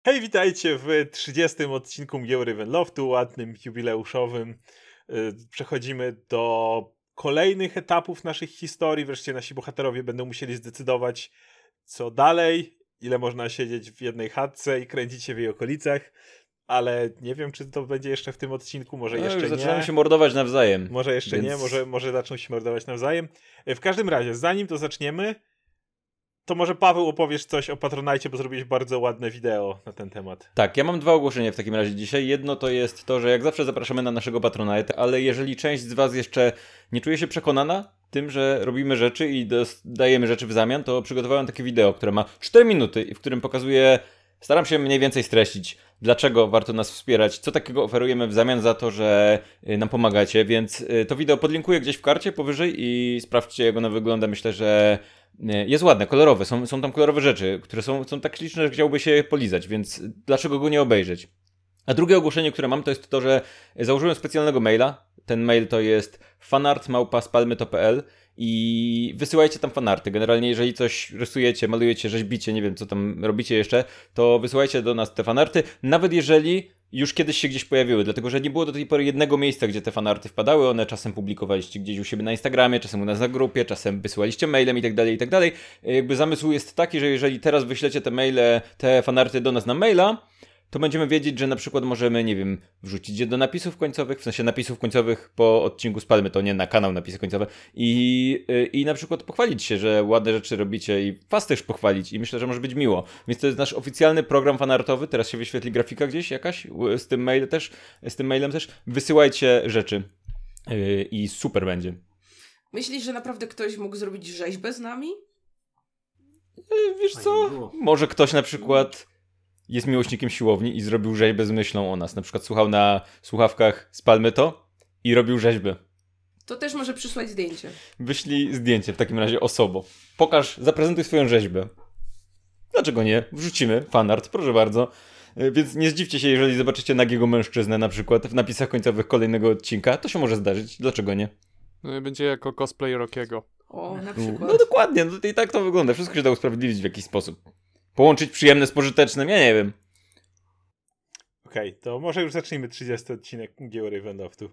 Hej, witajcie w 30. odcinku Mgieł Ravenloftu, ładnym, jubileuszowym. Przechodzimy do kolejnych etapów naszych historii. Wreszcie nasi bohaterowie będą musieli zdecydować, co dalej, ile można siedzieć w jednej chatce i kręcić się w jej okolicach. Ale nie wiem, czy to będzie jeszcze w tym odcinku, może jeszcze nie. Zaczynają się mordować nawzajem. Może jeszcze nie, może zaczną się mordować nawzajem. W każdym razie, zanim to zaczniemy, to może Paweł opowiesz coś o Patronite, bo zrobiłeś bardzo ładne wideo na ten temat. Tak, ja mam dwa ogłoszenia w takim razie dzisiaj. Jedno to jest to, że jak zawsze zapraszamy na naszego Patronite, ale jeżeli część z was jeszcze nie czuje się przekonana tym, że robimy rzeczy i dajemy rzeczy w zamian, to przygotowałem takie wideo, które ma 4 minuty i w którym pokazuję, staram się mniej więcej streścić, dlaczego warto nas wspierać, co takiego oferujemy w zamian za to, że nam pomagacie, więc to wideo podlinkuję gdzieś w karcie powyżej i sprawdźcie, jak ono wygląda. Myślę, że jest ładne, kolorowe, są tam kolorowe rzeczy, które są tak śliczne, że chciałby się je polizać, więc dlaczego go nie obejrzeć? A drugie ogłoszenie, które mam, to jest to, że założyłem specjalnego maila. Ten mail to jest fanart@spalmyto.pl i wysyłajcie tam fanarty. Generalnie jeżeli coś rysujecie, malujecie, rzeźbicie, nie wiem co tam robicie jeszcze, to wysyłajcie do nas te fanarty, nawet jeżeli już kiedyś się gdzieś pojawiły, dlatego że nie było do tej pory jednego miejsca, gdzie te fanarty wpadały, one czasem publikowaliście gdzieś u siebie na Instagramie, czasem u nas na grupie, czasem wysyłaliście mailem i tak dalej, i tak dalej. Jakby zamysł jest taki, że jeżeli teraz wyślecie te fanarty do nas na maila, to będziemy wiedzieć, że na przykład możemy, nie wiem, wrzucić je do napisów końcowych, w sensie napisów końcowych po odcinku Spalmy, to nie na kanał napisy końcowe i na przykład pochwalić się, że ładne rzeczy robicie i was też pochwalić i myślę, że może być miło. Więc to jest nasz oficjalny program fanartowy, teraz się wyświetli grafika gdzieś jakaś z tym mailem też. Wysyłajcie rzeczy i super będzie. Myślisz, że naprawdę ktoś mógł zrobić rzeźbę z nami? Wiesz co? Może ktoś na przykład jest miłośnikiem siłowni i zrobił rzeźbę z myślą o nas. Na przykład słuchał na słuchawkach Spalmy to i robił rzeźbę. To też może przysłać zdjęcie. Wyślij zdjęcie w takim razie osobo. Pokaż, zaprezentuj swoją rzeźbę. Dlaczego nie? Wrzucimy fanart, proszę bardzo. Więc nie zdziwcie się, jeżeli zobaczycie nagiego mężczyznę na przykład w napisach końcowych kolejnego odcinka. To się może zdarzyć. Dlaczego nie? Będzie jako cosplay Rockiego. O, na przykład. No dokładnie, no i tak to wygląda. Wszystko się da usprawiedliwić w jakiś sposób. Połączyć przyjemne z pożytecznym, ja nie wiem. Okej, to może już zacznijmy 30. odcinek Mgieł Ravenloftu.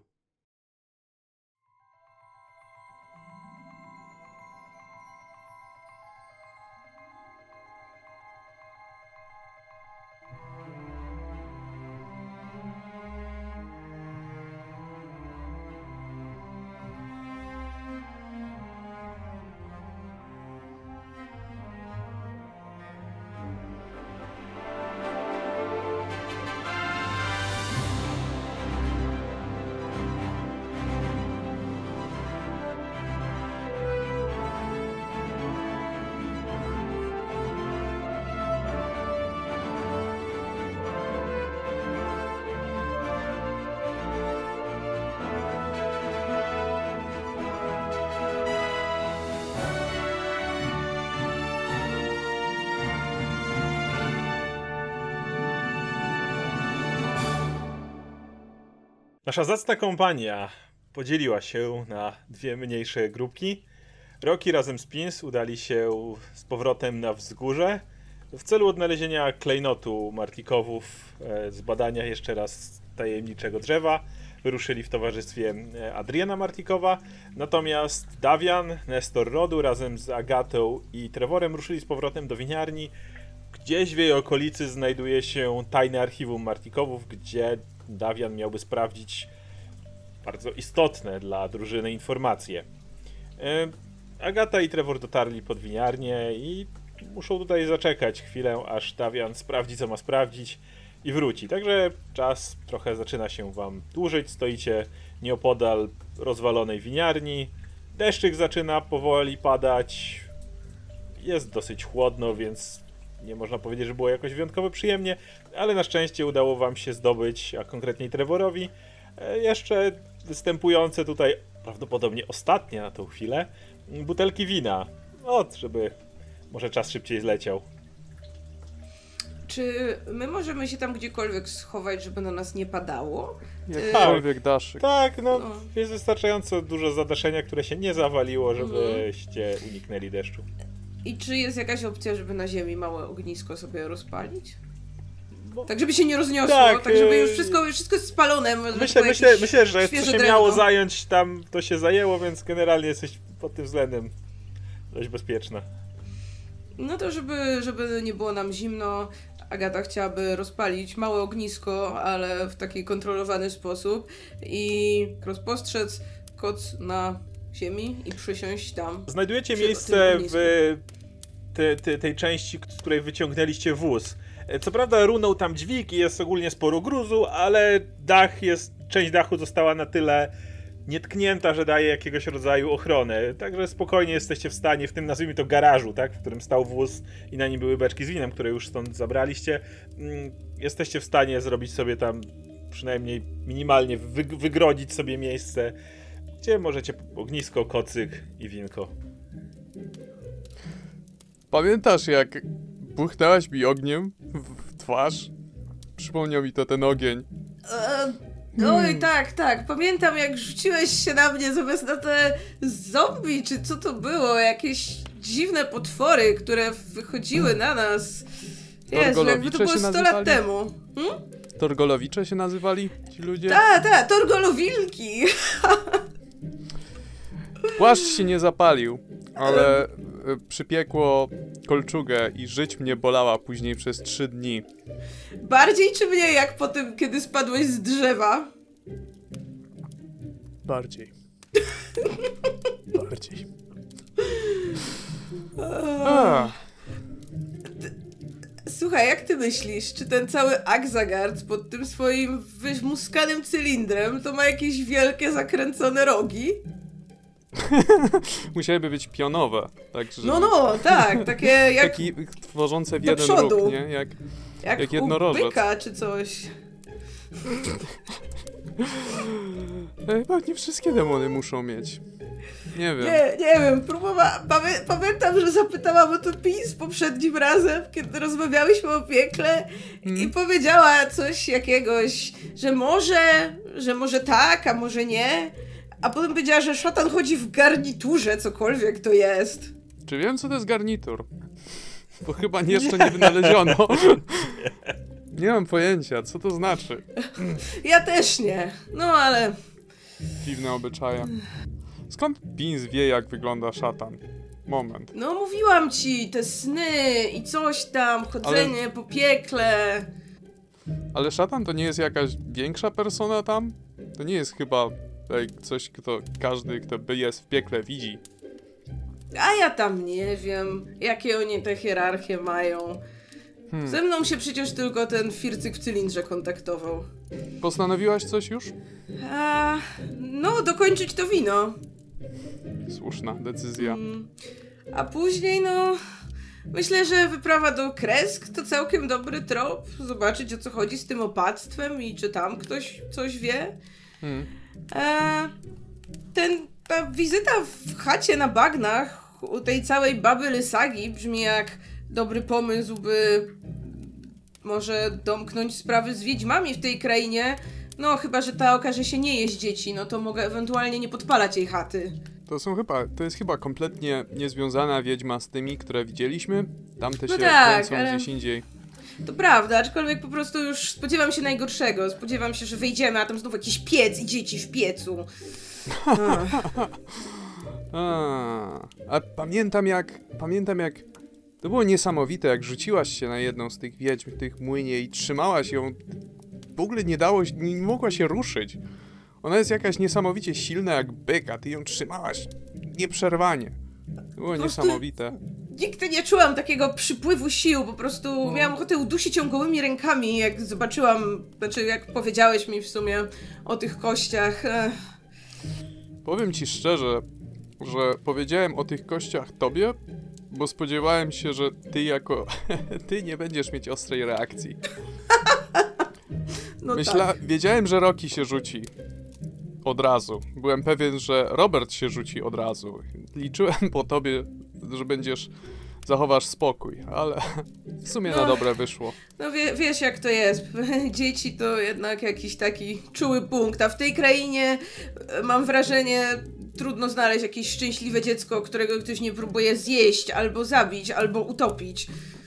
Nasza zacna kompania podzieliła się na dwie mniejsze grupki. Rocky razem z Pins udali się z powrotem na wzgórze w celu odnalezienia klejnotu Martikowów, zbadania jeszcze raz tajemniczego drzewa. Wyruszyli w towarzystwie Adriana Martikowa, natomiast Davian, Nestor Rodu razem z Agatą i Trevorem ruszyli z powrotem do winiarni. Gdzieś w jej okolicy znajduje się tajne archiwum Martikowów, gdzie Davian miałby sprawdzić bardzo istotne dla drużyny informacje. Agata i Trevor dotarli pod winiarnię i muszą tutaj zaczekać chwilę, aż Davian sprawdzi, co ma sprawdzić i wróci. Także czas trochę zaczyna się wam dłużyć. Stoicie nieopodal rozwalonej winiarni. Deszczyk zaczyna powoli padać. Jest dosyć chłodno, więc nie można powiedzieć, że było jakoś wyjątkowo przyjemnie, ale na szczęście udało wam się zdobyć, a konkretniej Trevorowi, jeszcze występujące tutaj, prawdopodobnie ostatnie na tą chwilę, butelki wina. Żeby może czas szybciej zleciał. Czy my możemy się tam gdziekolwiek schować, żeby na nas nie padało? Jakkolwiek dasz. Tak, no jest wystarczająco dużo zadaszenia, które się nie zawaliło, żebyście uniknęli deszczu. I czy jest jakaś opcja, żeby na ziemi małe ognisko sobie rozpalić? Tak, żeby się nie rozniosło, Tak, tak, żeby już wszystko jest spalone. może tylko Myślę, że co świeże się drewno. miało zająć, tam to się zajęło, więc generalnie jesteś pod tym względem dość bezpieczna. No to żeby nie było nam zimno, Agata chciałaby rozpalić małe ognisko, ale w taki kontrolowany sposób i rozpostrzec koc na ziemi i przysiąść tam. Znajdujecie Przy miejsce tym ognisku. w tej części, z której wyciągnęliście wóz. Co prawda runął tam dźwig i jest ogólnie sporo gruzu, ale część dachu została na tyle nietknięta, że daje jakiegoś rodzaju ochronę. Także spokojnie jesteście w stanie, w tym nazwijmy to garażu, tak, w którym stał wóz i na nim były beczki z winem, które już stąd zabraliście. Jesteście w stanie zrobić sobie tam przynajmniej minimalnie wygrodzić sobie miejsce, gdzie możecie ognisko, kocyk i winko. Pamiętasz, jak buchnęłaś mi ogniem w twarz? Przypomniał mi to ten ogień. Oj, tak. Pamiętam, jak rzuciłeś się na mnie zamiast na te zombie, czy co to było? Jakieś dziwne potwory, które wychodziły na nas. Jezu, jakby to Torgolowicze było się 100 lat nazywali? temu. Torgolowicze się nazywali ci ludzie? Torgolowilki. Płaszcz się nie zapalił, ale przypiekło kolczugę i żyć mnie bolała później przez 3 dni. Bardziej czy mniej jak po tym, kiedy spadłeś z drzewa? Bardziej. Bardziej. A, Słuchaj, jak ty myślisz, czy ten cały Axagard pod tym swoim wymuskanym cylindrem to ma jakieś wielkie zakręcone rogi? musiałyby być pionowe, tak żeby No, tak, takie jak taki tworzące w do jeden przodu. róg, nie? Jak u jednorożec. byka czy coś. Chyba nie wszystkie demony muszą mieć. Nie wiem. Nie wiem, pamiętam, że zapytałam o to PiS poprzednim razem, kiedy rozmawiałyśmy o piekle i powiedziała coś jakiegoś, że może tak, a może nie. A potem powiedziała, że szatan chodzi w garniturze, cokolwiek to jest. Czy wiem, co to jest garnitur? Bo chyba jeszcze nie wynaleziono. Nie mam pojęcia, co to znaczy. Ja też nie. No ale Dziwne obyczaje. Skąd Beans wie, jak wygląda szatan? Moment. no mówiłam ci, te sny i coś tam, chodzenie po piekle. Ale szatan to nie jest jakaś większa persona tam? To nie jest chyba coś, każdy, kto jest w piekle, widzi. A ja tam nie wiem, jakie oni te hierarchie mają. Ze mną się przecież tylko ten fircyk w cylindrze kontaktował. Postanowiłaś coś już? No, dokończyć to wino. Słuszna decyzja. A później, no... Myślę, że wyprawa do Kresk to całkiem dobry trop. Zobaczyć, o co chodzi z tym opactwem i czy tam ktoś coś wie. Ta wizyta w chacie na bagnach u tej całej baby Lysagi brzmi jak dobry pomysł, by może domknąć sprawy z wiedźmami w tej krainie. No, chyba że ta okaże się nie jeść dzieci, no to mogę ewentualnie nie podpalać jej chaty. To jest chyba kompletnie niezwiązana wiedźma z tymi, które widzieliśmy. Tamte się tak, kręcą ale- gdzieś indziej. To prawda, aczkolwiek po prostu już spodziewam się najgorszego. Spodziewam się, że wyjdziemy, a tam znów jakiś piec i dzieci w piecu. A pamiętam jak to było niesamowite, jak rzuciłaś się na jedną z tych wiedźm, tych młynie i trzymałaś ją. W ogóle nie mogła się ruszyć. Ona jest jakaś niesamowicie silna jak byk, a ty ją trzymałaś nieprzerwanie. To było prostu- niesamowite. Nigdy nie czułam takiego przypływu sił, po prostu miałam ochotę udusić ją gołymi rękami, jak zobaczyłam, znaczy jak powiedziałeś mi w sumie o tych kościach. Powiem ci szczerze, że powiedziałem o tych kościach tobie, bo spodziewałem się, że ty nie będziesz mieć ostrej reakcji. No tak. Wiedziałem, że Rocky się rzuci od razu. Byłem pewien, że Robert się rzuci od razu. Liczyłem po tobie, że zachowasz spokój, ale w sumie na dobre wyszło. No wiesz jak to jest. Dzieci to jednak jakiś taki czuły punkt, a w tej krainie mam wrażenie, trudno znaleźć jakieś szczęśliwe dziecko, którego ktoś nie próbuje zjeść, albo zabić, albo utopić.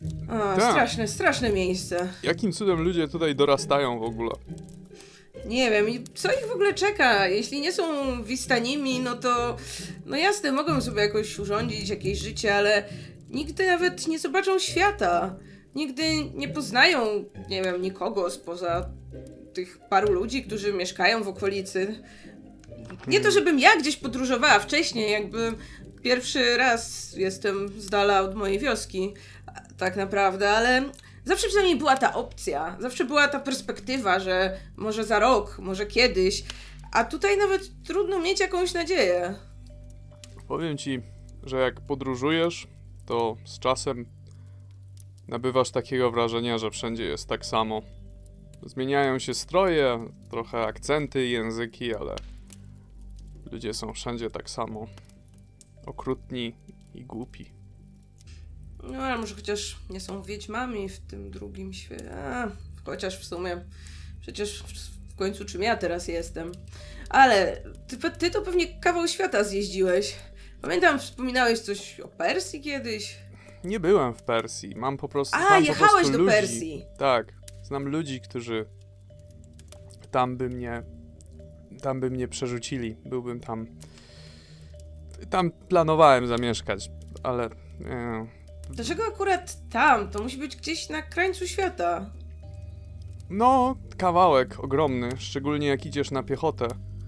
O, Tak. straszne miejsce. Jakim cudem ludzie tutaj dorastają w ogóle? Nie wiem, i co ich w ogóle czeka? Jeśli nie są wistanimi, no to... No jasne, mogą sobie jakoś urządzić jakieś życie, ale nigdy nawet nie zobaczą świata. Nigdy nie poznają, nie wiem, nikogo spoza tych paru ludzi, którzy mieszkają w okolicy. Nie to, żebym ja gdzieś podróżowała wcześniej, jakby pierwszy raz jestem z dala od mojej wioski, tak naprawdę, ale zawsze przynajmniej była ta opcja, zawsze była ta perspektywa, że może za rok, może kiedyś, a tutaj nawet trudno mieć jakąś nadzieję. Powiem ci, że jak podróżujesz, to z czasem nabywasz takiego wrażenia, że wszędzie jest tak samo. Zmieniają się stroje, trochę akcenty, języki, ale ludzie są wszędzie tak samo. Okrutni i głupi. No ale może chociaż nie są wiedźmami w tym drugim świecie. Chociaż w sumie, przecież w końcu czym ja teraz jestem. Ale ty to pewnie kawał świata zjeździłeś. Pamiętam, wspominałeś coś o Persji kiedyś. Nie byłem w Persji, mam po prostu A, znam po jechałeś prostu do ludzi. Persji. Tak, znam ludzi, którzy tam by mnie przerzucili. Byłbym tam. Tam planowałem zamieszkać, ale Dlaczego akurat tam? To musi być gdzieś na krańcu świata. no, kawałek ogromny, szczególnie jak idziesz na piechotę.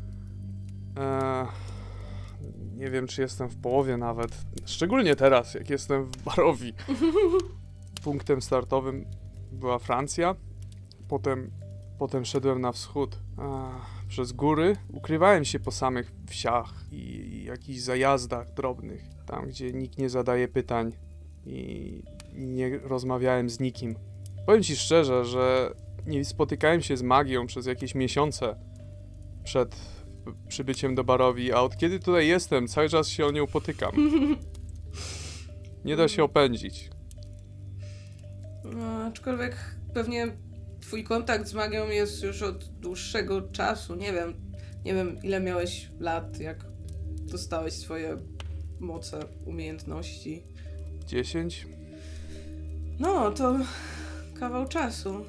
Nie wiem, czy jestem w połowie nawet. Szczególnie teraz, jak jestem w Barowi. Punktem startowym była Francja. Potem szedłem na wschód. Przez góry. Ukrywałem się po samych wsiach i jakichś zajazdach drobnych. Tam, gdzie nikt nie zadaje pytań. I nie rozmawiałem z nikim. Powiem ci szczerze, że nie spotykałem się z magią przez jakieś miesiące przed przybyciem do Barowi, a od kiedy tutaj jestem, cały czas się o nią potykam. Nie da się opędzić. No, aczkolwiek pewnie twój kontakt z magią jest już od dłuższego czasu. Nie wiem ile miałeś lat, jak dostałeś swoje moce, umiejętności. 10? No, to kawał czasu.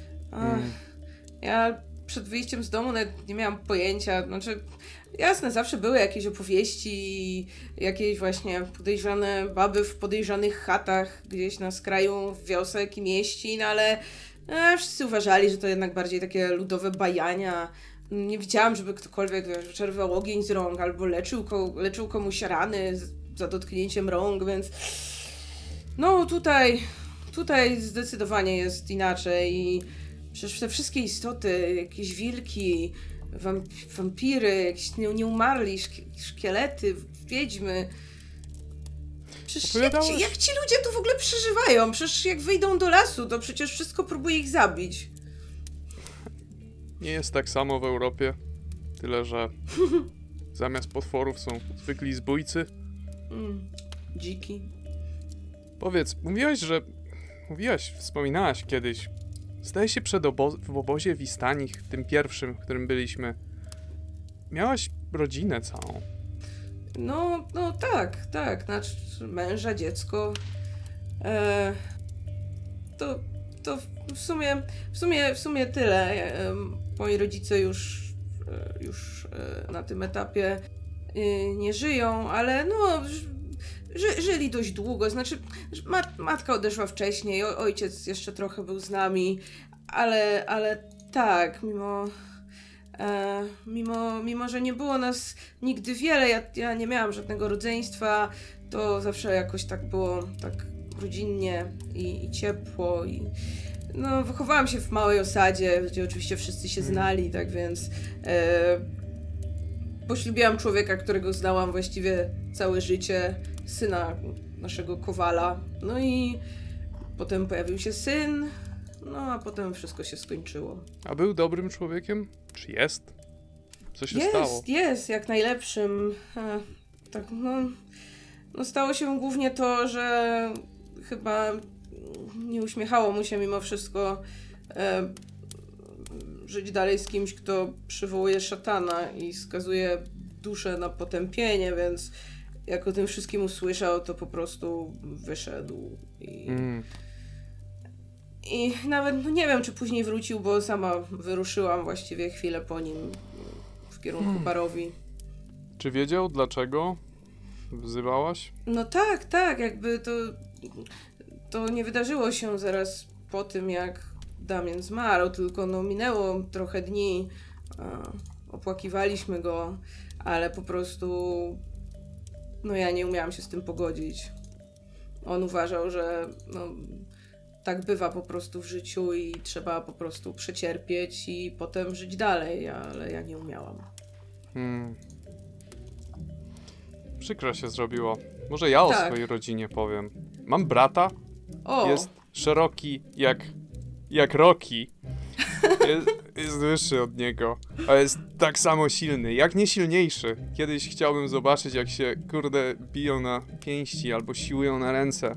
Ja przed wyjściem z domu nawet nie miałam pojęcia, znaczy jasne, zawsze były jakieś opowieści, jakieś właśnie podejrzane baby w podejrzanych chatach gdzieś na skraju wiosek i mieścin, ale wszyscy uważali, że to jednak bardziej takie ludowe bajania. Nie widziałam, żeby ktokolwiek wyczerpał ogień z rąk albo leczył komuś rany za dotknięciem rąk, więc no tutaj zdecydowanie jest inaczej i przecież te wszystkie istoty, jakieś wilki, wampiry, jakieś nieumarli, szkielety, wiedźmy. Przecież jak ci ludzie tu w ogóle przeżywają? Przecież jak wyjdą do lasu, to przecież wszystko próbuje ich zabić. Nie jest tak samo w Europie. Tyle, że zamiast potworów są zwykli zbójcy. Dziki. Powiedz, wspominałaś kiedyś. Zdaje się w obozie w Istanich, tym pierwszym, w którym byliśmy. Miałaś rodzinę całą. No tak, znaczy męża, dziecko. To w sumie tyle. Moi rodzice już na tym etapie nie żyją, ale no żyli dość długo, znaczy matka odeszła wcześniej, ojciec jeszcze trochę był z nami, ale tak, mimo że nie było nas nigdy wiele, ja nie miałam żadnego rodzeństwa, to zawsze jakoś tak było tak rodzinnie i ciepło i no wychowałam się w małej osadzie, gdzie oczywiście wszyscy się znali, tak więc poślubiłam człowieka, którego znałam właściwie całe życie, syna naszego kowala, no i potem pojawił się syn, no a potem wszystko się skończyło. A był dobrym człowiekiem? Czy jest? Co się stało? Jest, jak najlepszym. Tak, no stało się głównie to, że chyba nie uśmiechało mu się mimo wszystko żyć dalej z kimś, kto przywołuje szatana i skazuje duszę na potępienie, więc jak o tym wszystkim usłyszał, to po prostu wyszedł i I nawet nie wiem, czy później wrócił, bo sama wyruszyłam właściwie chwilę po nim w kierunku barowi. Czy wiedział, dlaczego wzywałaś? No tak, jakby to nie wydarzyło się zaraz po tym, jak Damian zmarł, tylko minęło trochę dni, opłakiwaliśmy go, ale po prostu ja nie umiałam się z tym pogodzić. On uważał, że tak bywa po prostu w życiu i trzeba po prostu przecierpieć i potem żyć dalej, ale ja nie umiałam. Przykro się zrobiło. Może ja o Tak. swojej rodzinie powiem. Mam brata, O! jest szeroki jak Rocky. Jest wyższy od niego, ale jest tak samo silny, jak nie silniejszy. Kiedyś chciałbym zobaczyć, jak się, biją na pięści albo siłują na ręce.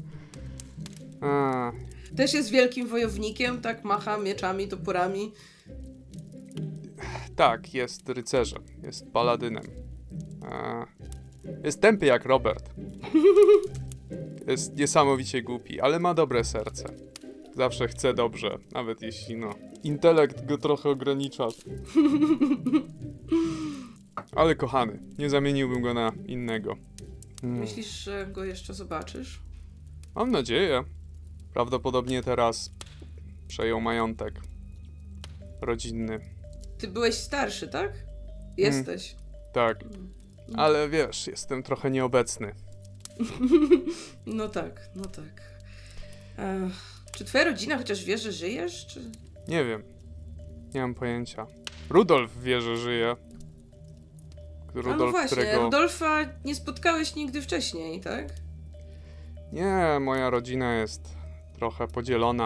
Też jest wielkim wojownikiem, tak macha mieczami, toporami. Tak, jest rycerzem, jest paladynem. Jest tępy jak Robert. Jest niesamowicie głupi, ale ma dobre serce. Zawsze chce dobrze, nawet jeśli intelekt go trochę ogranicza. Ale kochany, nie zamieniłbym go na innego. Myślisz, że go jeszcze zobaczysz? Mam nadzieję. Prawdopodobnie teraz przejął majątek rodzinny. Ty byłeś starszy, tak? Jesteś. Tak, ale wiesz, jestem trochę nieobecny. No tak. Czy twoja rodzina chociaż wie, że żyjesz, czy... Nie wiem. Nie mam pojęcia. Rudolf wie, że żyje. no właśnie, Rudolfa nie spotkałeś nigdy wcześniej, tak? Nie, moja rodzina jest trochę podzielona.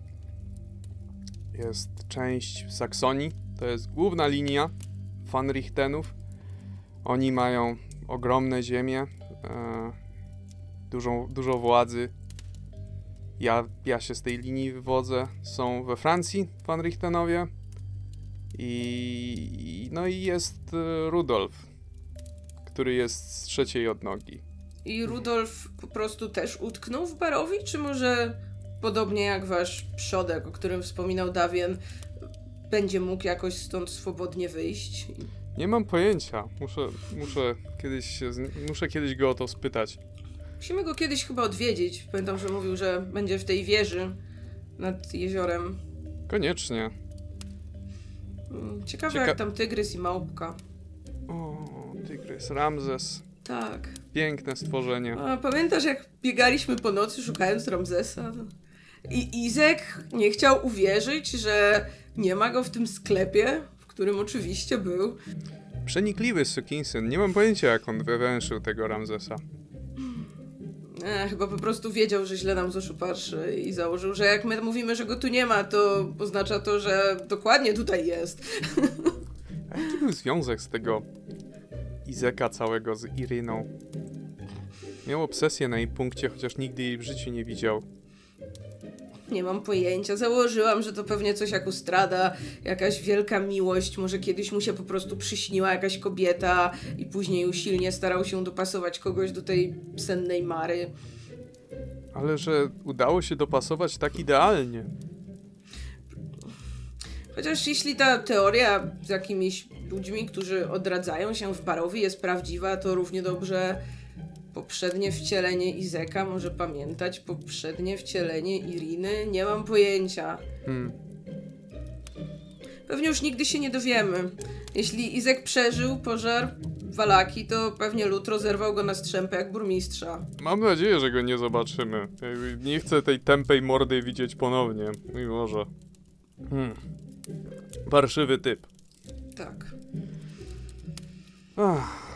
Jest część Saksonii, to jest główna linia Van Richtenów. Oni mają ogromne ziemie, dużo władzy. Ja się z tej linii wywodzę. Są we Francji Van Richtenowie. I jest Rudolf, który jest z trzeciej odnogi. I Rudolf po prostu też utknął w barowi, czy może podobnie jak wasz przodek, o którym wspominał Dawien, będzie mógł jakoś stąd swobodnie wyjść? Nie mam pojęcia. Muszę kiedyś go o to spytać. Musimy go kiedyś chyba odwiedzić. Pamiętam, że mówił, że będzie w tej wieży nad jeziorem. Koniecznie. Ciekawe jak tam tygrys i małpka. O, tygrys, Ramzes. Tak. Piękne stworzenie. A pamiętasz, jak biegaliśmy po nocy szukając Ramzesa? I Izek nie chciał uwierzyć, że nie ma go w tym sklepie, w którym oczywiście był. Przenikliwy sukinsyn. Nie mam pojęcia, jak on wywęszył tego Ramzesa. Chyba po prostu wiedział, że źle nam z oczu patrzy i założył, że jak my mówimy, że go tu nie ma, to oznacza to, że dokładnie tutaj jest. A jaki był związek z tego Izeka całego z Iryną? Miał obsesję na jej punkcie, chociaż nigdy jej w życiu nie widział. Nie mam pojęcia. Założyłam, że to pewnie coś jak Ustrada, jakaś wielka miłość, może kiedyś mu się po prostu przyśniła jakaś kobieta i później usilnie starał się dopasować kogoś do tej sennej Mary. Ale że udało się dopasować tak idealnie. Chociaż jeśli ta teoria z jakimiś ludźmi, którzy odradzają się w barowi jest prawdziwa, to równie dobrze poprzednie wcielenie Izeka może pamiętać poprzednie wcielenie Iriny? Nie mam pojęcia. Pewnie już nigdy się nie dowiemy. Jeśli Izek przeżył pożar Walaki, to pewnie lud rozerwał go na strzępy jak burmistrza. Mam nadzieję, że go nie zobaczymy. Nie chcę tej tępej mordy widzieć ponownie. Mimo że... Parszywy typ. Tak. Ach,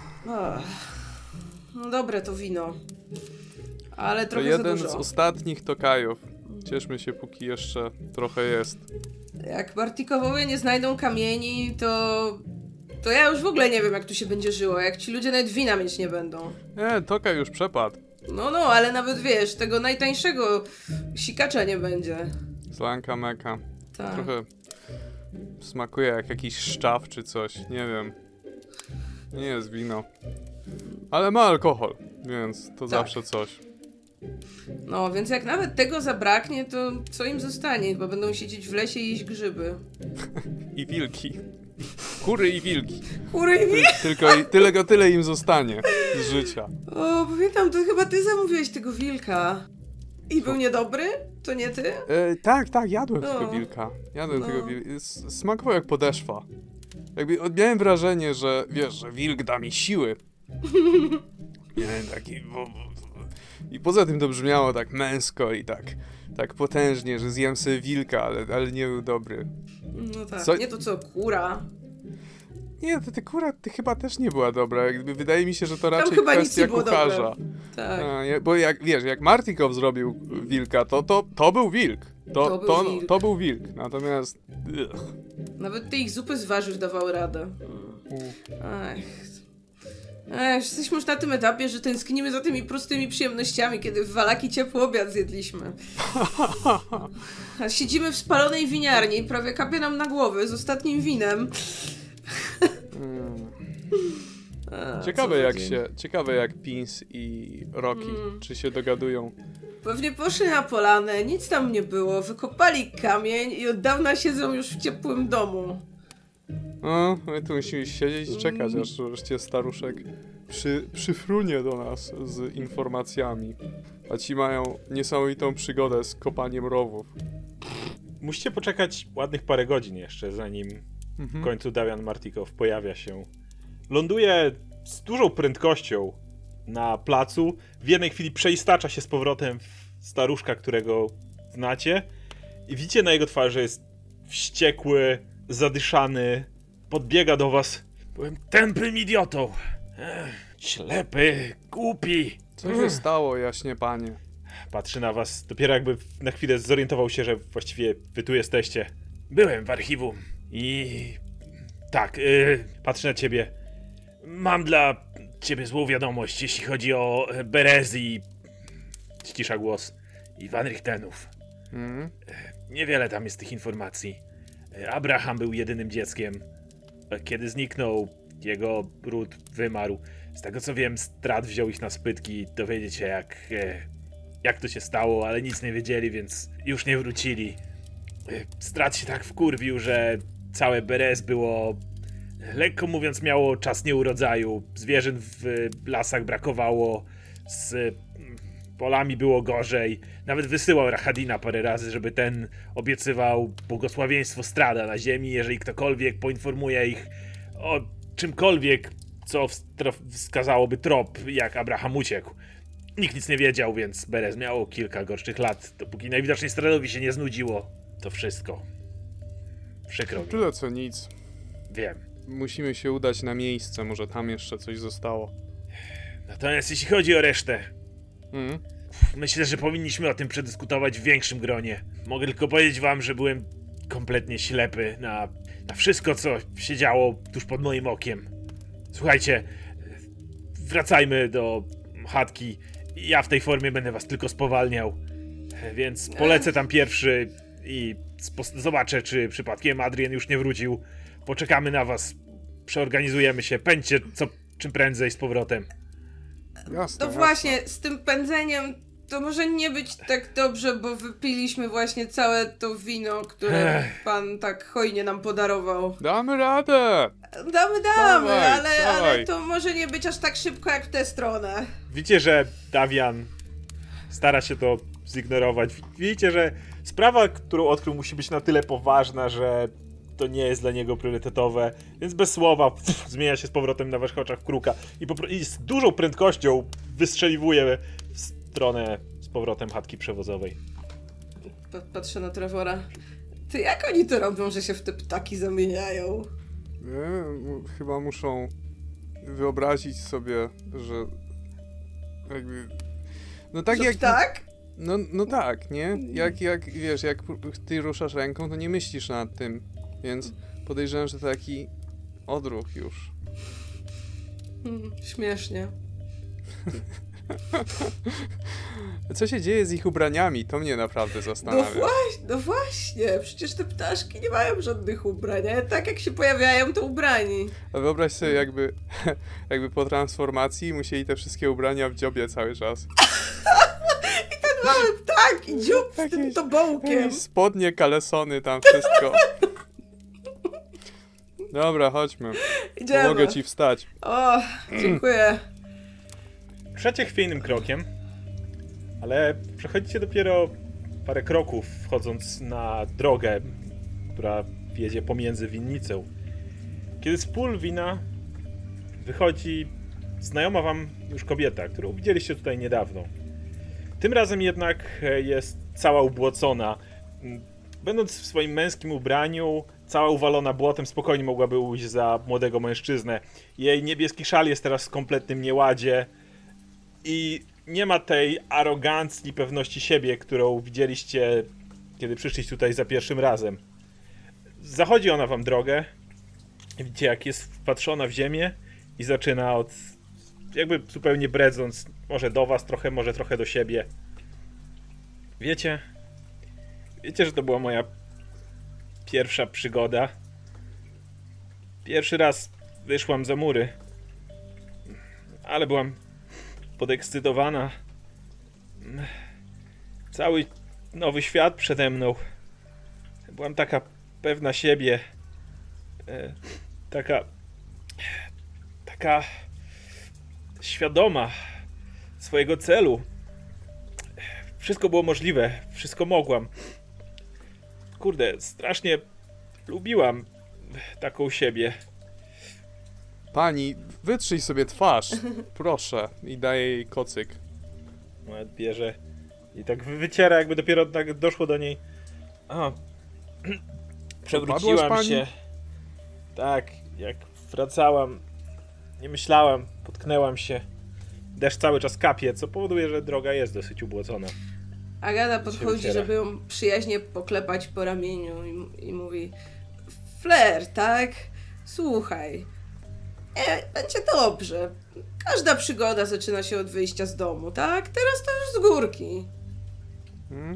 No dobre to wino. Ale to trochę za jeden dużo. z ostatnich tokajów. Cieszmy się, póki jeszcze trochę jest. Jak Bartikowowie nie znajdą kamieni, to ja już w ogóle nie wiem, jak tu się będzie żyło. Jak ci ludzie nawet wina mieć nie będą. Tokaj już przepadł. No, ale nawet wiesz, tego najtańszego sikacza nie będzie. Slanka meka. Tak. Trochę smakuje jak jakiś szczaw czy coś, nie wiem. Nie jest wino. Ale ma alkohol, więc to zawsze coś. No, więc jak nawet tego zabraknie, to co im zostanie? Chyba będą siedzieć w lesie i jeść grzyby. I wilki. Kury i wilki. Kury i Tylko tyle im zostanie z życia. O, pamiętam, to chyba ty zamówiłeś tego wilka. I był niedobry? To nie ty? Tak, jadłem No. tego wilka. Jadłem No. tego wilka. Smakował jak podeszwa. Jakby miałem wrażenie, że wiesz, że wilk da mi siły. Miałem taki... I poza tym to brzmiało tak męsko i tak potężnie, że zjem sobie wilka, ale nie był dobry. No tak, Co? nie to co, kura. Nie, ta kura chyba też nie była dobra. Jakby wydaje mi się, że to raczej chyba nic kwestia nie było kucharza. dobre. Tak. Bo jak wiesz, jak Martikow zrobił wilka, to był wilk. To był wilk. Natomiast... Nawet te ich zupy z warzyw dawały radę. Jesteśmy już na tym etapie, że tęsknimy za tymi prostymi przyjemnościami, kiedy w Walaki ciepły obiad zjedliśmy. A siedzimy w spalonej winiarni i prawie kapie nam na głowy z ostatnim winem. Ciekawe jak Pins i Rocky, czy się dogadują. Pewnie poszli na polanę, nic tam nie było, wykopali kamień i od dawna siedzą już w ciepłym domu. No, my tu musimy siedzieć i czekać, aż wreszcie staruszek przyfrunie do nas z informacjami. A ci mają niesamowitą przygodę z kopaniem rowów. Musicie poczekać ładnych parę godzin jeszcze, zanim w końcu Damian Martikow pojawia się. Ląduje z dużą prędkością na placu. W jednej chwili przeistacza się z powrotem w staruszka, którego znacie. I widzicie na jego twarzy, że jest wściekły, zadyszany. Podbiega do was. Byłem tępym idiotą. Ślepy, głupi. Co się stało, jaśnie panie? Patrzy na was, dopiero jakby na chwilę zorientował się, że właściwie wy tu jesteście. Byłem w archiwum i... Tak, patrzę na ciebie. Mam dla ciebie złą wiadomość, jeśli chodzi o Berezy i... Ścisza głos. I Van Richtenów. Niewiele tam jest tych informacji. Abraham był jedynym dzieckiem. Kiedy zniknął, jego ród wymarł. Z tego co wiem, Strat wziął ich na spytki dowiedzieć się jak to się stało, ale nic nie wiedzieli, więc już nie wrócili. Strat się tak wkurwił, że całe Berez było, lekko mówiąc, miało czas nieurodzaju. Zwierząt w lasach brakowało, z polami było gorzej. Nawet wysyłał Rahadina parę razy, żeby ten obiecywał błogosławieństwo Strada na ziemi, jeżeli ktokolwiek poinformuje ich o czymkolwiek, co wskazałoby trop, jak Abraham uciekł. Nikt nic nie wiedział, więc Berez miało kilka gorszych lat, dopóki najwidoczniej Stradowi się nie znudziło. To wszystko. Przykro mi. Tyle co nic. Wiem. Musimy się udać na miejsce, może tam jeszcze coś zostało. Natomiast jeśli chodzi o resztę, myślę, że powinniśmy o tym przedyskutować w większym gronie. Mogę tylko powiedzieć wam, że byłem kompletnie ślepy na wszystko, co się działo tuż pod moim okiem. Słuchajcie, wracajmy do chatki. Ja w tej formie będę was tylko spowalniał. Więc polecę tam pierwszy i zobaczę, czy przypadkiem Adrian już nie wrócił. Poczekamy na was, przeorganizujemy się, pędźcie czym prędzej z powrotem. Jasne, No właśnie, z tym pędzeniem to może nie być tak dobrze, bo wypiliśmy właśnie całe to wino, które pan tak hojnie nam podarował. Damy radę! Damy, Dawaj, ale dawaj. to może nie być aż tak szybko jak w tę stronę. Widzicie, że Damian stara się to zignorować. Widzicie, że sprawa, którą odkrył, musi być na tyle poważna, że to nie jest dla niego priorytetowe, więc bez słowa zmienia się z powrotem na waszych oczach w kruka i z dużą prędkością wystrzeliwuje w stronę z powrotem chatki przewozowej. Patrzę na Trevora. Ty, jak oni to robią, że się w te ptaki zamieniają? Chyba muszą wyobrazić sobie, że jakby... No tak Że jak... ptak? No tak, nie? Jak wiesz, jak ty ruszasz ręką, to nie myślisz nad tym, więc podejrzewam, że to taki odruch już. Śmiesznie. Co się dzieje z ich ubraniami? To mnie naprawdę No zastanawia. właśnie, no właśnie, przecież te ptaszki nie mają żadnych ubrań, ale tak jak się pojawiają, to ubrani. A wyobraź sobie, jakby po transformacji musieli te wszystkie ubrania w dziobie cały czas. Mały ptak i dziób z tym Jakieś- tobołkiem. Jakieś spodnie, kalesony, tam wszystko. Dobra, chodźmy. Idziemy. Pomogę ci wstać. O, dziękuję. Ruszacie chwiejnym krokiem, ale przechodzicie dopiero parę kroków, wchodząc na drogę, która wiedzie pomiędzy winnicą. Kiedy z pól wina wychodzi znajoma wam już kobieta, którą widzieliście tutaj niedawno. Tym razem jednak jest cała ubłocona. Będąc w swoim męskim ubraniu, cała uwalona błotem, spokojnie mogłaby ujść za młodego mężczyznę. Jej niebieski szal jest teraz w kompletnym nieładzie i nie ma tej arogancji, pewności siebie, którą widzieliście, kiedy przyszliście tutaj za pierwszym razem. Zachodzi ona wam drogę, widzicie jak jest wpatrzona w ziemię i zaczyna od, jakby zupełnie bredząc, może do was trochę, może trochę do siebie. Wiecie, że to była moja pierwsza przygoda. Pierwszy raz wyszłam za mury, ale byłam podekscytowana. Cały nowy świat przede mną. Byłam taka pewna siebie. Taka świadoma swojego celu. Wszystko było możliwe, wszystko mogłam. Kurde, strasznie lubiłam taką siebie. Pani, wytrzyj sobie twarz. Proszę. I daję jej kocyk. Ona bierze i tak wyciera, jakby dopiero tak doszło do niej. O, przewróciłam Upadłaś, pani? się. Tak, jak wracałam, nie myślałam, potknęłam się. Deszcz cały czas kapie, co powoduje, że droga jest dosyć ubłocona. Agata podchodzi, wyciera. żeby ją przyjaźnie poklepać po ramieniu i mówi: Flair, tak? Słuchaj, będzie dobrze. Każda przygoda zaczyna się od wyjścia z domu, tak? Teraz to już z górki. Hmm?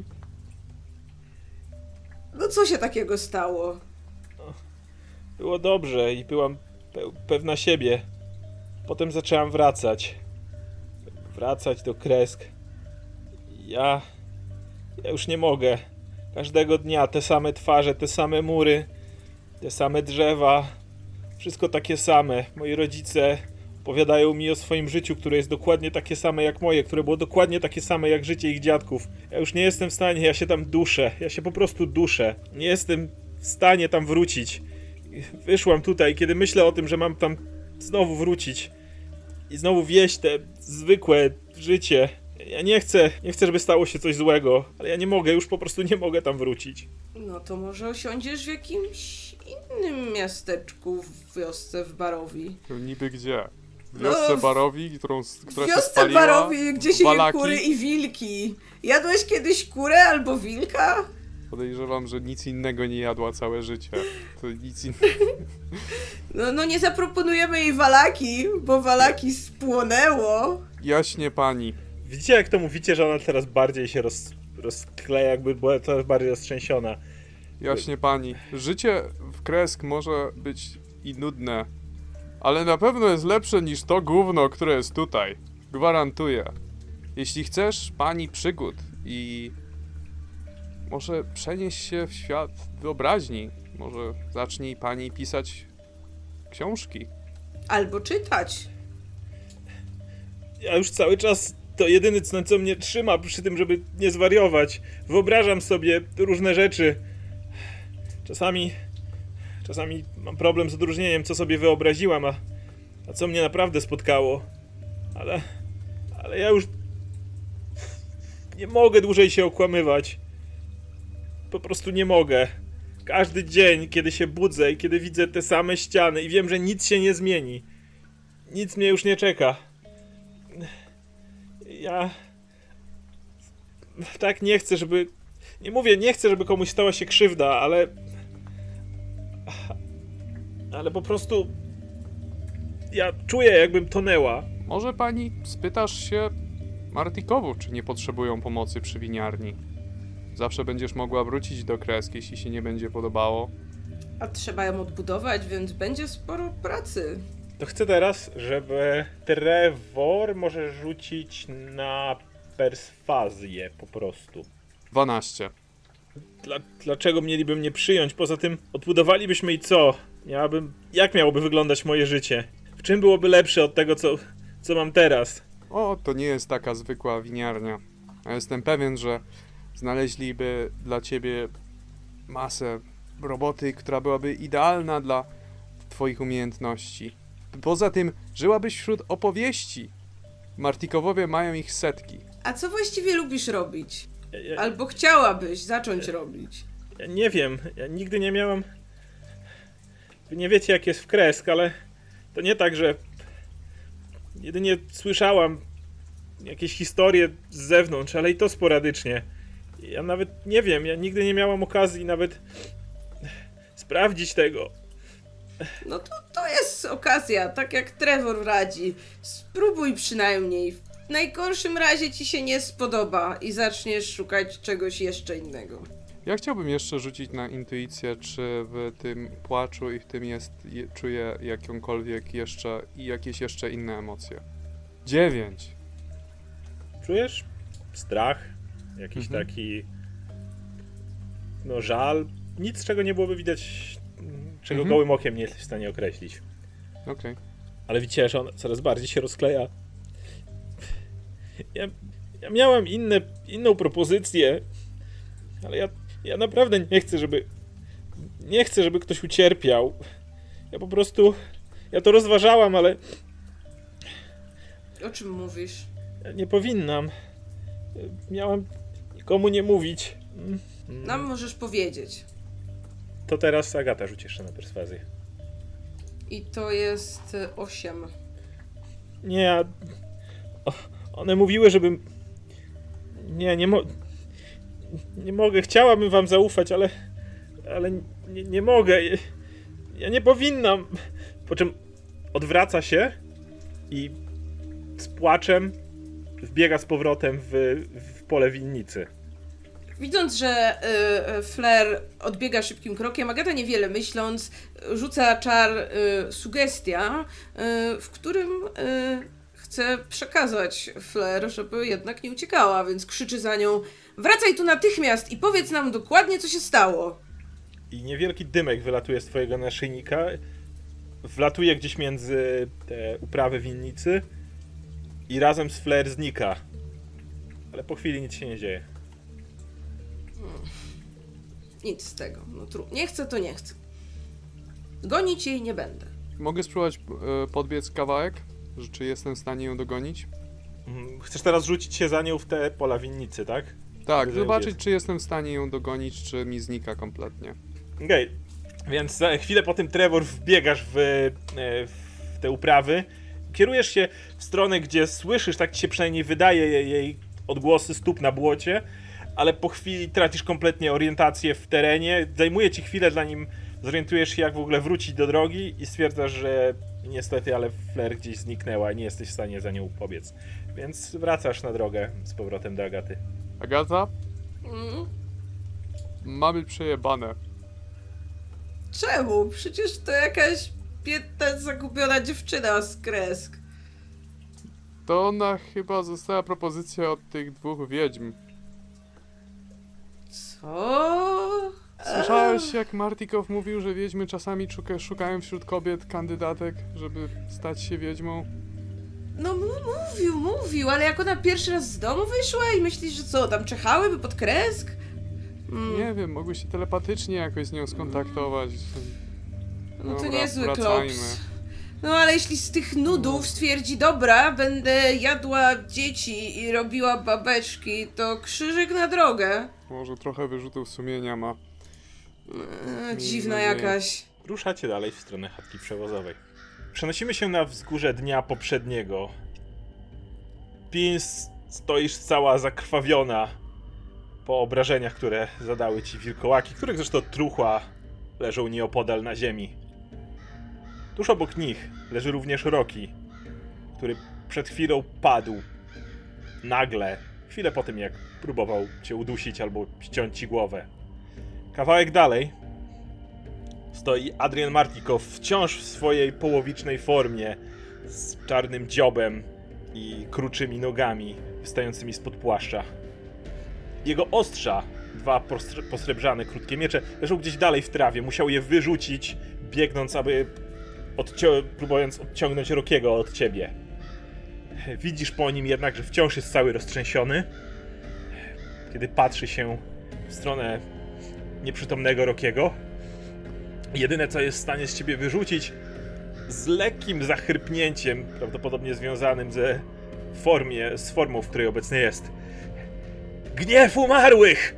No co się takiego stało? Było dobrze i byłam pewna siebie. Potem zaczęłam wracać. Wracać do Kresk. Ja już nie mogę. Każdego dnia te same twarze, te same mury, te same drzewa. Wszystko takie same. Moi rodzice opowiadają mi o swoim życiu, które jest dokładnie takie same jak moje, które było dokładnie takie same jak życie ich dziadków. Ja już nie jestem w stanie, ja się tam duszę. Ja się po prostu duszę. Nie jestem w stanie tam wrócić. Wyszłam tutaj, kiedy myślę o tym, że mam tam znowu wrócić i znowu wieść te zwykłe życie. Ja nie chcę, żeby stało się coś złego, ale ja nie mogę, już po prostu nie mogę tam wrócić. No to może osiądziesz w jakimś innym miasteczku, w wiosce w Barowi. To niby gdzie? W wiosce No, Barowi, która W się wiosce spaliła? Barowi, gdzie się je Balaki? kury i wilki. Jadłeś kiedyś kurę albo wilka? Podejrzewam, że nic innego nie jadła całe życie. To nic No nie zaproponujemy jej walaki, bo walaki spłonęło. Jaśnie pani. Widzicie, jak to mówicie, że ona teraz bardziej się rozkleja, jakby była coraz bardziej roztrzęsiona. Jaśnie pani. Życie w Kresk może być i nudne, ale na pewno jest lepsze niż to gówno, które jest tutaj. Gwarantuję. Jeśli chcesz pani przygód i może przenieść się w świat wyobraźni, może zacznij pani pisać książki. Albo czytać. Ja już cały czas to jedyne, co mnie trzyma przy tym, żeby nie zwariować. Wyobrażam sobie różne rzeczy. Czasami mam problem z odróżnieniem, co sobie wyobraziłam, a co mnie naprawdę spotkało. Ale ja już nie mogę dłużej się okłamywać. Po prostu nie mogę. Każdy dzień, kiedy się budzę i kiedy widzę te same ściany i wiem, że nic się nie zmieni. Nic mnie już nie czeka. Ja tak nie chcę, żeby... Nie chcę, żeby komuś stała się krzywda, ale po prostu ja czuję, jakbym tonęła. Może pani spytasz się Martikowów, czy nie potrzebują pomocy przy winiarni. Zawsze będziesz mogła wrócić do Kresk, jeśli się nie będzie podobało. A trzeba ją odbudować, więc będzie sporo pracy. To chcę teraz, żeby Trevor może rzucić na perswazję po prostu. 12. Dlaczego mieliby mnie przyjąć? Poza tym odbudowalibyśmy i co? Jak miałoby wyglądać moje życie? W czym byłoby lepsze od tego, co mam teraz? O, to nie jest taka zwykła winiarnia. A jestem pewien, że znaleźliby dla ciebie masę roboty, która byłaby idealna dla twoich umiejętności. Poza tym, żyłabyś wśród opowieści. Martikowowie mają ich setki. A co właściwie lubisz robić? Ja Albo chciałabyś zacząć robić? nie wiem, ja nigdy nie miałam... Wy nie wiecie, jak jest w Kresk, ale to nie tak, że... Jedynie słyszałam jakieś historie z zewnątrz, ale i to sporadycznie. Ja nawet nie wiem, ja nigdy nie miałam okazji nawet sprawdzić tego. No to jest okazja, tak jak Trevor radzi. Spróbuj przynajmniej. W najgorszym razie ci się nie spodoba i zaczniesz szukać czegoś jeszcze innego. Ja chciałbym jeszcze rzucić na intuicję, czy w tym płaczu i w tym czuję jakieś jeszcze inne emocje. 9. Czujesz strach, jakiś taki, no żal, nic czego nie byłoby widać, czego gołym okiem nie jesteś w stanie określić. Okej. Ale widzicie, że on coraz bardziej się rozkleja. Ja miałem inną propozycję, ale ja naprawdę nie chcę, żeby ktoś ucierpiał. Ja po prostu, ja to rozważałam, ale O czym mówisz? nie powinnam. Miałam nikomu nie mówić. Nam możesz powiedzieć. To teraz Agata rzuci jeszcze na perswazję. I to jest 8. Nie, one mówiły, żebym... Nie mogę, chciałabym wam zaufać, ale nie mogę. Ja nie powinnam. Po czym odwraca się i z płaczem wbiega z powrotem w pole winnicy. Widząc, że Flair odbiega szybkim krokiem, Agata niewiele myśląc, rzuca czar sugestia, w którym chce przekazać Flair, żeby jednak nie uciekała, więc krzyczy za nią: wracaj tu natychmiast i powiedz nam dokładnie, co się stało. I niewielki dymek wylatuje z twojego naszyjnika, wlatuje gdzieś między te uprawy winnicy i razem z Flair znika. Ale po chwili nic się nie dzieje. Nic z tego. No nie chcę, to nie chcę. Gonić jej nie będę. Mogę spróbować podbiec kawałek? Czy jestem w stanie ją dogonić? Chcesz teraz rzucić się za nią w te pola winnicy, tak? Tak, Gdzie zobaczyć, jest? czy jestem w stanie ją dogonić, czy mi znika kompletnie. Okej. Więc za chwilę po tym, Trevor, wbiegasz w te uprawy. Kierujesz się w stronę, gdzie słyszysz, tak ci się przynajmniej wydaje, jej odgłosy stóp na błocie, ale po chwili tracisz kompletnie orientację w terenie. Zajmuje ci chwilę, zanim zorientujesz się, jak w ogóle wrócić do drogi i stwierdzasz, że niestety, ale Flair gdzieś zniknęła i nie jesteś w stanie za nią pobiec. Więc wracasz na drogę z powrotem do Agaty. Agata? Mamy przejebane. Czemu? Przecież to jakaś biedna, zagubiona dziewczyna z Kresk. To ona chyba została propozycja od tych dwóch wiedźm. Co? Słyszałeś, jak Martikow mówił, że wiedźmy czasami szukają wśród kobiet kandydatek, żeby stać się wiedźmą? No mówił, ale jak ona pierwszy raz z domu wyszła i myślisz, że co, tam czechałyby pod Kresk? Nie wiem, mogły się telepatycznie jakoś z nią skontaktować. No to Dobra, niezły wracajmy. klops. No ale jeśli z tych nudów stwierdzi, dobra, będę jadła dzieci i robiła babeczki, to krzyżyk na drogę. Może trochę wyrzutów sumienia ma. Dziwna nadzieję. jakaś. Ruszacie dalej w stronę chatki przewozowej. Przenosimy się na wzgórze dnia poprzedniego. Pins, stoisz cała zakrwawiona po obrażeniach, które zadały ci wilkołaki, których zresztą truchła leżą nieopodal na ziemi. Tuż obok nich leży również Rocky, który przed chwilą padł nagle, chwilę po tym jak próbował cię udusić albo ściąć ci głowę. Kawałek dalej stoi Adrian Martikow, wciąż w swojej połowicznej formie, z czarnym dziobem i kruczymi nogami wystającymi spod płaszcza. Jego ostrza, 2 posrebrzane krótkie miecze, leżą gdzieś dalej w trawie. Musiał je wyrzucić, biegnąc, aby próbując odciągnąć Rockiego od ciebie. Widzisz po nim jednak, że wciąż jest cały roztrzęsiony, kiedy patrzy się w stronę nieprzytomnego Rockiego. Jedyne, co jest w stanie z ciebie wyrzucić, z lekkim zachrypnięciem, prawdopodobnie związanym z formą, w której obecnie jest. Gniew umarłych!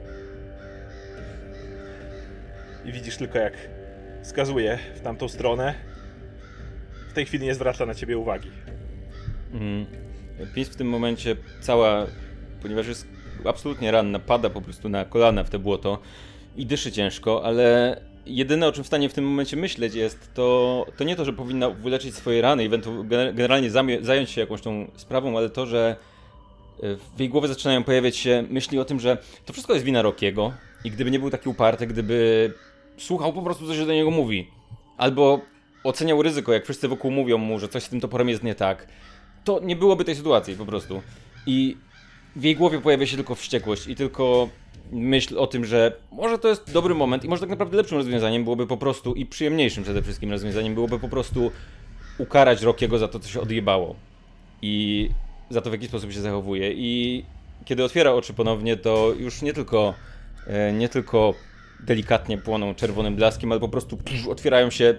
I widzisz tylko, jak wskazuje w tamtą stronę. W tej chwili nie zwraca na ciebie uwagi. Pins w tym momencie ponieważ jest absolutnie ranna, pada po prostu na kolana w te błoto i dyszy ciężko, ale jedyne, o czym w stanie w tym momencie myśleć jest, to nie to, że powinna wyleczyć swoje rany i generalnie zająć się jakąś tą sprawą, ale to, że w jej głowie zaczynają pojawiać się myśli o tym, że to wszystko jest wina Rockiego i gdyby nie był taki uparty, gdyby słuchał po prostu, co się do niego mówi, albo oceniał ryzyko, jak wszyscy wokół mówią mu, że coś z tym toporem jest nie tak, to nie byłoby tej sytuacji po prostu. I w jej głowie pojawia się tylko wściekłość i tylko myśl o tym, że może to jest dobry moment i może tak naprawdę lepszym rozwiązaniem byłoby po prostu i przyjemniejszym przede wszystkim rozwiązaniem byłoby po prostu ukarać Rockiego za to, co się odjebało i za to, w jaki sposób się zachowuje. I kiedy otwiera oczy ponownie, to już nie tylko delikatnie płoną czerwonym blaskiem, ale po prostu otwierają się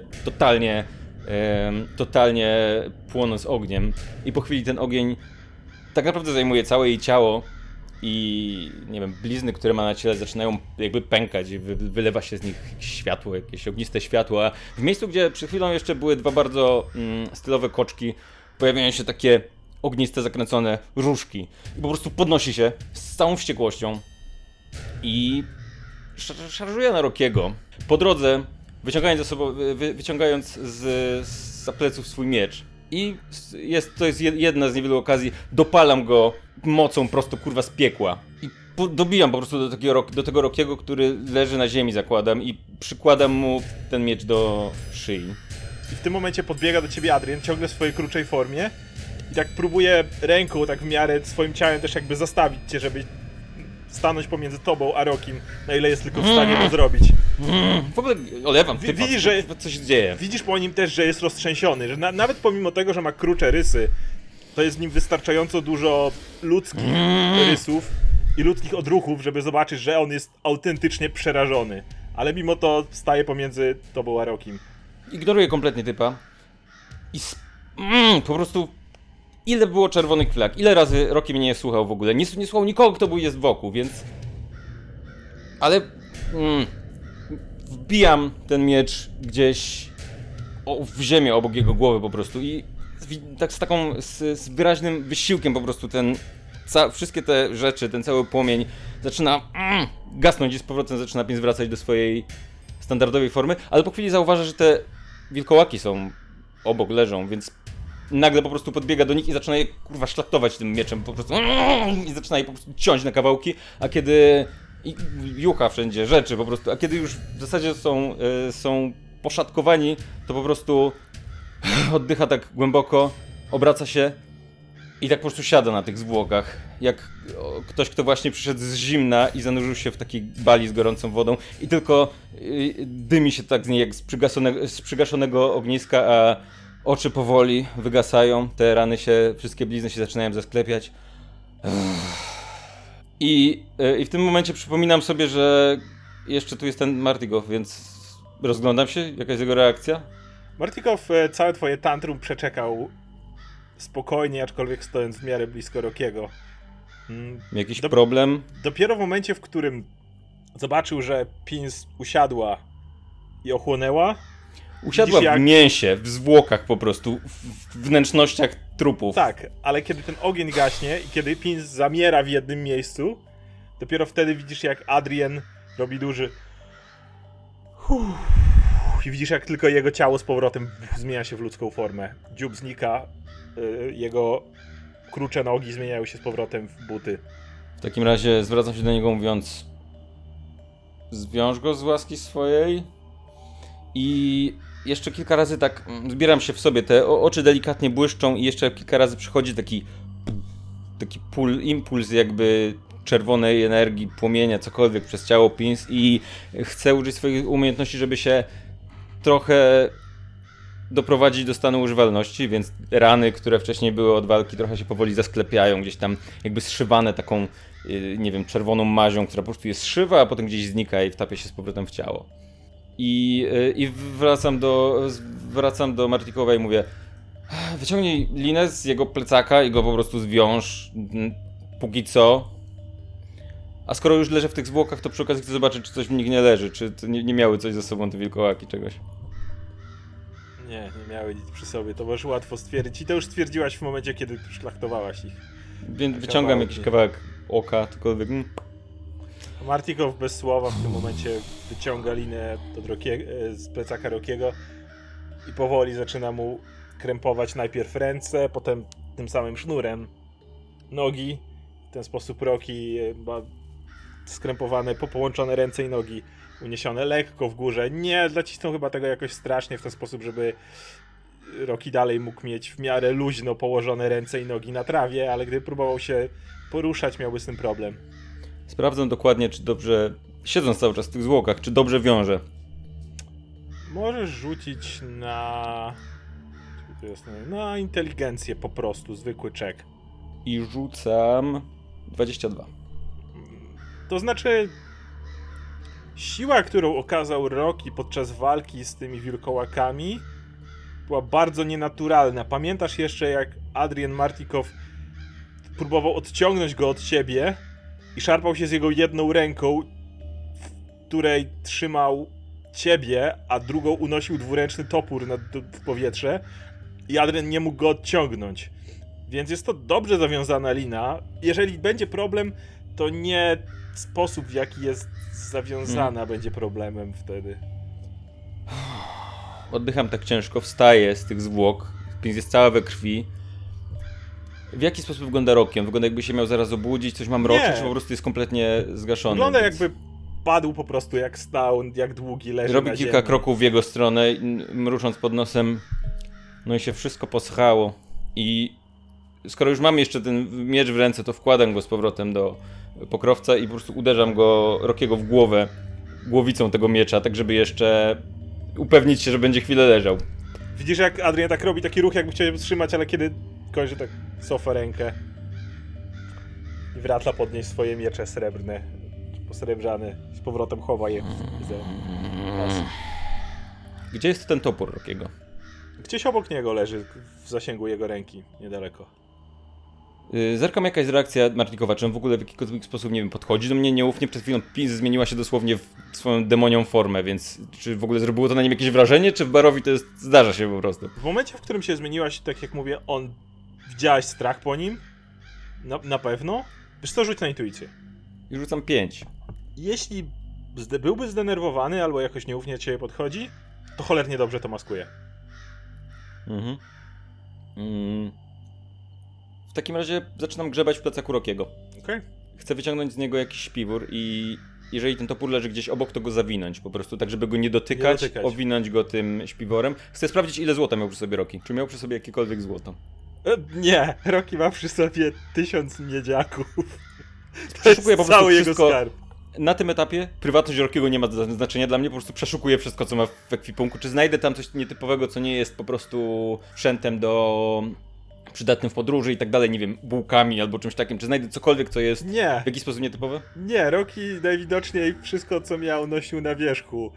totalnie płonąc ogniem i po chwili ten ogień tak naprawdę zajmuje całe jej ciało i nie wiem, blizny, które ma na ciele zaczynają jakby pękać i wylewa się z nich światło, jakieś ogniste światło, a w miejscu, gdzie przed chwilą jeszcze były 2 bardzo stylowe koczki, pojawiają się takie ogniste, zakręcone różki i po prostu podnosi się z całą wściekłością i szarżuje na Rockiego. Po drodze wyciągając za pleców swój miecz. I to jest jedna z niewielu okazji, dopalam go mocą prosto kurwa z piekła. I dobijam po prostu do tego Rockiego, który leży na ziemi, zakładam, i przykładam mu ten miecz do szyi. I w tym momencie podbiega do ciebie Adrian, ciągle w swojej krótszej formie. I tak próbuje ręką, tak w miarę swoim ciałem też jakby zastawić cię, żeby stanąć pomiędzy tobą a Rockim, na ile jest tylko w stanie to zrobić. W ogóle olewam, Widzisz, że co się dzieje. Widzisz po nim też, że jest roztrzęsiony, że nawet pomimo tego, że ma krucze rysy, to jest w nim wystarczająco dużo ludzkich rysów i ludzkich odruchów, żeby zobaczyć, że on jest autentycznie przerażony. Ale mimo to staje pomiędzy tobą a Rockim. Ignoruję kompletnie typa i po prostu ile było czerwonych flag, ile razy Rocky mnie nie słuchał w ogóle, nie słuchał nikogo, kto jest wokół, więc... Ale... Wbijam ten miecz gdzieś w ziemię obok jego głowy po prostu i tak z wyraźnym wysiłkiem po prostu wszystkie te rzeczy, ten cały płomień zaczyna gasnąć i z powrotem zaczyna Pins wracać do swojej standardowej formy, ale po chwili zauważa, że te wilkołaki są obok, leżą, więc nagle po prostu podbiega do nich i zaczyna je kurwa szlachtować tym mieczem po prostu i zaczyna je po prostu ciąć na kawałki, a kiedy... I jucha wszędzie, rzeczy po prostu, a kiedy już w zasadzie są poszatkowani, to po prostu oddycha tak głęboko, obraca się i tak po prostu siada na tych zwłokach, jak ktoś, kto właśnie przyszedł z zimna i zanurzył się w takiej bali z gorącą wodą i tylko dymi się tak z niej jak z przygaszonego ogniska, a oczy powoli wygasają, te rany wszystkie blizny się zaczynają zasklepiać. I w tym momencie przypominam sobie, że jeszcze tu jest ten Martikow, więc rozglądam się, jaka jest jego reakcja. Martikow całe twoje tantrum przeczekał spokojnie, aczkolwiek stojąc w miarę blisko Rockiego. Jakiś problem? Dopiero w momencie, w którym zobaczył, że Pins usiadła i ochłonęła. Usiadła w mięsie, w zwłokach po prostu, w wnętrznościach trupów. Tak, ale kiedy ten ogień gaśnie i kiedy Pins zamiera w jednym miejscu, dopiero wtedy widzisz, jak Adrian robi duży i widzisz, jak tylko jego ciało z powrotem zmienia się w ludzką formę. Dziób znika, jego krucze nogi zmieniają się z powrotem w buty. W takim razie zwracam się do niego mówiąc: zwiąż go z łaski swojej. I jeszcze kilka razy tak zbieram się w sobie, te oczy delikatnie błyszczą i jeszcze kilka razy przychodzi taki impuls jakby czerwonej energii, płomienia, cokolwiek przez ciało Pins i chcę użyć swoich umiejętności, żeby się trochę doprowadzić do stanu używalności, więc rany, które wcześniej były od walki, trochę się powoli zasklepiają, gdzieś tam jakby zszywane taką, nie wiem, czerwoną mazią, która po prostu je zszywa, a potem gdzieś znika i wtapia się z powrotem w ciało. I wracam do Martikowa i mówię: wyciągnij linę z jego plecaka i go po prostu zwiąż, póki co. A skoro już leżę w tych zwłokach, to przy okazji chcę zobaczyć, czy coś w nich nie leży, czy to nie miały coś ze sobą te wilkołaki, czegoś. Nie miały nic przy sobie, to możesz łatwo stwierdzić. I to już stwierdziłaś w momencie, kiedy szlachtowałaś ich. Więc wyciągam jakiś kawałek oka, cokolwiek. Martikow bez słowa w tym momencie wyciąga linę z plecaka Rockiego i powoli zaczyna mu krępować najpierw ręce, potem tym samym sznurem nogi. W ten sposób Rocky ma skrępowane, połączone ręce i nogi uniesione lekko w górze. Nie nacisnął chyba tego jakoś strasznie w ten sposób, żeby Rocky dalej mógł mieć w miarę luźno położone ręce i nogi na trawie, ale gdy próbował się poruszać, miałby z tym problem. Sprawdzam dokładnie, czy dobrze, siedząc cały czas w tych zwłokach, czy dobrze wiąże. Możesz rzucić na inteligencję po prostu, zwykły check. I rzucam 22. To znaczy siła, którą okazał Rocky podczas walki z tymi wilkołakami, była bardzo nienaturalna. Pamiętasz jeszcze, jak Adrian Martikow próbował odciągnąć go od siebie i szarpał się z jego jedną ręką, w której trzymał ciebie, a drugą unosił dwuręczny topór w powietrze i Adrian nie mógł go odciągnąć. Więc jest to dobrze zawiązana lina. Jeżeli będzie problem, to nie sposób, w jaki jest zawiązana będzie problemem wtedy. Oddycham tak ciężko, wstaję z tych zwłok, Pins jest cała we krwi. W jaki sposób wygląda Rocky? On wygląda, jakby się miał zaraz obudzić, coś mam mroczy, czy po prostu jest kompletnie zgaszony? Wygląda więc... jakby padł po prostu, jak stał, jak długi leży Robi na kilka ziemi. kroków w jego stronę, mrucząc pod nosem. No i się wszystko poschało. I skoro już mam jeszcze ten miecz w ręce, to wkładam go z powrotem do pokrowca i po prostu uderzam go, Rockiego, w głowę głowicą tego miecza, tak żeby jeszcze upewnić się, że będzie chwilę leżał. Widzisz, jak Adrian tak robi taki ruch, jakby chciał się wstrzymać, ale kiedy kończy, tak cofa rękę i wraca podnieść swoje miecze srebrne, posrebrzane, z powrotem chowa je Gdzie jest ten topór Rockiego? Gdzieś obok niego leży, w zasięgu jego ręki, niedaleko. Zerkam, jakaś reakcja Martikowa, czy on w ogóle w jakikolwiek sposób, nie wiem, podchodzi do mnie nieufnie. Przed chwilą Pins zmieniła się dosłownie w swoją demonią formę, więc czy w ogóle zrobiło to na nim jakieś wrażenie, czy w Barowi to zdarza się po prostu? W momencie, w którym się zmieniłaś, tak jak mówię, widziałaś strach po nim? Na pewno? Wiesz co, rzuć na intuicję. I rzucam 5. Jeśli byłby zdenerwowany albo jakoś nieufnie do ciebie podchodzi, to cholernie dobrze to maskuje. W takim razie zaczynam grzebać w plecaku Rockiego. Okej. Chcę wyciągnąć z niego jakiś śpiwór i jeżeli ten topór leży gdzieś obok, to go zawinąć po prostu, tak żeby go nie dotykać, owinąć go tym śpiworem. Chcę sprawdzić, ile złota miał przy sobie Rocky. Czy miał przy sobie jakiekolwiek złoto? Nie, Rocky ma przy sobie 1000 miedziaków. To Przeszukuję jest po prostu cały jego wszystko. skarb. Na tym etapie prywatność Rockiego nie ma znaczenia dla mnie, po prostu przeszukuję wszystko, co ma w ekwipunku. Czy znajdę tam coś nietypowego, co nie jest po prostu sprzętem przydatnym w podróży i tak dalej, nie wiem, bułkami albo czymś takim. Czy znajdę cokolwiek, co jest Nie. w jakiś sposób nietypowe? Nie, Rocky najwidoczniej wszystko, co miał, nosił na wierzchu.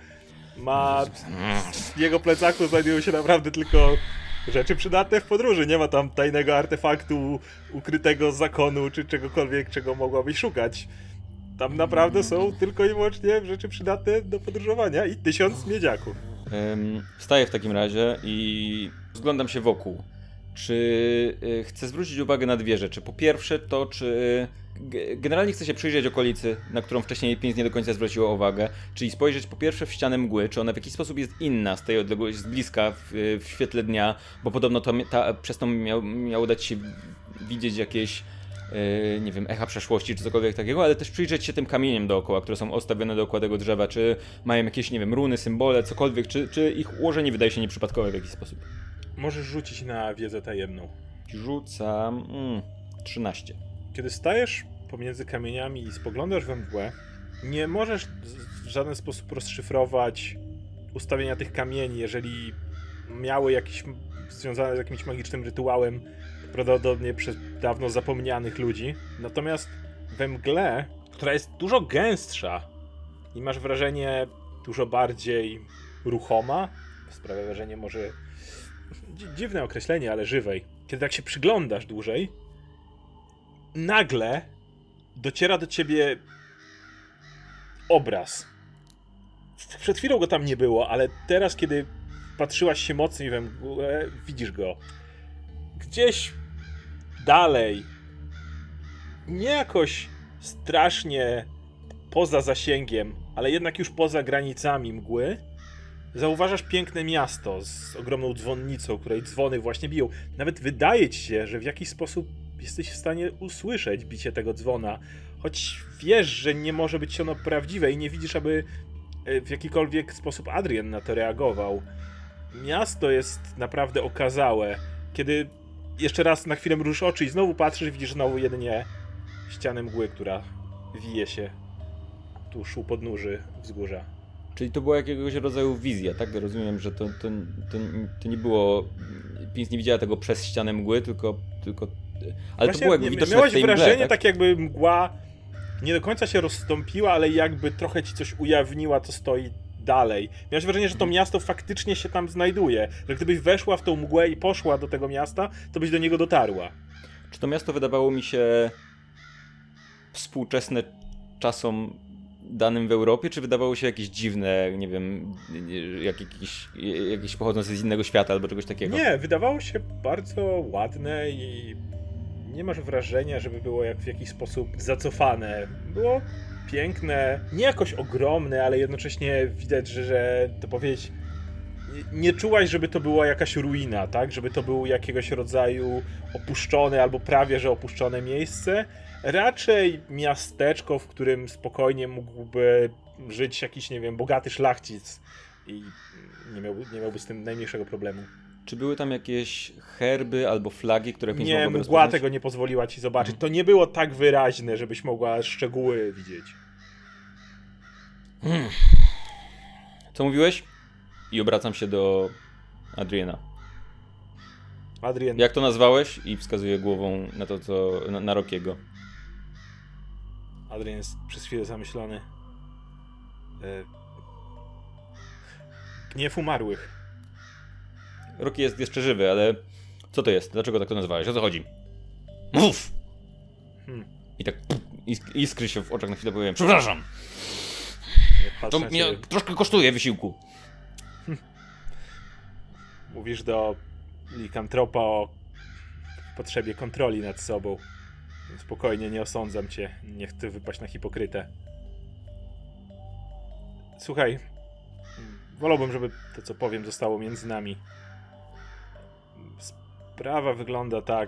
W jego plecaku znajdują się naprawdę tylko rzeczy przydatne w podróży. Nie ma tam tajnego artefaktu ukrytego z zakonu, czy czegokolwiek, czego mogłabyś szukać. Tam naprawdę są tylko i wyłącznie rzeczy przydatne do podróżowania i 1000 miedziaków. Wstaję w takim razie i rozglądam się wokół. Czy chcę zwrócić uwagę na dwie rzeczy. Po pierwsze to, czy generalnie chcę się przyjrzeć okolicy, na którą wcześniej Pins nie do końca zwróciła uwagę, czyli spojrzeć po pierwsze w ścianę mgły, czy ona w jakiś sposób jest inna z tej odległości, z bliska w świetle dnia, bo podobno przez to miało dać się widzieć jakieś, nie wiem, echa przeszłości czy cokolwiek takiego, ale też przyjrzeć się tym kamieniom dookoła, które są ostawione dookoła tego drzewa, czy mają jakieś, nie wiem, runy, symbole, cokolwiek, czy ich ułożenie wydaje się nieprzypadkowe w jakiś sposób. Możesz rzucić na wiedzę tajemną. Rzucam 13. Kiedy stajesz pomiędzy kamieniami i spoglądasz we mgłę, nie możesz w żaden sposób rozszyfrować ustawienia tych kamieni, jeżeli miały jakiś związane z jakimś magicznym rytuałem, prawdopodobnie przez dawno zapomnianych ludzi. Natomiast we mgle, która jest dużo gęstsza i masz wrażenie dużo bardziej ruchoma, sprawia wrażenie może dziwne określenie, ale żywej. Kiedy tak się przyglądasz dłużej, nagle dociera do ciebie obraz. Przed chwilą go tam nie było, ale teraz, kiedy patrzyłaś się mocniej we mgłę, widzisz go. Gdzieś dalej, nie jakoś strasznie poza zasięgiem, ale jednak już poza granicami mgły, zauważasz piękne miasto z ogromną dzwonnicą, której dzwony właśnie biją. Nawet wydaje ci się, że w jakiś sposób jesteś w stanie usłyszeć bicie tego dzwona, choć wiesz, że nie może być ono prawdziwe i nie widzisz, aby w jakikolwiek sposób Adrian na to reagował. Miasto jest naprawdę okazałe. Kiedy jeszcze raz na chwilę mrużysz oczy i znowu patrzysz, widzisz znowu jedynie ścianę mgły, która wije się tuż u podnóży wzgórza. Czyli to była jakiegoś rodzaju wizja, tak? Rozumiem, że to nie było... Pins nie widziała tego przez ścianę mgły, tylko ale Właśnie to było jakby widoczne miałeś w tej wrażenie, mgle, tak jakby mgła nie do końca się rozstąpiła, ale jakby trochę ci coś ujawniła, co stoi dalej. Miałeś wrażenie, że to miasto faktycznie się tam znajduje, że gdybyś weszła w tą mgłę i poszła do tego miasta, to byś do niego dotarła. Czy to miasto wydawało mi się współczesne czasom danym w Europie, czy wydawało się jakieś dziwne, nie wiem, jakieś pochodzące z innego świata albo czegoś takiego? Nie, wydawało się bardzo ładne i nie masz wrażenia, żeby było w jakiś sposób zacofane. Było piękne, nie jakoś ogromne, ale jednocześnie widać, że to powiedzieć, nie czułaś, żeby to była jakaś ruina, tak? Żeby to było jakiegoś rodzaju opuszczone albo prawie że opuszczone miejsce. Raczej miasteczko, w którym spokojnie mógłby żyć jakiś, nie wiem, bogaty szlachcic i nie miałby z tym najmniejszego problemu. Czy były tam jakieś herby albo flagi, które Pins Nie, mogłaby mgła rozpoznać? tego nie pozwoliła ci zobaczyć. To nie było tak wyraźne, żebyś mogła szczegóły widzieć. Co mówiłeś? I obracam się do Adriana. Adrian, Jak to nazwałeś? I wskazuję głową na to, co... na Rockiego. Adrian jest przez chwilę zamyślony. Gniew umarłych. Rocky jest jeszcze żywy, ale... Co to jest? Dlaczego tak to nazwałeś? O co chodzi? Mów! I tak iskry się w oczach na chwilę powiem. Przepraszam! Patrz To na mnie ciebie. troszkę kosztuje wysiłku. Mówisz do likantropa o potrzebie kontroli nad sobą. Spokojnie, nie osądzam cię. Nie chcę wypaść na hipokrytę. Słuchaj, wolałbym, żeby to, co powiem, zostało między nami. Sprawa wygląda tak.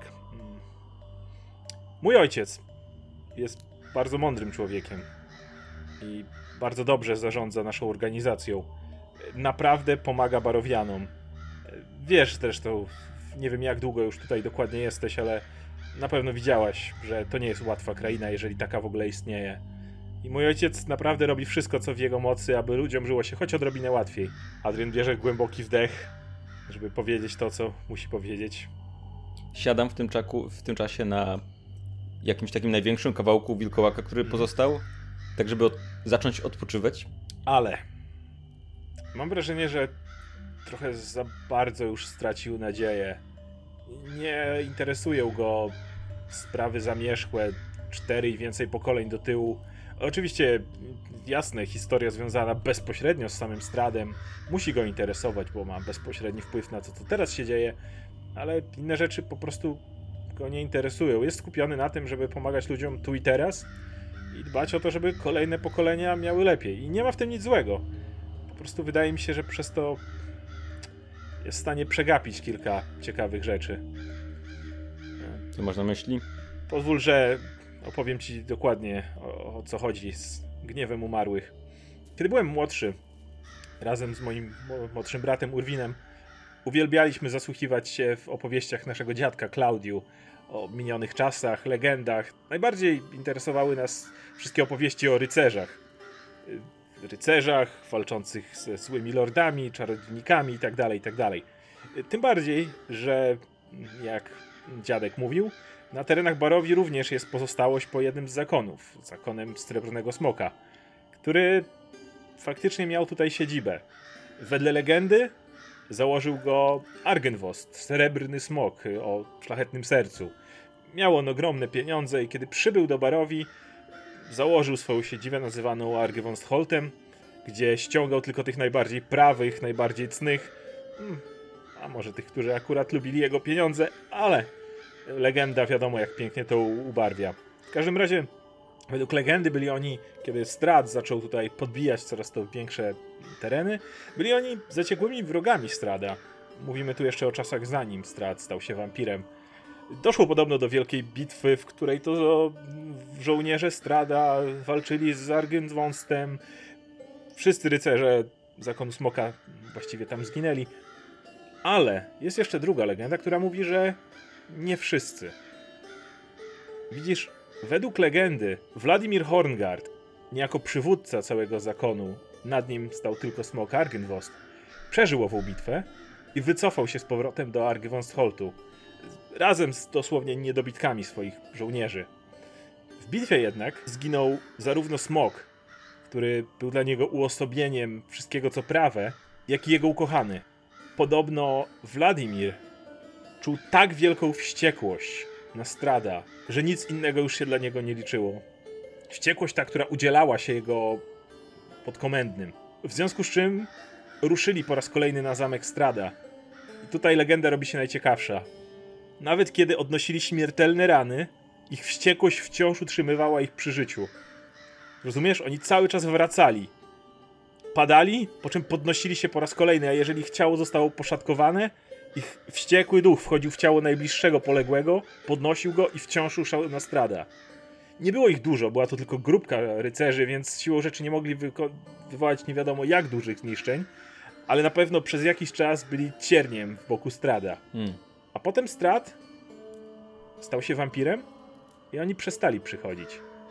Mój ojciec jest bardzo mądrym człowiekiem i bardzo dobrze zarządza naszą organizacją. Naprawdę pomaga Barowianom. Wiesz zresztą, nie wiem jak długo już tutaj dokładnie jesteś, ale na pewno widziałaś, że to nie jest łatwa kraina, jeżeli taka w ogóle istnieje. I mój ojciec naprawdę robi wszystko, co w jego mocy, aby ludziom żyło się choć odrobinę łatwiej. Adrian bierze głęboki wdech, żeby powiedzieć to, co musi powiedzieć. Siadam w tym czasie na jakimś takim największym kawałku wilkołaka, który pozostał, tak żeby zacząć odpoczywać. Ale mam wrażenie, że trochę za bardzo już stracił nadzieję. Nie interesują go sprawy zamierzchłe, 4 i więcej pokoleń do tyłu. Oczywiście, jasne, historia związana bezpośrednio z samym Stradem musi go interesować, bo ma bezpośredni wpływ na to, co teraz się dzieje, ale inne rzeczy po prostu go nie interesują. Jest skupiony na tym, żeby pomagać ludziom tu i teraz i dbać o to, żeby kolejne pokolenia miały lepiej. I nie ma w tym nic złego. Po prostu wydaje mi się, że przez to jest w stanie przegapić kilka ciekawych rzeczy. Co masz na myśli? Pozwól, że opowiem ci dokładnie o co chodzi z gniewem umarłych. Kiedy byłem młodszy, razem z moim młodszym bratem Urwinem, uwielbialiśmy zasłuchiwać się w opowieściach naszego dziadka Klaudiu o minionych czasach, legendach. Najbardziej interesowały nas wszystkie opowieści o rycerzach. Rycerzach walczących ze złymi lordami, czarodziejnikami itd., itd. Tym bardziej, że jak dziadek mówił, na terenach Barovii również jest pozostałość po jednym z zakonów, zakonem Srebrnego Smoka, który faktycznie miał tutaj siedzibę. Wedle legendy założył go Argynvost, Srebrny Smok o szlachetnym sercu. Miał on ogromne pieniądze i kiedy przybył do Barovii, założył swoją siedzibę nazywaną Argynvostholtem, gdzie ściągał tylko tych najbardziej prawych, najbardziej cnych, a może tych, którzy akurat lubili jego pieniądze, ale legenda wiadomo jak pięknie to ubarwia. W każdym razie, według legendy byli oni, kiedy Strahd zaczął tutaj podbijać coraz to większe tereny, byli oni zaciekłymi wrogami Strahda. Mówimy tu jeszcze o czasach zanim Strahd stał się wampirem. Doszło podobno do wielkiej bitwy, w której to żołnierze Strahda walczyli z Argynvostem. Wszyscy rycerze Zakonu Smoka właściwie tam zginęli. Ale jest jeszcze druga legenda, która mówi, że nie wszyscy. Widzisz, według legendy Władimir Horngard, niejako przywódca całego zakonu, nad nim stał tylko smok Argynvost, przeżył ową bitwę i wycofał się z powrotem do Argynvostholtu, razem z dosłownie niedobitkami swoich żołnierzy. W bitwie jednak zginął zarówno smok, który był dla niego uosobieniem wszystkiego co prawe, jak i jego ukochany. Podobno Władimir czuł tak wielką wściekłość na Strahda, że nic innego już się dla niego nie liczyło. Wściekłość ta, która udzielała się jego podkomendnym. W związku z czym ruszyli po raz kolejny na zamek Strahda. I tutaj legenda robi się najciekawsza. Nawet kiedy odnosili śmiertelne rany, ich wściekłość wciąż utrzymywała ich przy życiu. Rozumiesz? Oni cały czas wracali. Padali, po czym podnosili się po raz kolejny, a jeżeli ich ciało zostało poszatkowane, ich wściekły duch wchodził w ciało najbliższego poległego, podnosił go i wciąż ruszał na Strahda. Nie było ich dużo, była to tylko grupka rycerzy, więc siłą rzeczy nie mogli wywołać nie wiadomo jak dużych zniszczeń, ale na pewno przez jakiś czas byli cierniem w boku Strahda. A potem Strahd stał się wampirem i oni przestali przychodzić.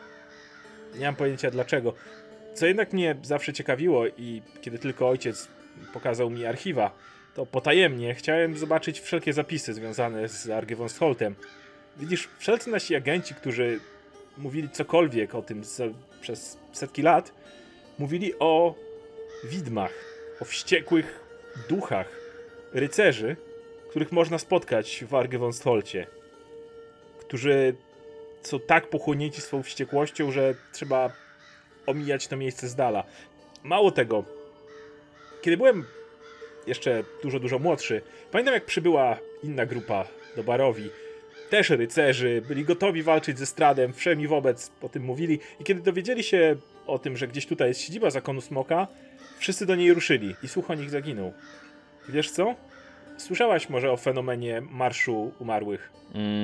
Nie mam pojęcia dlaczego. Co jednak mnie zawsze ciekawiło i kiedy tylko ojciec pokazał mi archiwa, to potajemnie chciałem zobaczyć wszelkie zapisy związane z Argynvostholtem. Widzisz, wszelcy nasi agenci, którzy mówili cokolwiek o tym przez setki lat, mówili o widmach, o wściekłych duchach rycerzy, których można spotkać w Argynvostholcie, którzy są tak pochłonięci swoją wściekłością, że trzeba omijać to miejsce z dala. Mało tego, kiedy byłem jeszcze dużo młodszy, pamiętam jak przybyła inna grupa do Barovii, też rycerzy, byli gotowi walczyć ze Strahdem, wszemi wobec o tym mówili i kiedy dowiedzieli się o tym, że gdzieś tutaj jest siedziba Zakonu Smoka, wszyscy do niej ruszyli i słuch o nich zaginął. Wiesz co? Słyszałaś może o fenomenie Marszu Umarłych?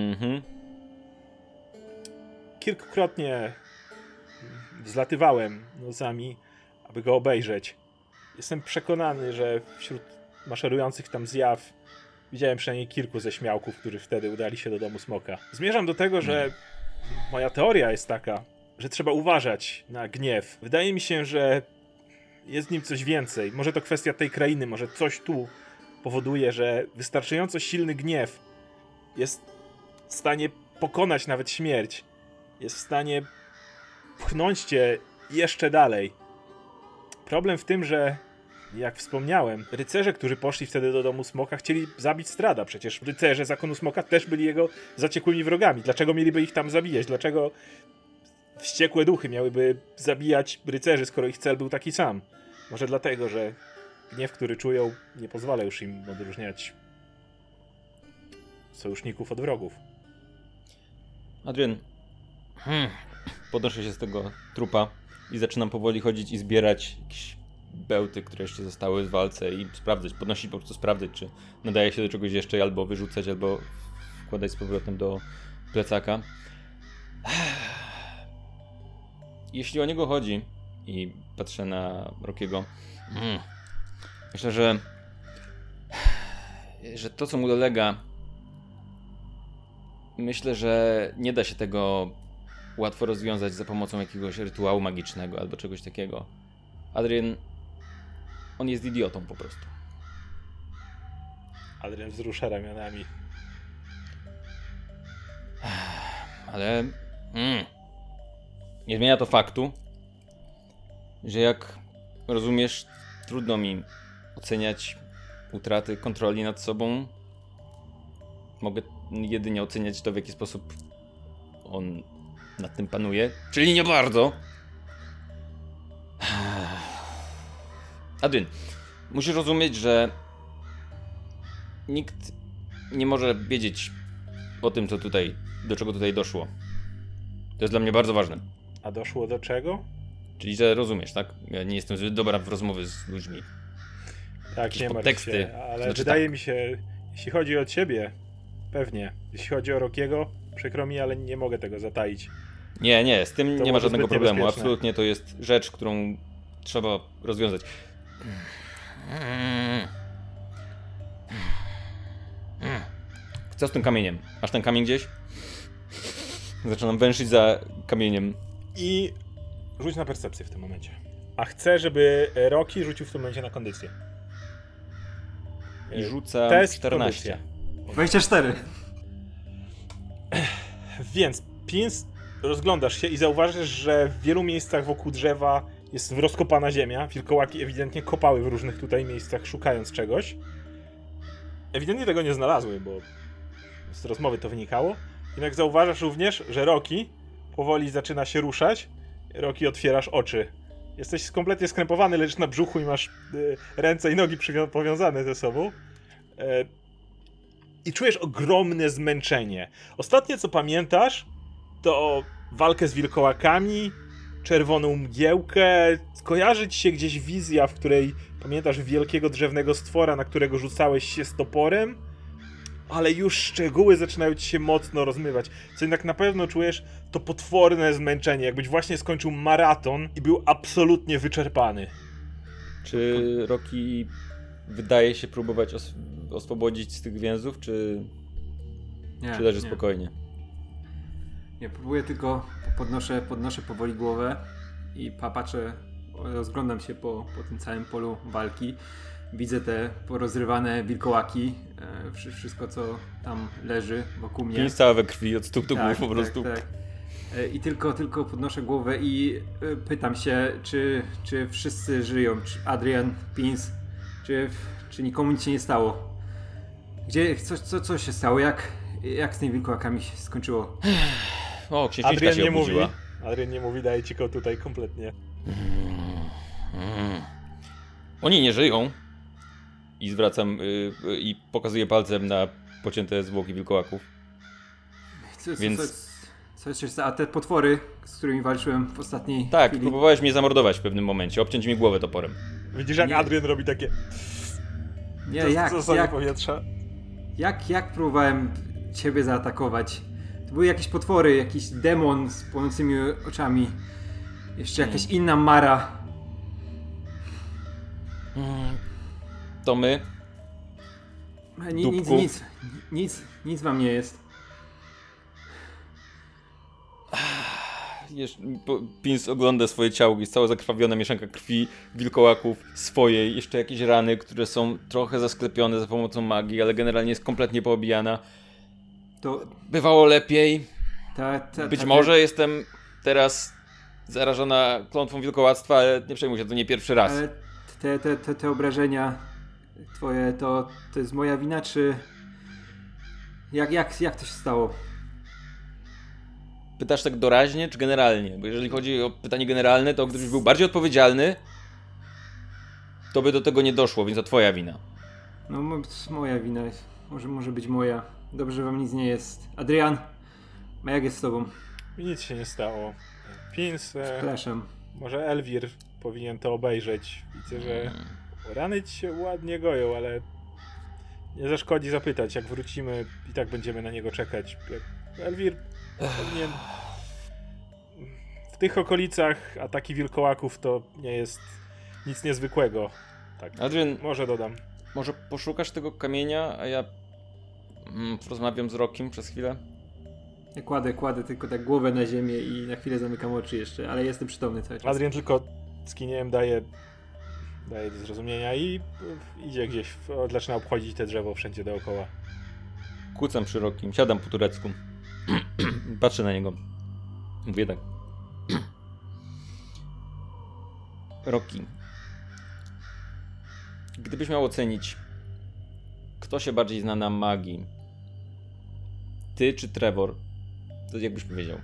Kilkukrotnie zlatywałem nocami, aby go obejrzeć. Jestem przekonany, że wśród maszerujących tam zjaw widziałem przynajmniej kilku ze śmiałków, którzy wtedy udali się do domu Smoka. Zmierzam do tego, że moja teoria jest taka, że trzeba uważać na gniew. Wydaje mi się, że jest w nim coś więcej. Może to kwestia tej krainy, może coś tu powoduje, że wystarczająco silny gniew jest w stanie pokonać nawet śmierć. Jest w stanie pchnąć cię jeszcze dalej. Problem w tym, że jak wspomniałem, rycerze, którzy poszli wtedy do domu Smoka, chcieli zabić Strahda. Przecież rycerze Zakonu Smoka też byli jego zaciekłymi wrogami. Dlaczego mieliby ich tam zabijać? Dlaczego wściekłe duchy miałyby zabijać rycerzy, skoro ich cel był taki sam? Może dlatego, że gniew, który czują, nie pozwala już im odróżniać sojuszników od wrogów. Adrian, podnoszę się z tego trupa i zaczynam powoli chodzić i zbierać jakieś bełty, które jeszcze zostały w walce i sprawdzać, podnosić, po prostu sprawdzać, czy nadaje się do czegoś jeszcze, albo wyrzucać, albo wkładać z powrotem plecaka. Jeśli o niego chodzi i patrzę na Rockiego, myślę, że to, co mu dolega, myślę, że nie da się tego łatwo rozwiązać za pomocą jakiegoś rytuału magicznego albo czegoś takiego. Adrian, on jest idiotą po prostu. Adrian wzrusza ramionami. Ale nie zmienia to faktu, że jak rozumiesz, trudno mi oceniać utraty kontroli nad sobą. Mogę jedynie oceniać to, w jaki sposób on nad tym panuje, czyli nie bardzo. Adrian, musisz rozumieć, że nikt nie może wiedzieć o tym, do czego tutaj doszło. To jest dla mnie bardzo ważne. A doszło do czego? Czyli, że rozumiesz, tak? Ja nie jestem zbyt dobra w rozmowy z ludźmi. Tak, Jakieś nie martw podteksty. się, ale Znaczy wydaje tak. mi się, jeśli chodzi o ciebie, pewnie. Jeśli chodzi o Rockiego, przykro mi, ale nie mogę tego zataić. Nie, z tym To nie ma może żadnego zbyt problemu. niebezpieczne. Absolutnie to jest rzecz, którą trzeba rozwiązać. Co z tym kamieniem? Masz ten kamień gdzieś? Zaczynam węszyć za kamieniem. I rzuć na percepcję w tym momencie. A chcę, żeby Rocky rzucił w tym momencie na kondycję. I rzucam Test 14. kondycja. 24. Więc, Pins, rozglądasz się i zauważysz, że w wielu miejscach wokół drzewa jest rozkopana ziemia. Wilkołaki ewidentnie kopały w różnych tutaj miejscach, szukając czegoś. Ewidentnie tego nie znalazły, bo z rozmowy to wynikało. Jednak zauważasz również, że Rocky powoli zaczyna się ruszać. Rocky, otwierasz oczy. Jesteś kompletnie skrępowany, leżysz na brzuchu i masz ręce i nogi powiązane ze sobą. I czujesz ogromne zmęczenie. Ostatnie, co pamiętasz, to walkę z wilkołakami, czerwoną mgiełkę. Skojarzy ci się gdzieś wizja, w której pamiętasz wielkiego drzewnego stwora, na którego rzucałeś się z toporem, ale już szczegóły zaczynają ci się mocno rozmywać. Co jednak na pewno czujesz to potworne zmęczenie, jakbyś właśnie skończył maraton i był absolutnie wyczerpany. Czy Rocky wydaje się próbować oswobodzić z tych więzów, czy leży spokojnie? Nie, próbuję tylko, podnoszę powoli głowę i patrzę, rozglądam się po tym całym polu walki. Widzę te porozrywane wilkołaki, wszystko co tam leży wokół mnie. Jest cała we krwi od stóp do głów po prostu. Tak. I tylko podnoszę głowę i pytam się, czy wszyscy żyją, czy Adrian, Pins, czy nikomu nic się nie stało. Co się stało? Jak z tymi wilkołakami się skończyło? O, księżniczka się obudziła. Adrian nie mówi, daje ci go tutaj kompletnie. Oni nie żyją. I zwracam i pokazuję palcem na pocięte zwłoki wilkołaków. Co się stało? A te potwory, z którymi walczyłem w ostatniej Tak, chwili? próbowałeś mnie zamordować w pewnym momencie, obciąć mi głowę toporem. Widzisz, jak Nie. Adrian robi takie... Nie, jak powietrza. Jak próbowałem ciebie zaatakować? To były jakieś potwory, jakiś demon z płonącymi oczami. Jeszcze jakaś inna mara. To my? Dupku. Nic wam nie jest. Pins ogląda swoje ciało, jest cała zakrwawiona mieszanka krwi, wilkołaków, swojej, jeszcze jakieś rany, które są trochę zasklepione za pomocą magii, ale generalnie jest kompletnie poobijana. To Bywało lepiej. Być ta- może jestem teraz zarażona klątwą wilkołactwa, ale nie przejmuj się, to nie pierwszy raz. Ale te obrażenia twoje, to jest moja wina, czy... Jak to się stało? Pytasz tak doraźnie, czy generalnie? Bo jeżeli chodzi o pytanie generalne, to gdybyś był bardziej odpowiedzialny, to by do tego nie doszło, więc to twoja wina. No, moja wina jest. Może być moja. Dobrze, że wam nic nie jest. Adrian, a jak jest z tobą? I nic się nie stało. Pins, Przepraszam. może Elwir powinien to obejrzeć. Widzę, że rany ci się ładnie goją, ale nie zaszkodzi zapytać. Jak wrócimy, i tak będziemy na niego czekać. Jak Elwir powinien... W tych okolicach ataki wilkołaków to nie jest nic niezwykłego. Tak, Adrian, może dodam. może poszukasz tego kamienia, a ja rozmawiam z Rokim przez chwilę? Ja kładę tylko tak głowę na ziemię i na chwilę zamykam oczy jeszcze, ale jestem przytomny cały czas. Adrian tylko skinieniem daje do zrozumienia i idzie gdzieś, zaczyna obchodzić te drzewo wszędzie dookoła. Kucam przy Rokim, siadam po turecku. Patrzę na niego. Mówię tak. Roki. Gdybyś miał ocenić, kto się bardziej zna na magii? Ty czy Trevor? To jakbyś powiedział?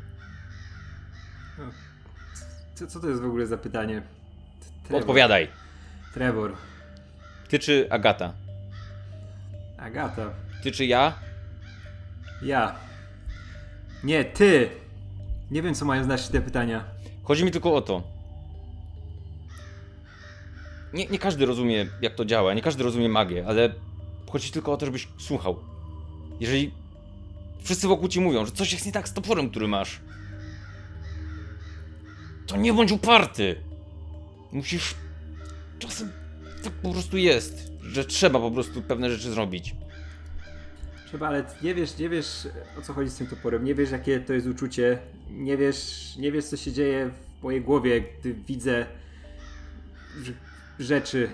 Co to jest w ogóle za pytanie? Trevor. Odpowiadaj. Trevor. Ty czy Agata? Agata. Ty czy ja? Ja. Nie, ty! Nie wiem, co mają znaczyć te pytania. Chodzi mi tylko o to. Nie każdy rozumie, jak to działa, nie każdy rozumie magię, ale chodzi tylko o to, żebyś słuchał. Jeżeli wszyscy wokół ci mówią, że coś jest nie tak z toporem, który masz, to nie bądź uparty. Musisz... Czasem tak po prostu jest, że trzeba po prostu pewne rzeczy zrobić. Trzeba, ale nie wiesz o co chodzi z tym toporem, nie wiesz jakie to jest uczucie, nie wiesz co się dzieje w mojej głowie, gdy widzę rzeczy.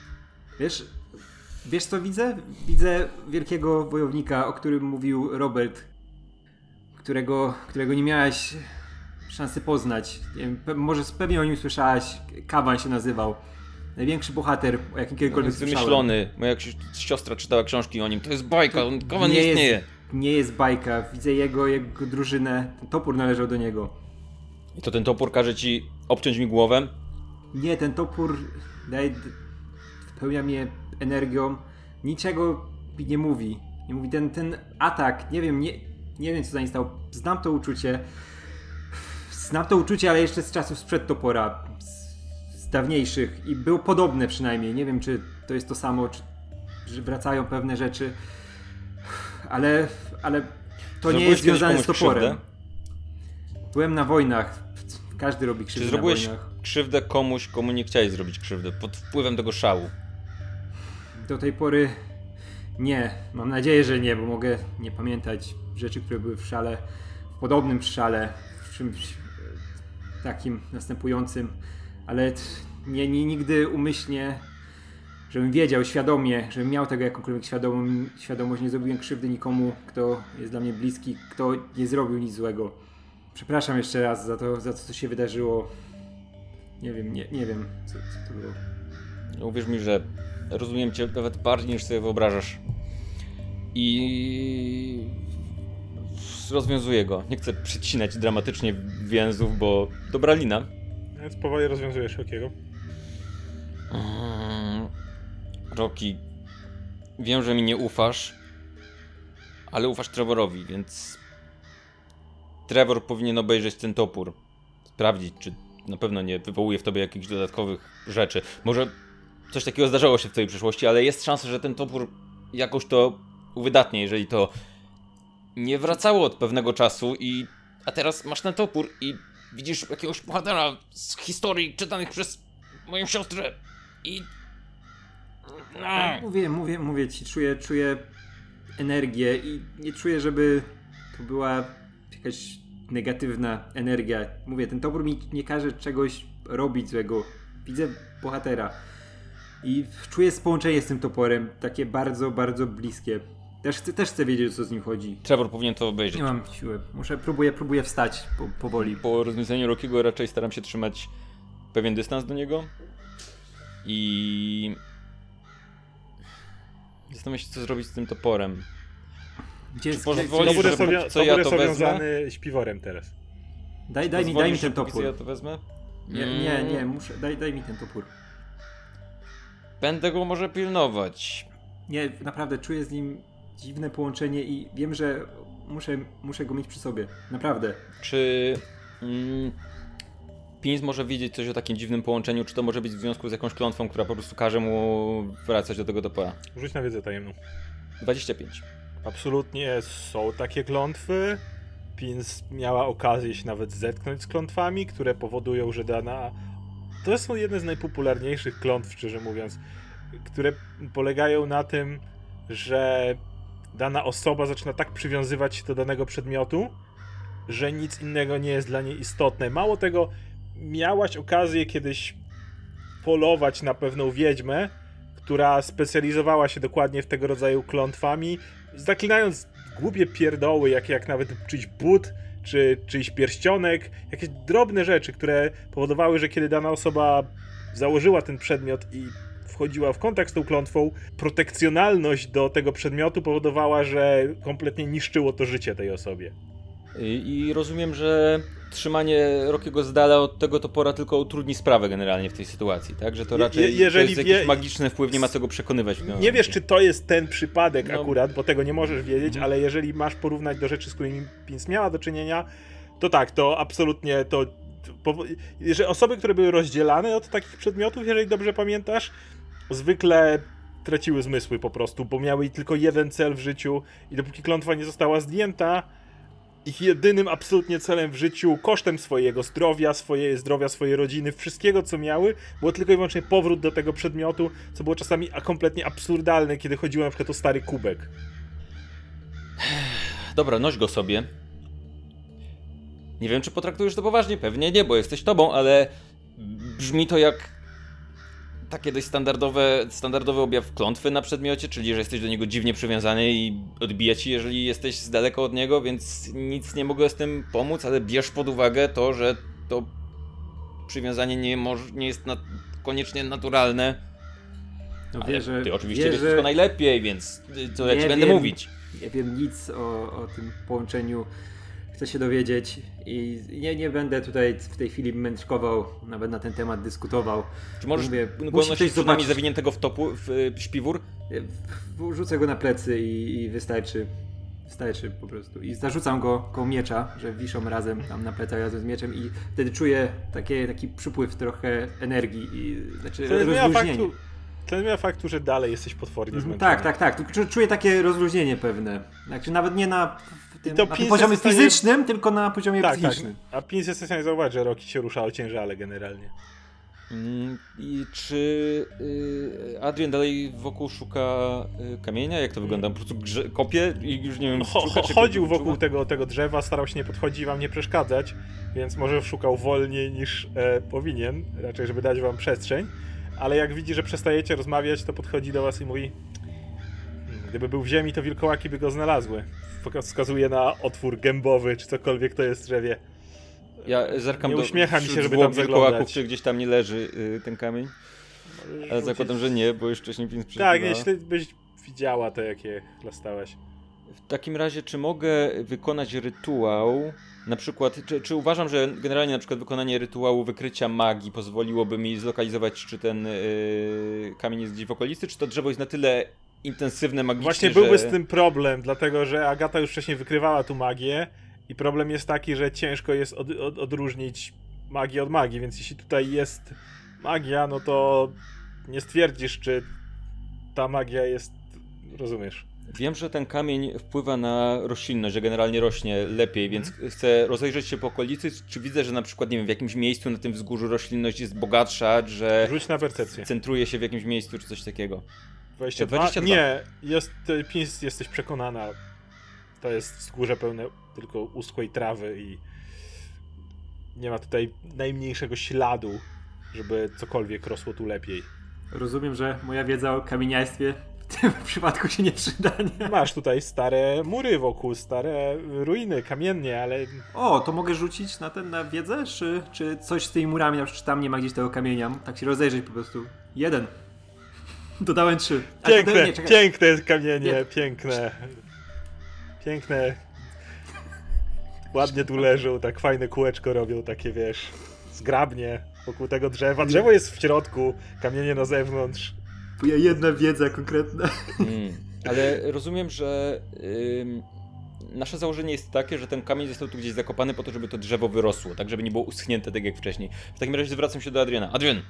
Wiesz co widzę? Widzę wielkiego wojownika, o którym mówił Robert, którego nie miałaś szansy poznać. Nie wiem, może pewnie o nim słyszałaś, Kawan się nazywał. Największy bohater, o jakim kiedykolwiek jest słyszałem. wymyślony, moja siostra czytała książki o nim, to jest bajka, Kawan nie istnieje. Nie jest bajka, widzę jego drużynę, ten topór należał do niego. I to ten topór każe ci obciąć mi głowę? Nie, ten topór wypełnia mnie energią, niczego mi nie mówi. Nie mówi ten atak, nie wiem co za nim stał. Znam to uczucie, ale jeszcze z czasów sprzed topora, z dawniejszych i było podobne przynajmniej. Nie wiem, czy to jest to samo, czy wracają pewne rzeczy, ale to nie jest związane z toporem. Byłem na wojnach, każdy robi krzywdę Czy zrobiłeś na wojnach. krzywdę komuś, komu nie chciałeś zrobić krzywdę, pod wpływem tego szału? Do tej pory nie. Mam nadzieję, że nie, bo mogę nie pamiętać rzeczy, które były w szale, w podobnym szale, w czymś takim następującym, ale nigdy umyślnie, żebym wiedział świadomie, żebym miał tego jakąkolwiek świadomość, nie zrobiłem krzywdy nikomu, kto jest dla mnie bliski, kto nie zrobił nic złego. Przepraszam jeszcze raz za to, co się wydarzyło. Nie wiem, co to było. Uwierz mi, że rozumiem cię nawet bardziej niż sobie wyobrażasz. I rozwiązuję go. Nie chcę przycinać dramatycznie więzów, bo dobra lina. Więc powoli rozwiązujesz Rokiego. Roki, wiem, że mi nie ufasz, ale ufasz Trevorowi, więc Trevor powinien obejrzeć ten topór. Sprawdzić, czy na pewno nie wywołuje w tobie jakichś dodatkowych rzeczy. Może coś takiego zdarzało się w twojej przyszłości, ale jest szansa, że ten topór jakoś to uwydatnia, jeżeli to nie wracało od pewnego czasu a teraz masz ten topór i widzisz jakiegoś bohatera z historii czytanych przez moją siostrę i... Mówię ci, czuję energię i nie czuję, żeby to była jakaś negatywna energia. Mówię, ten topór mi nie każe czegoś robić złego. Widzę bohatera i czuję połączenie z tym toporem, takie bardzo, bardzo bliskie. Też chcę wiedzieć, o co z nim chodzi. Trevor powinien to obejrzeć. Nie mam siły. Próbuję wstać powoli. Po rozwiązaniu Rockiego raczej staram się trzymać pewien dystans do niego i zastanawiam się, co zrobić z tym toporem. Pozwolisz, że co ja to wezmę? związany śpiworem teraz. Daj mi ten topór. Ja to wezmę? Nie, muszę. Daj mi ten topór. Będę go może pilnować. Nie, naprawdę czuję z nim dziwne połączenie i wiem, że muszę go mieć przy sobie. Naprawdę. Czy Pins może wiedzieć coś o takim dziwnym połączeniu? Czy to może być w związku z jakąś klątwą, która po prostu każe mu wracać do tego topora? Rzuć na wiedzę tajemną. 25. Absolutnie są takie klątwy. Pins miała okazję się nawet zetknąć z klątwami, które powodują, że dana... To są jedne z najpopularniejszych klątw, szczerze mówiąc, które polegają na tym, że dana osoba zaczyna tak przywiązywać się do danego przedmiotu, że nic innego nie jest dla niej istotne. Mało tego, miałaś okazję kiedyś polować na pewną wiedźmę, która specjalizowała się dokładnie w tego rodzaju klątwami, zaklinając głupie pierdoły, jak nawet czyjś but, czy czyjś pierścionek, jakieś drobne rzeczy, które powodowały, że kiedy dana osoba założyła ten przedmiot i wchodziła w kontakt z tą klątwą, protekcjonalność do tego przedmiotu powodowała, że kompletnie niszczyło to życie tej osobie. I rozumiem, że trzymanie Rockiego z dala od tego topora tylko utrudni sprawę generalnie w tej sytuacji, tak? Że to raczej jeżeli to jest jakiś magiczny wpływ, nie ma co go przekonywać. Nie wiesz, czy to jest ten przypadek akurat, bo tego nie możesz wiedzieć, ale jeżeli masz porównać do rzeczy, z którymi Pins miała do czynienia, to tak, to absolutnie że osoby, które były rozdzielane od takich przedmiotów, jeżeli dobrze pamiętasz, zwykle traciły zmysły po prostu, bo miały tylko jeden cel w życiu i dopóki klątwa nie została zdjęta, ich jedynym absolutnie celem w życiu, kosztem swojego zdrowia swojej rodziny, wszystkiego co miały, było tylko i wyłącznie powrót do tego przedmiotu, co było czasami kompletnie absurdalne, kiedy chodziło na przykład o stary kubek. Dobra, noś go sobie. Nie wiem, czy potraktujesz to poważnie, pewnie nie, bo jesteś tobą, ale brzmi to jak takie dość standardowy objaw klątwy na przedmiocie, czyli że jesteś do niego dziwnie przywiązany i odbija ci, jeżeli jesteś z daleka od niego, więc nic nie mogę z tym pomóc, ale bierz pod uwagę to, że to przywiązanie nie jest koniecznie naturalne. No ale wierzę, ty oczywiście wiesz wszystko najlepiej, więc co ja ci będę mówić? Nie wiem nic o tym połączeniu. Chcę się dowiedzieć i nie będę tutaj w tej chwili mędrkował, nawet na ten temat dyskutował. Czy możesz go musi nosić ktoś przed nami zobaczyć. zawiniętego w śpiwór? Rzucę go na plecy i wystarczy. Wystarczy po prostu. I zarzucam go koło miecza, że wiszą razem tam na plecach razem z mieczem i wtedy czuję taki przypływ trochę energii i znaczy rozluźnienie. To nie zmienia faktu, że dalej jesteś potwornie zmęczony. Tak. Czuję takie rozluźnienie pewne. Znaczy nawet nie na tym Pins poziomie jest w stanie- fizycznym, tylko na poziomie psychicznym. Tak. A Pins jest w stanie zauważyć, że Rocky się rusza ociężale generalnie. I czy Adrian dalej wokół szuka kamienia? Jak to wygląda? Po prostu kopie i już nie wiem... Chodził wokół tego drzewa, starał się nie podchodzić, wam nie przeszkadzać, więc może szukał wolniej niż powinien, raczej żeby dać wam przestrzeń, ale jak widzi, że przestajecie rozmawiać, to podchodzi do was i mówi: gdyby był w ziemi, to wilkołaki by go znalazły. Wskazuje na otwór gębowy, czy cokolwiek to jest w drzewie. Ja zerkam Nie uśmiecha mi się, żeby zwłok tam wilkołaków, zaglądać. czy gdzieś tam nie leży ten kamień. Ale zakładam, że nie, bo już wcześniej Pins Tak, jeśli byś widziała to, jakie chlastałaś. W takim razie, czy mogę wykonać rytuał? Na przykład, czy uważam, że generalnie na przykład wykonanie rytuału wykrycia magii pozwoliłoby mi zlokalizować, czy ten kamień jest gdzieś w okolicy, czy to drzewo jest na tyle intensywne, magiczne, Właśnie byłby z tym problem, dlatego że Agata już wcześniej wykrywała tu magię i problem jest taki, że ciężko jest odróżnić magię od magii, więc jeśli tutaj jest magia, no to nie stwierdzisz, czy ta magia jest... rozumiesz? Wiem, że ten kamień wpływa na roślinność, że generalnie rośnie lepiej, więc chcę rozejrzeć się po okolicy, czy widzę, że na przykład, nie wiem, w jakimś miejscu na tym wzgórzu roślinność jest bogatsza, że Rzuć na percepcję. centruje się w jakimś miejscu, czy coś takiego. 22? Nie, Pins, jesteś przekonana. To jest wzgórze pełne tylko uschłej trawy i nie ma tutaj najmniejszego śladu, żeby cokolwiek rosło tu lepiej. Rozumiem, że moja wiedza o kamieniarstwie w tym przypadku się nie przyda, nie? Masz tutaj stare mury wokół, stare ruiny, kamiennie, ale... O, to mogę rzucić na wiedzę? Czy coś z tymi murami, na przykład, czy tam nie ma gdzieś tego kamienia? Tak się rozejrzeć po prostu. 1. Dodałem 3. Piękne jest kamienie, piękne. Piękne. Ładnie tu leżą, tak fajne kółeczko robią, takie wiesz, zgrabnie wokół tego drzewa. Drzewo jest w środku, kamienie na zewnątrz. Moja jedna wiedza konkretna. Ale rozumiem, że nasze założenie jest takie, że ten kamień został tu gdzieś zakopany po to, żeby to drzewo wyrosło, tak żeby nie było uschnięte tak jak wcześniej. W takim razie zwracam się do Adriana. Adrian!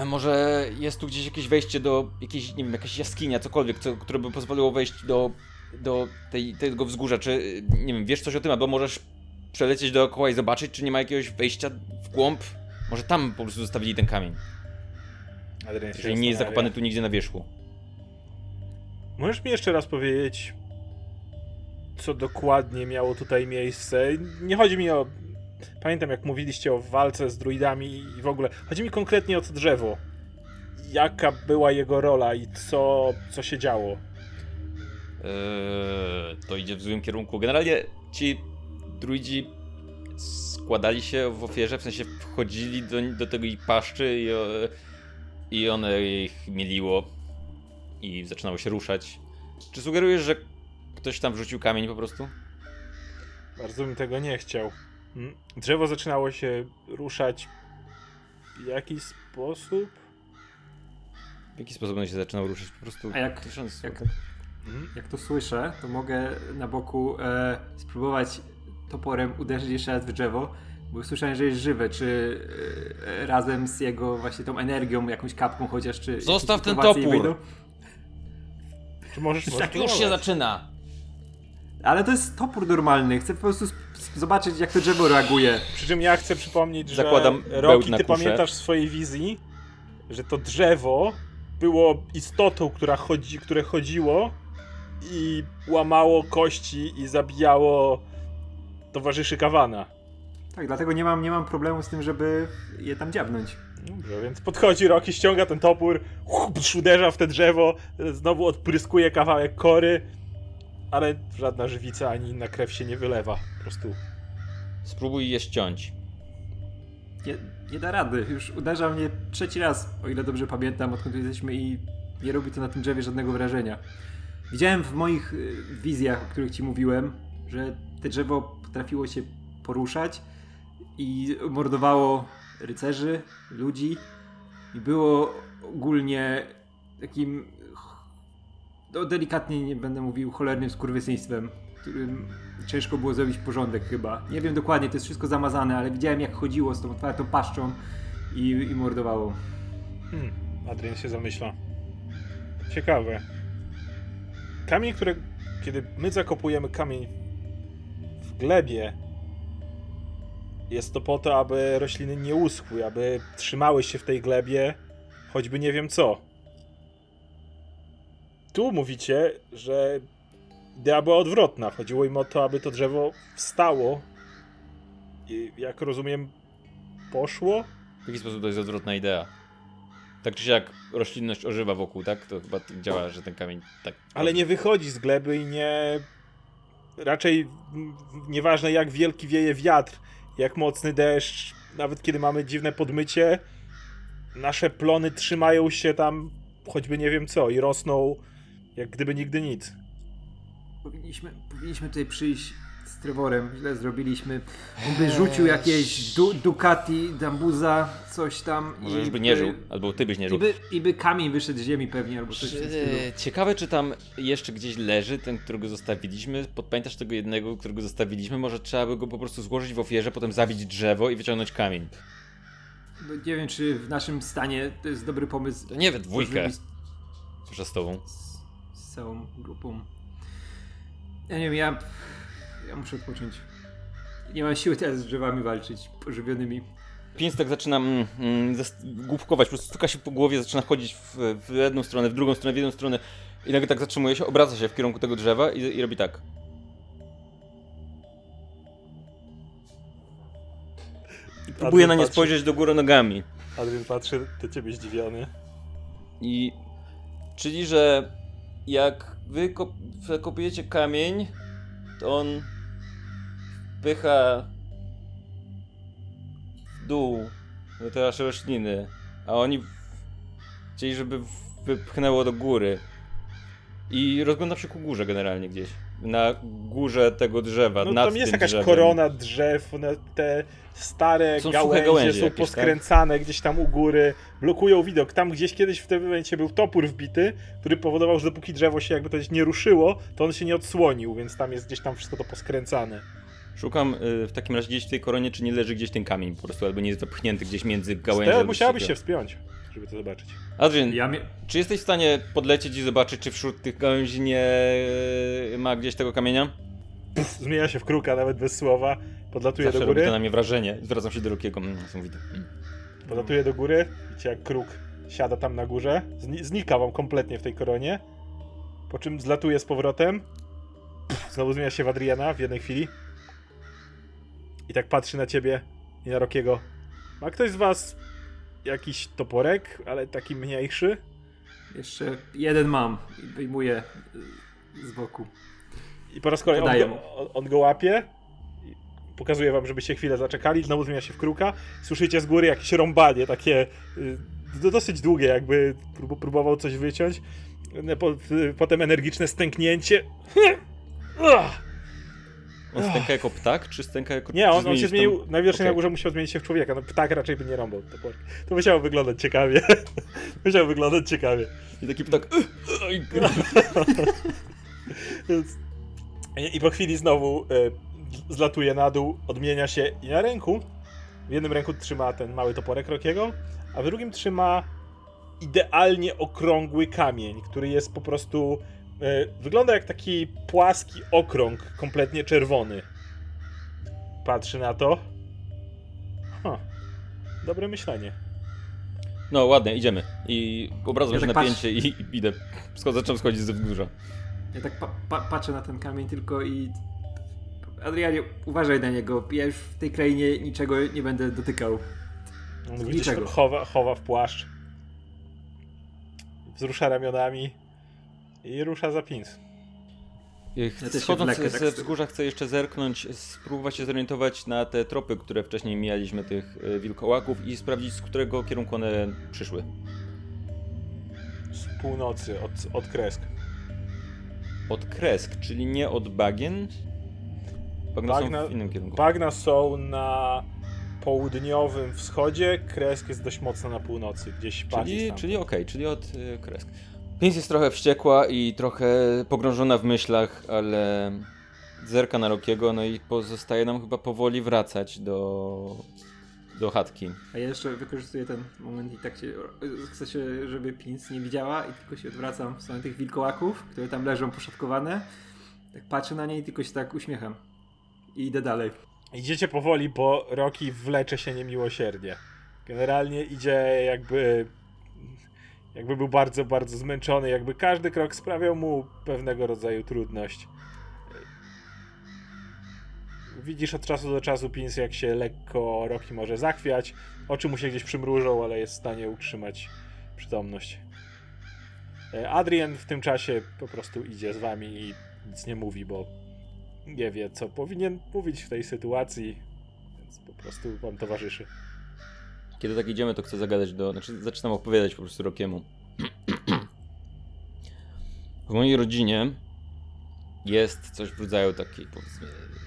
Może jest tu gdzieś jakieś wejście do jakiejś, nie wiem, jakaś jaskinia, cokolwiek, które by pozwoliło wejść do do tego wzgórza, czy, nie wiem, wiesz coś o tym, albo możesz przelecieć dookoła i zobaczyć, czy nie ma jakiegoś wejścia w głąb? Może tam po prostu zostawili ten kamień, Adrian się jeżeli nie jest zastanawia. zakopany tu nigdzie na wierzchu. Możesz mi jeszcze raz powiedzieć, co dokładnie miało tutaj miejsce? Nie chodzi mi o... Pamiętam, jak mówiliście o walce z druidami i w ogóle. Chodzi mi konkretnie o to drzewo. Jaka była jego rola i co się działo? To idzie w złym kierunku. Generalnie ci druidzi składali się w ofierze, w sensie wchodzili do tego ich paszczy i one ich mieliło i zaczynało się ruszać. Czy sugerujesz, że ktoś tam wrzucił kamień po prostu? Bardzo bym tego nie chciał. Drzewo zaczynało się ruszać w jakiś sposób? W jaki sposób ono się zaczynał ruszyć? Po prostu... A jak to słyszę, to mogę na boku spróbować toporem uderzyć jeszcze raz w drzewo, bo słyszałem, że jest żywe, czy razem z jego właśnie tą energią, jakąś kapką chociaż, czy... Zostaw jakieś ten informacje topór! wyjdą. Czy możesz Tak już się zaczyna! Ale to jest topór normalny, chcę po prostu zobaczyć, jak to drzewo reaguje. Przy czym ja chcę przypomnieć, Zakładam że bełt Roki, na ty kuszę. pamiętasz w swojej wizji, że to drzewo było istotą, które chodziło i łamało kości i zabijało towarzyszy Kawana. Tak, dlatego nie mam problemu z tym, żeby je tam dziabnąć. Dobrze, więc podchodzi Roki, ściąga ten topór, uderza w te drzewo, znowu odpryskuje kawałek kory, ale żadna żywica ani inna krew się nie wylewa. Po prostu Spróbuj je ściąć. Nie da rady, już uderza mnie trzeci raz, o ile dobrze pamiętam, odkąd tu jesteśmy i nie robi to na tym drzewie żadnego wrażenia. Widziałem w moich wizjach, o których ci mówiłem, że te drzewo potrafiło się poruszać i mordowało rycerzy, ludzi i było ogólnie takim, no delikatnie nie będę mówił, cholernym skurwysyństwem, którym ciężko było zrobić porządek chyba. Nie wiem dokładnie, to jest wszystko zamazane, ale widziałem jak chodziło z tą otwartą paszczą i mordowało. Adrian się zamyśla. Ciekawe. Kamień, kiedy my zakopujemy kamień w glebie, jest to po to, aby rośliny nie uschły, aby trzymały się w tej glebie, choćby nie wiem co. Tu mówicie, że idea była odwrotna. Chodziło im o to, aby to drzewo wstało i, jak rozumiem, poszło. W jaki sposób to jest odwrotna idea? Tak czy siak roślinność ożywa wokół, tak? To chyba tak działa, że ten kamień tak... Ale nie wychodzi z gleby i nie... Raczej nieważne jak wielki wieje wiatr, jak mocny deszcz, nawet kiedy mamy dziwne podmycie, nasze plony trzymają się tam choćby nie wiem co i rosną jak gdyby nigdy nic. Powinniśmy tutaj przyjść z Trevorem, źle zrobiliśmy. On by rzucił jakieś Ducati, Dambuza, coś tam. Może już by nie żył, albo ty byś nie żył. I by kamień wyszedł z ziemi pewnie, albo coś w tym stylu. Ciekawe, czy tam jeszcze gdzieś leży ten, którego zostawiliśmy. Pamiętasz tego jednego, którego zostawiliśmy? Może trzeba by go po prostu złożyć w ofierze, potem zabić drzewo i wyciągnąć kamień. No, nie wiem, czy w naszym stanie to jest dobry pomysł. To nie we dwójkę. Zrobić Proszę z tobą. z całą grupą. Ja nie wiem, ja muszę odpocząć. Nie mam siły teraz z drzewami walczyć, pożywionymi. Pięć tak zaczyna głupkować, po prostu stuka się po głowie, zaczyna chodzić w jedną stronę, w drugą stronę, w jedną stronę i nagle tak zatrzymuje się, obraca się w kierunku tego drzewa i robi tak. Próbuje na nie spojrzeć do góry nogami. Adrian patrzy do ciebie zdziwiony. I czyli, że jak wy kopiujecie kamień, to on wpycha w dół te nasze rośliny, a oni chcieli, żeby wypchnęło do góry. I rozglądam się ku górze generalnie gdzieś. Na górze tego drzewa, No nad tam jest tym jakaś drzewem. korona drzew, one, te stare Są suche gałęzie gałęzie są jakieś, poskręcane gdzieś tam u góry, blokują widok. Tam gdzieś kiedyś w tym momencie był topór wbity, który powodował, że dopóki drzewo się jakby to nie ruszyło, to on się nie odsłonił, więc tam jest gdzieś tam wszystko to poskręcane. Szukam w takim razie gdzieś w tej koronie, czy nie leży gdzieś ten kamień po prostu, albo nie jest wepchnięty gdzieś między gałęzie. Teraz musiałabyś się wspiąć. żeby to zobaczyć. Adrian, Ja czy jesteś w stanie podlecieć i zobaczyć, czy wśród tych gałęzi nie ma gdzieś tego kamienia? Zmienia się w kruka nawet bez słowa. Podlatuje Zawsze do robi góry. to na mnie wrażenie. Zwracam się do Rokiego. Niesamowite. Podlatuje do góry. Widzicie jak kruk siada tam na górze. Znika wam kompletnie w tej koronie. Po czym zlatuje z powrotem. Znowu zmienia się w Adriana w jednej chwili. I tak patrzy na ciebie i na Rokiego. Ma ktoś z was jakiś toporek, ale taki mniejszy? jeszcze jeden mam i wyjmuję z boku. I po raz kolejny Podaję on go łapie. I pokazuje wam, żebyście chwilę zaczekali. Znowu zmienia się w kruka. Słyszycie z góry jakieś rąbanie, takie dosyć długie, jakby próbował coś wyciąć. Potem energiczne stęknięcie. On stęka jako ptak, czy stęka jako... Nie, on się tam- zmienił, najwidoczniej Okej. na górze musiał zmienić się w człowieka. No ptak raczej by nie rąbał toporki. To musiało wyglądać ciekawie. Musiało wyglądać ciekawie. I taki ptak... I po chwili znowu zlatuje na dół, odmienia się i na ręku. W jednym ręku trzyma ten mały toporek Rokiego, a w drugim trzyma idealnie okrągły kamień, który jest po prostu... wygląda jak taki płaski okrąg, kompletnie czerwony. Patrzy na to. Dobre myślenie. No ładnie, idziemy. I obracam Ja się tak napięcie i idę. Zaczynam schodzić ze wzgórza. Ja tak patrzę na ten kamień tylko i... Adrianie, uważaj na niego. Ja już w tej krainie niczego nie będę dotykał. On widzisz, Niczego. chowa w płaszcz. Wzrusza ramionami i rusza za Pins. też się Schodząc wlekę tak ze z tyłu. wzgórza chcę jeszcze zerknąć, spróbować się zorientować na te tropy, które wcześniej mijaliśmy, tych wilkołaków i sprawdzić, z którego kierunku one przyszły. Z północy, od Kresk. Od Kresk, czyli nie od Bagien. Bagna są Bagna- w innym kierunku. Bagna są na południowym wschodzie, Kresk jest dość mocno na północy, gdzieś bardziej Czyli okej, czyli od Kresk. Pins jest trochę wściekła i trochę pogrążona w myślach, ale zerka na Rokiego, no i pozostaje nam chyba powoli wracać do chatki. A ja jeszcze wykorzystuję ten moment i tak chcę się, żeby Pins nie widziała i tylko się odwracam w stronę tych wilkołaków, które tam leżą poszatkowane. Tak patrzę na nie i tylko się tak uśmiecham. I idę dalej. Idziecie powoli, bo Roki wlecze się niemiłosiernie. Generalnie idzie jakby był bardzo, bardzo zmęczony, jakby każdy krok sprawiał mu pewnego rodzaju trudność. Widzisz od czasu do czasu, Pins, jak się lekko Roki może zachwiać. Oczy mu się gdzieś przymrużą, ale jest w stanie utrzymać przytomność. Adrian w tym czasie po prostu idzie z wami i nic nie mówi, bo nie wie, co powinien mówić w tej sytuacji, więc po prostu wam towarzyszy. Kiedy tak idziemy, to chcę zagadać zaczynam opowiadać po prostu Rokiemu. W mojej rodzinie jest coś w rodzaju takiej, powiedzmy,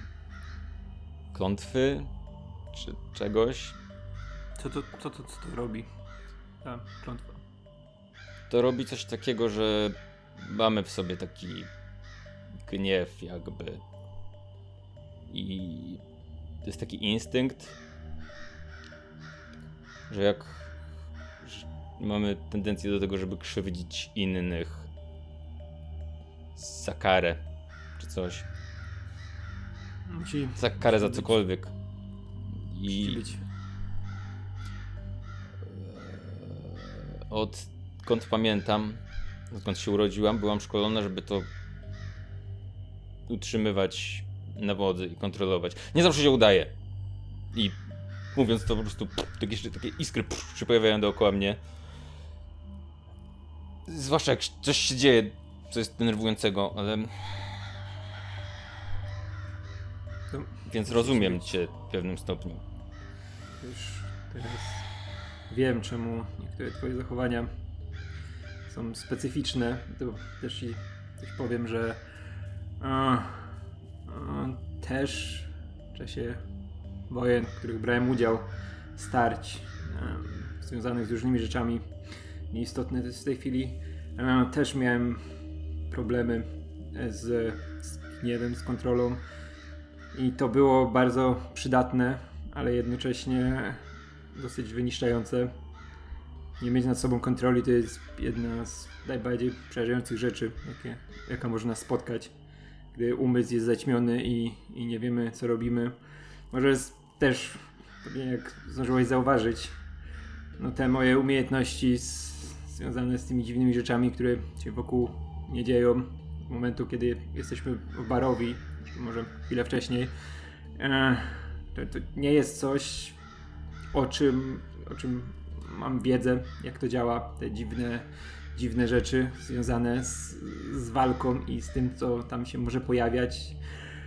klątwy, czy czegoś. Co to robi? Ta klątwa. To robi coś takiego, że mamy w sobie taki gniew jakby. I to jest taki instynkt, że mamy tendencję do tego, żeby krzywdzić innych za karę, czy coś. Za karę za cokolwiek. Musi być. Odkąd pamiętam, odkąd się urodziłam, byłam szkolona, żeby to utrzymywać na wodzy i kontrolować. Nie zawsze się udaje. I mówiąc to po prostu takie iskry się pojawiają dookoła mnie. Zwłaszcza jak coś się dzieje, co jest denerwującego, ale... Więc rozumiem cię w pewnym stopniu. Już teraz wiem, czemu niektóre twoje zachowania są specyficzne. To też ci powiem, że też w czasie wojen, w których brałem udział, starć związanych z różnymi rzeczami nieistotne w tej chwili, też miałem problemy z gniewem, z kontrolą i to było bardzo przydatne, ale jednocześnie dosyć wyniszczające. nie mieć nad sobą kontroli to jest jedna z najbardziej przerażających rzeczy, jaka można spotkać, gdy umysł jest zaćmiony i nie wiemy, co robimy. Może jest też, pewnie jak zdążyłeś zauważyć, no te moje umiejętności związane z tymi dziwnymi rzeczami, które się wokół nie dzieją, z momentu, kiedy jesteśmy w Barowi, czy może chwilę wcześniej, to nie jest coś, o czym mam wiedzę, jak to działa, te dziwne rzeczy związane z walką i z tym, co tam się może pojawiać.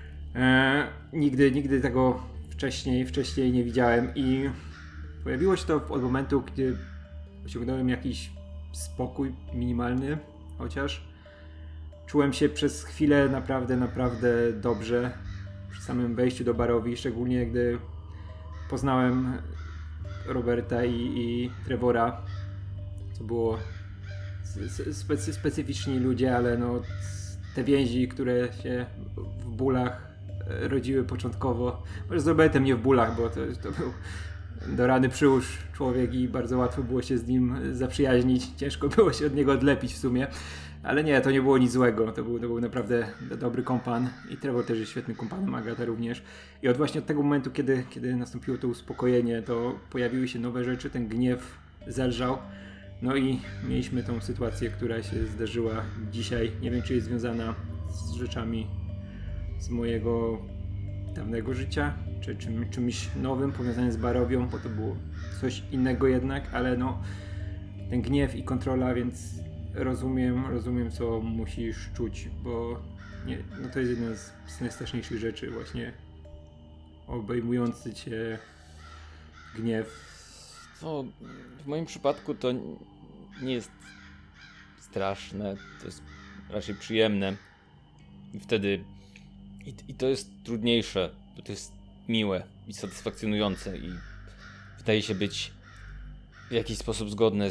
Nigdy tego wcześniej nie widziałem i pojawiło się to od momentu, gdy osiągnąłem jakiś spokój minimalny, chociaż czułem się przez chwilę naprawdę dobrze przy samym wejściu do Barowi, szczególnie gdy poznałem Roberta i Trevora, co było specyficzni ludzie, ale no te więzi, które się w bólach rodziły początkowo, może z Robertem nie w bólach, bo to był do rany przyłóż człowiek i bardzo łatwo było się z nim zaprzyjaźnić, ciężko było się od niego odlepić w sumie, ale nie, to nie było nic złego, to był naprawdę dobry kompan i Trevor też jest świetnym kompanem, Agata również. I właśnie od tego momentu, kiedy nastąpiło to uspokojenie, to pojawiły się nowe rzeczy, ten gniew zelżał. No i mieliśmy tą sytuację, która się zdarzyła dzisiaj. Nie wiem, czy jest związana z rzeczami z mojego dawnego życia, czy czymś nowym powiązanym z Barowią, bo to było coś innego jednak, ale no ten gniew i kontrola, więc rozumiem, co musisz czuć, bo nie, no to jest jedna z najstraszniejszych rzeczy, właśnie obejmujący cię gniew. No, w moim przypadku to nie jest straszne, to jest raczej przyjemne. I wtedy i to jest trudniejsze, bo to jest miłe i satysfakcjonujące i wydaje się być w jakiś sposób zgodne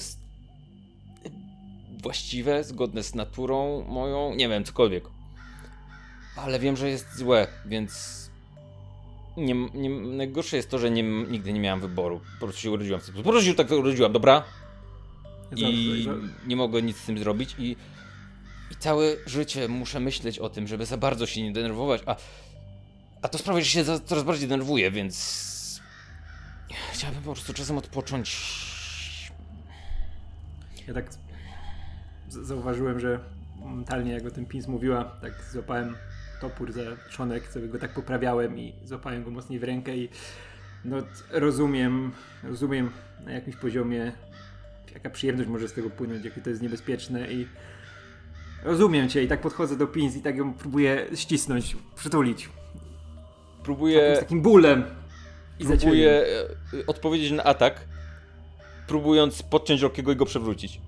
właściwe, zgodne z naturą moją, nie wiem, cokolwiek. Ale wiem, że jest złe, więc najgorsze jest to, że nigdy nie miałem wyboru. Po prostu się urodziłam w ten sposób. Po prostu się tak urodziłam, dobra? I nie mogę nic z tym zrobić i całe życie muszę myśleć o tym, żeby za bardzo się nie denerwować, a to sprawia, że się coraz bardziej denerwuję, więc chciałbym po prostu czasem odpocząć. Ja tak zauważyłem, że momentalnie jak o tym Pins mówiła, tak złapałem topór za trzonek, sobie go tak poprawiałem i złapałem go mocniej w rękę i no rozumiem na jakimś poziomie, jaka przyjemność może z tego płynąć, jakie to jest niebezpieczne i rozumiem cię i tak podchodzę do Pins i tak ją próbuję ścisnąć, przytulić. Z takim bólem. Próbuję odpowiedzieć na atak, próbując podciąć Rockiego i go przewrócić.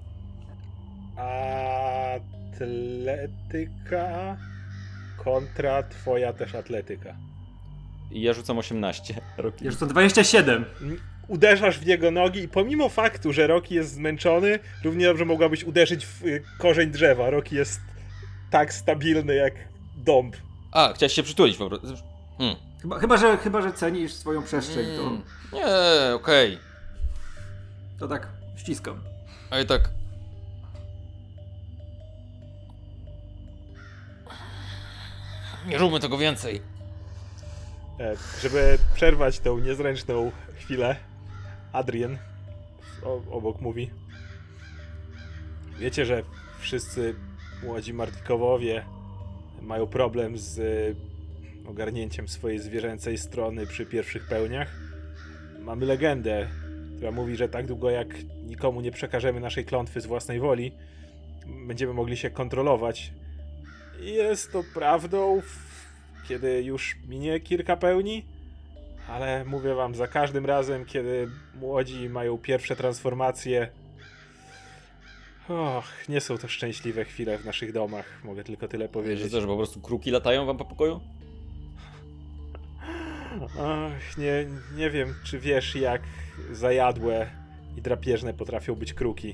Atletyka kontra twoja też atletyka. I ja rzucam 18. Rocky. Ja rzucam 27. Uderzasz w jego nogi i pomimo faktu, że Rocky jest zmęczony, równie dobrze mogłabyś uderzyć w korzeń drzewa. Rocky jest tak stabilny jak dąb. A, chciałeś się przytulić po prostu. Chyba, że cenisz swoją przestrzeń, to... Nie, okej. To tak ściskam. A i tak... Nie róbmy tego więcej. Żeby przerwać tą niezręczną chwilę, Adrian obok mówi: wiecie, że wszyscy młodzi Martikowowie mają problem z ogarnięciem swojej zwierzęcej strony przy pierwszych pełniach? Mamy legendę, która mówi, że tak długo jak nikomu nie przekażemy naszej klątwy z własnej woli, będziemy mogli się kontrolować. I jest to prawdą, kiedy już minie kilka pełni, ale mówię wam, za każdym razem, kiedy młodzi mają pierwsze transformacje, nie są to szczęśliwe chwile w naszych domach, mogę tylko tyle Wiesz, powiedzieć. że co, że po prostu kruki latają wam po pokoju? Nie wiem, czy wiesz, jak zajadłe i drapieżne potrafią być kruki.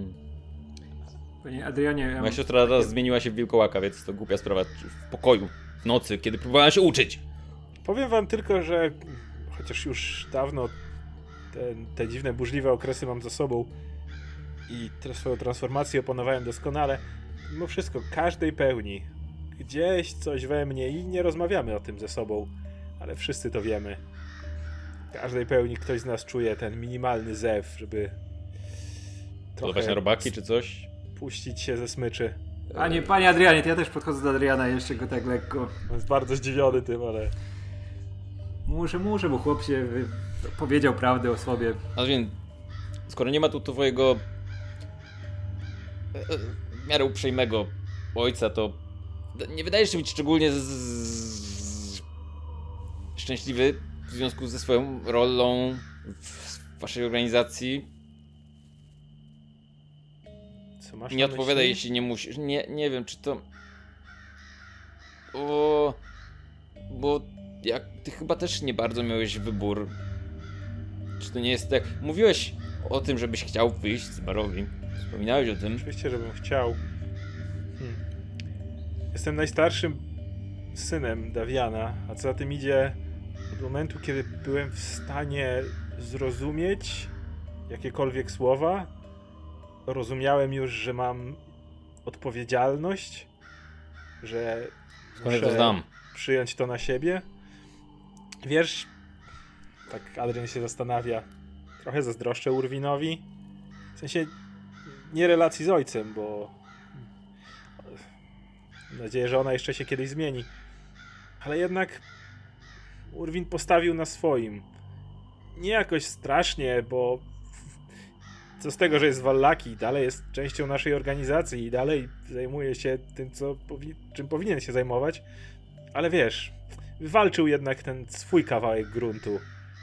Panie Adrianie... Moja siostra raz zmieniła się w wilkołaka, więc to głupia sprawa w pokoju, w nocy, kiedy próbowała się uczyć. Powiem wam tylko, że chociaż już dawno te dziwne, burzliwe okresy mam za sobą i swoją transformację opanowałem doskonale. Mimo wszystko, każdej pełni gdzieś coś we mnie i nie rozmawiamy o tym ze sobą, ale wszyscy to wiemy. Każdej pełni ktoś z nas czuje ten minimalny zew, żeby Polować na robaki czy coś? puścić się ze smyczy. Panie Adrianie, to ja też podchodzę do Adriana jeszcze go tak lekko. On jest bardzo zdziwiony tym, ale... Muszę, bo chłop się powiedział prawdę o sobie. Adrian, skoro nie ma tu twojego w miarę uprzejmego ojca, to nie wydajesz się być szczególnie szczęśliwy w związku ze swoją rolą w waszej organizacji. Co masz Nie na odpowiadaj, myśli? jeśli nie musisz. Nie wiem, czy to... Bo jak ty chyba też nie bardzo miałeś wybór. Czy to nie jest tak... Mówiłeś o tym, żebyś chciał wyjść z Barowi. Wspominałeś o tym. Oczywiście, żebym chciał. Jestem najstarszym synem Dawiana, a co za tym idzie, od momentu, kiedy byłem w stanie zrozumieć jakiekolwiek słowa, rozumiałem już, że mam odpowiedzialność, że Skąd ja to znam? przyjąć to na siebie. Wiesz, tak Adrian się zastanawia, trochę zazdroszczę Urwinowi, w sensie nie relacji z ojcem, bo mam nadzieję, że ona jeszcze się kiedyś zmieni, ale jednak Urwin postawił na swoim. Nie jakoś strasznie, bo co z tego, że jest z Wallaki, dalej jest częścią naszej organizacji i dalej zajmuje się tym, czym powinien się zajmować, ale wiesz, wywalczył jednak ten swój kawałek gruntu.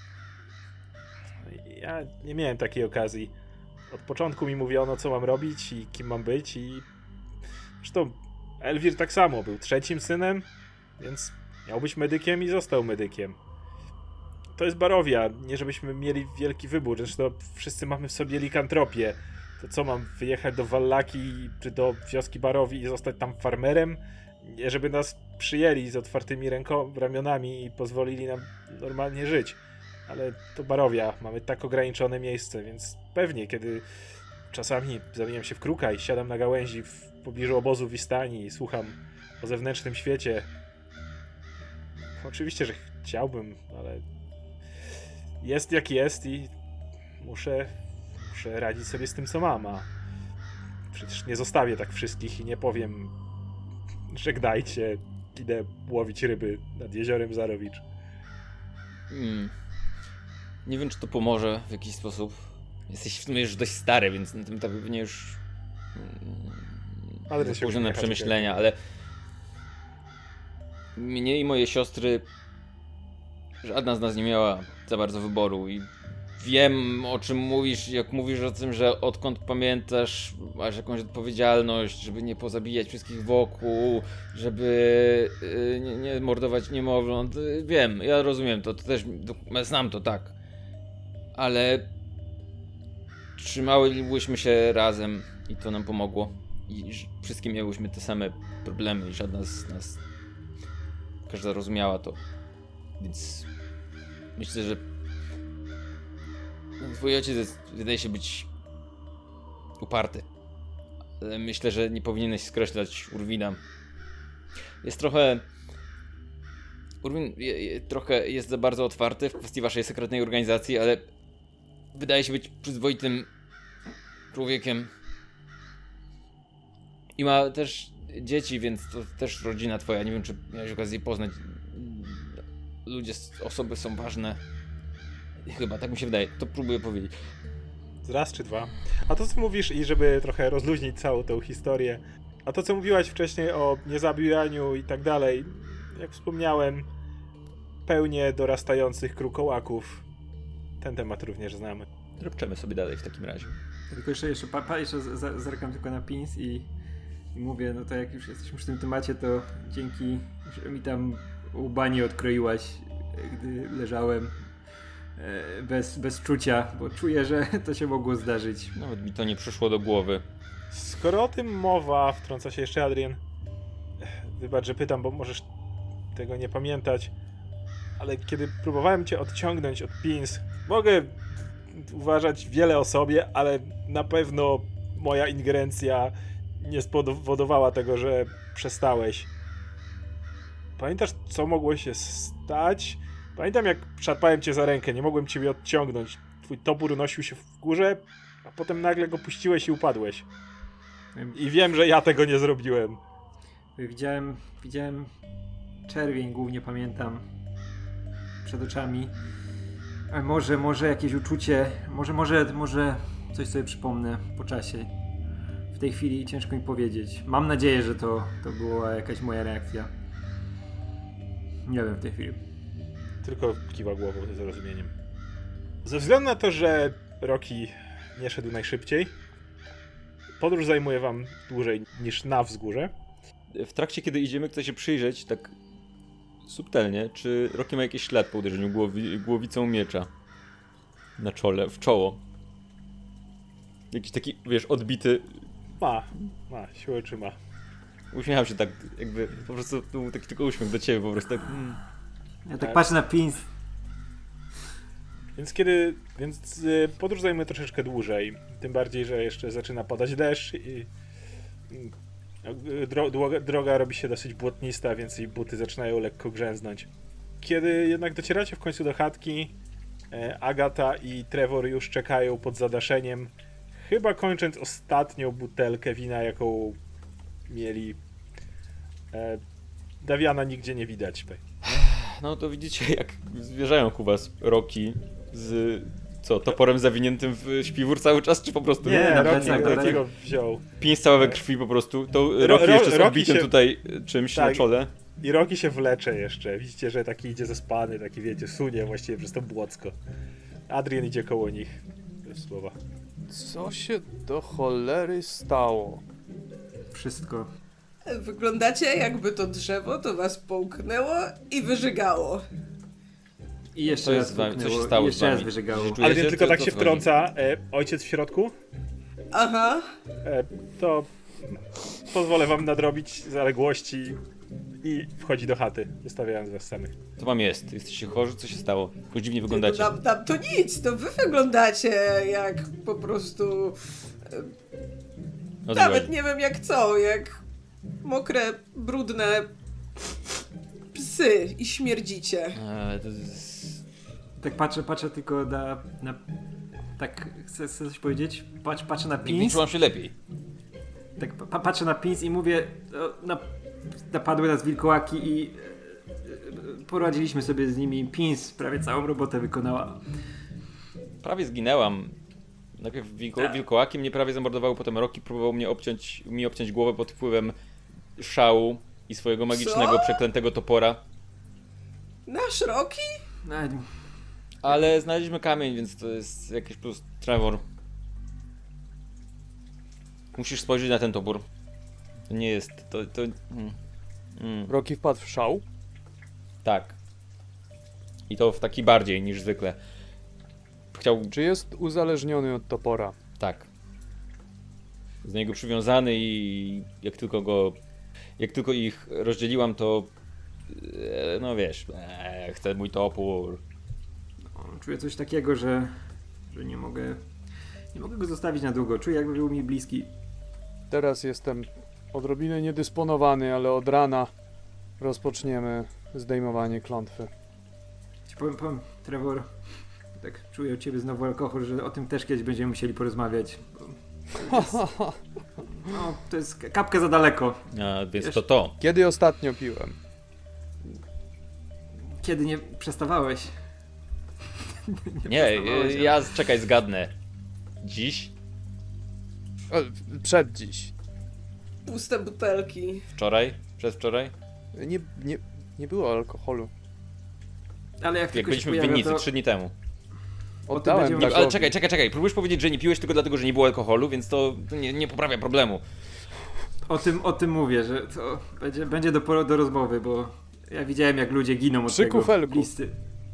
Ja nie miałem takiej okazji. Od początku mi mówiono, co mam robić i kim mam być i zresztą Elwir tak samo, był trzecim synem, więc miał być medykiem i został medykiem. To jest Barowia, nie żebyśmy mieli wielki wybór, zresztą wszyscy mamy w sobie likantropię. To co, mam wyjechać do Wallaki czy do wioski Barowi i zostać tam farmerem? Nie, żeby nas przyjęli z otwartymi ramionami i pozwolili nam normalnie żyć. Ale to Barowia, mamy tak ograniczone miejsce, więc pewnie, kiedy czasami zamieniam się w kruka i siadam na gałęzi w pobliżu obozu Wistani i słucham o zewnętrznym świecie. Oczywiście, że chciałbym, ale jest jak jest i muszę radzić sobie z tym, co mam, a przecież nie zostawię tak wszystkich i nie powiem żegnajcie, idę łowić ryby nad jeziorem Zarowicz. Nie wiem, czy to pomoże w jakiś sposób. Jesteś w sumie już dość stary, więc na tym etapie pewnie już Ale to się późne uśmiecha, przemyślenia, ale mnie i moje siostry żadna z nas nie miała za bardzo wyboru i wiem, o czym mówisz, jak mówisz o tym, że odkąd pamiętasz, masz jakąś odpowiedzialność, żeby nie pozabijać wszystkich wokół, żeby nie mordować niemowląt. Wiem, ja rozumiem to też, znam to, tak. Ale trzymałyśmy się razem i to nam pomogło. I wszystkie miałyśmy te same problemy i żadna z nas, każda rozumiała to. Więc myślę, że twój ojciec wydaje się być uparty. Ale myślę, że nie powinieneś skreślać Urwina. Jest trochę... Urwin trochę jest za bardzo otwarty w kwestii waszej sekretnej organizacji, ale wydaje się być przyzwoitym człowiekiem. I ma też dzieci, więc to też rodzina twoja. Nie wiem, czy miałeś okazję poznać. Osoby są ważne. Chyba, tak mi się wydaje. To próbuję powiedzieć. Raz czy dwa. A to, co mówisz, i żeby trochę rozluźnić całą tą historię, a to, co mówiłaś wcześniej o niezabijaniu i tak dalej, jak wspomniałem, pełnię dorastających krukołaków. Ten temat również znamy. Robczymy sobie dalej w takim razie. Tylko jeszcze zerkam tylko na pins i mówię, no to jak już jesteśmy przy tym temacie, to dzięki, że mi tam łba odkroiłaś, gdy leżałem bez czucia, bo czuję, że to się mogło zdarzyć. Nawet mi to nie przyszło do głowy. Skoro o tym mowa, wtrąca się jeszcze Adrian. Wybacz, że pytam, bo możesz tego nie pamiętać, ale kiedy próbowałem cię odciągnąć od pins, mogę uważać wiele o sobie, ale na pewno moja ingerencja nie spowodowała tego, że przestałeś. Pamiętasz, co mogło się stać? Pamiętam, jak szarpałem cię za rękę, nie mogłem ciebie odciągnąć. Twój topór unosił się w górze, a potem nagle go puściłeś i upadłeś. I wiem, że ja tego nie zrobiłem. Widziałem czerwień, głównie pamiętam, przed oczami. A może jakieś uczucie, może coś sobie przypomnę po czasie. W tej chwili ciężko mi powiedzieć. Mam nadzieję, że to była jakaś moja reakcja. Nie wiem w tej chwili. Tylko kiwa głową ze zrozumieniem. Ze względu na to, że Rocky nie szedł najszybciej, podróż zajmuje wam dłużej niż na wzgórze. W trakcie, kiedy idziemy, chcę się przyjrzeć tak subtelnie, czy Rocky ma jakiś ślad po uderzeniu głowicą miecza na czole, w czoło. Jakiś taki, wiesz, odbity. Ma, siłę czy ma. Uśmiecham się tak, jakby po prostu to był taki tylko uśmiech do ciebie, po prostu tak. Ja tak patrzę na pins. Więc podróż zajmuje troszeczkę dłużej. Tym bardziej, że jeszcze zaczyna padać deszcz i droga robi się dosyć błotnista, więc i buty zaczynają lekko grzęznąć. Kiedy jednak docieracie w końcu do chatki, Agata i Trevor już czekają pod zadaszeniem, chyba kończąc ostatnią butelkę wina, jaką mieli. Dawiana nigdzie nie widać. No to widzicie, jak zwierzają ku was Rocky z toporem zawiniętym w śpiwór cały czas, czy po prostu Nie, Rocky go wziął. pięć całe we krwi po prostu. To Rocky jeszcze z Rocky odbitym się- tutaj czymś Tak. na czole. I Rocky się wlecze jeszcze. Widzicie, że taki idzie zespany, taki wiecie, sunie właściwie przez to błocko. Adrian idzie koło nich. Bez słowa. Co się do cholery stało? Wszystko. Wyglądacie, jakby to drzewo to was połknęło i wyżygało. I jeszcze Co jest raz z wami? Co puknęło, się stało i z jeszcze raz wami? wyżygało. Czujecie, Adrian tylko co- tak co się wchodzi? wtrąca. Ojciec w środku? Aha. To pozwolę wam nadrobić zaległości i wchodzi do chaty, zostawiając was samych. Co wam jest? Jesteście chorzy? Co się stało? Już dziwnie wyglądacie. Tam to nic, to wy wyglądacie jak po prostu... O co Nawet chodzi? nie wiem jak co, jak mokre, brudne psy i śmierdzicie. To jest... Tak patrzę tylko na tak, chcę coś powiedzieć? Patrzę na Nie pins. czułam się lepiej. Tak patrzę na pins i mówię, napadły nas wilkołaki i poradziliśmy sobie z nimi. Pins prawie całą robotę wykonała. Prawie zginęłam. Najpierw wilkołaki mnie prawie zamordowały, potem Rocky próbował mi obciąć głowę pod wpływem szału i swojego magicznego, przeklętego topora. Nasz Rocky? Nawet Ale znaleźliśmy kamień, więc to jest jakiś plus. Trevor. Musisz spojrzeć na ten topór. To nie jest... Rocky wpadł w szał? Tak. I to w taki bardziej niż zwykle. Chciał... Czy jest uzależniony od topora? Tak. Z niego przywiązany i jak tylko ich rozdzieliłam, to no wiesz, chcę mój topór. czuję coś takiego, że nie mogę go zostawić na długo. Czuję, jakby był mi bliski. Teraz jestem odrobinę niedysponowany, ale od rana rozpoczniemy zdejmowanie klątwy. Ci powiem, Trevor, tak czuję u ciebie znowu alkohol, że o tym też kiedyś będziemy musieli porozmawiać. To jest kapkę za daleko. A, więc Wiesz- to. Kiedy ostatnio piłem? Kiedy nie przestawałeś? Nie, przestawałeś, ja czekaj, zgadnę. Dziś? Przed dziś. Puste butelki. Wczoraj? Przedwczoraj? Nie było alkoholu. Ale jak Jak tylko się byliśmy w pojawia, winnicy to 3 dni temu. Oddałem będziemy- Nie, Dagowi. ale czekaj, próbujesz powiedzieć, że nie piłeś tylko dlatego, że nie było alkoholu, więc to nie poprawia problemu. o tym mówię, że to będzie do rozmowy, bo ja widziałem, jak ludzie giną od Przy tego. kufelku. Bliscy.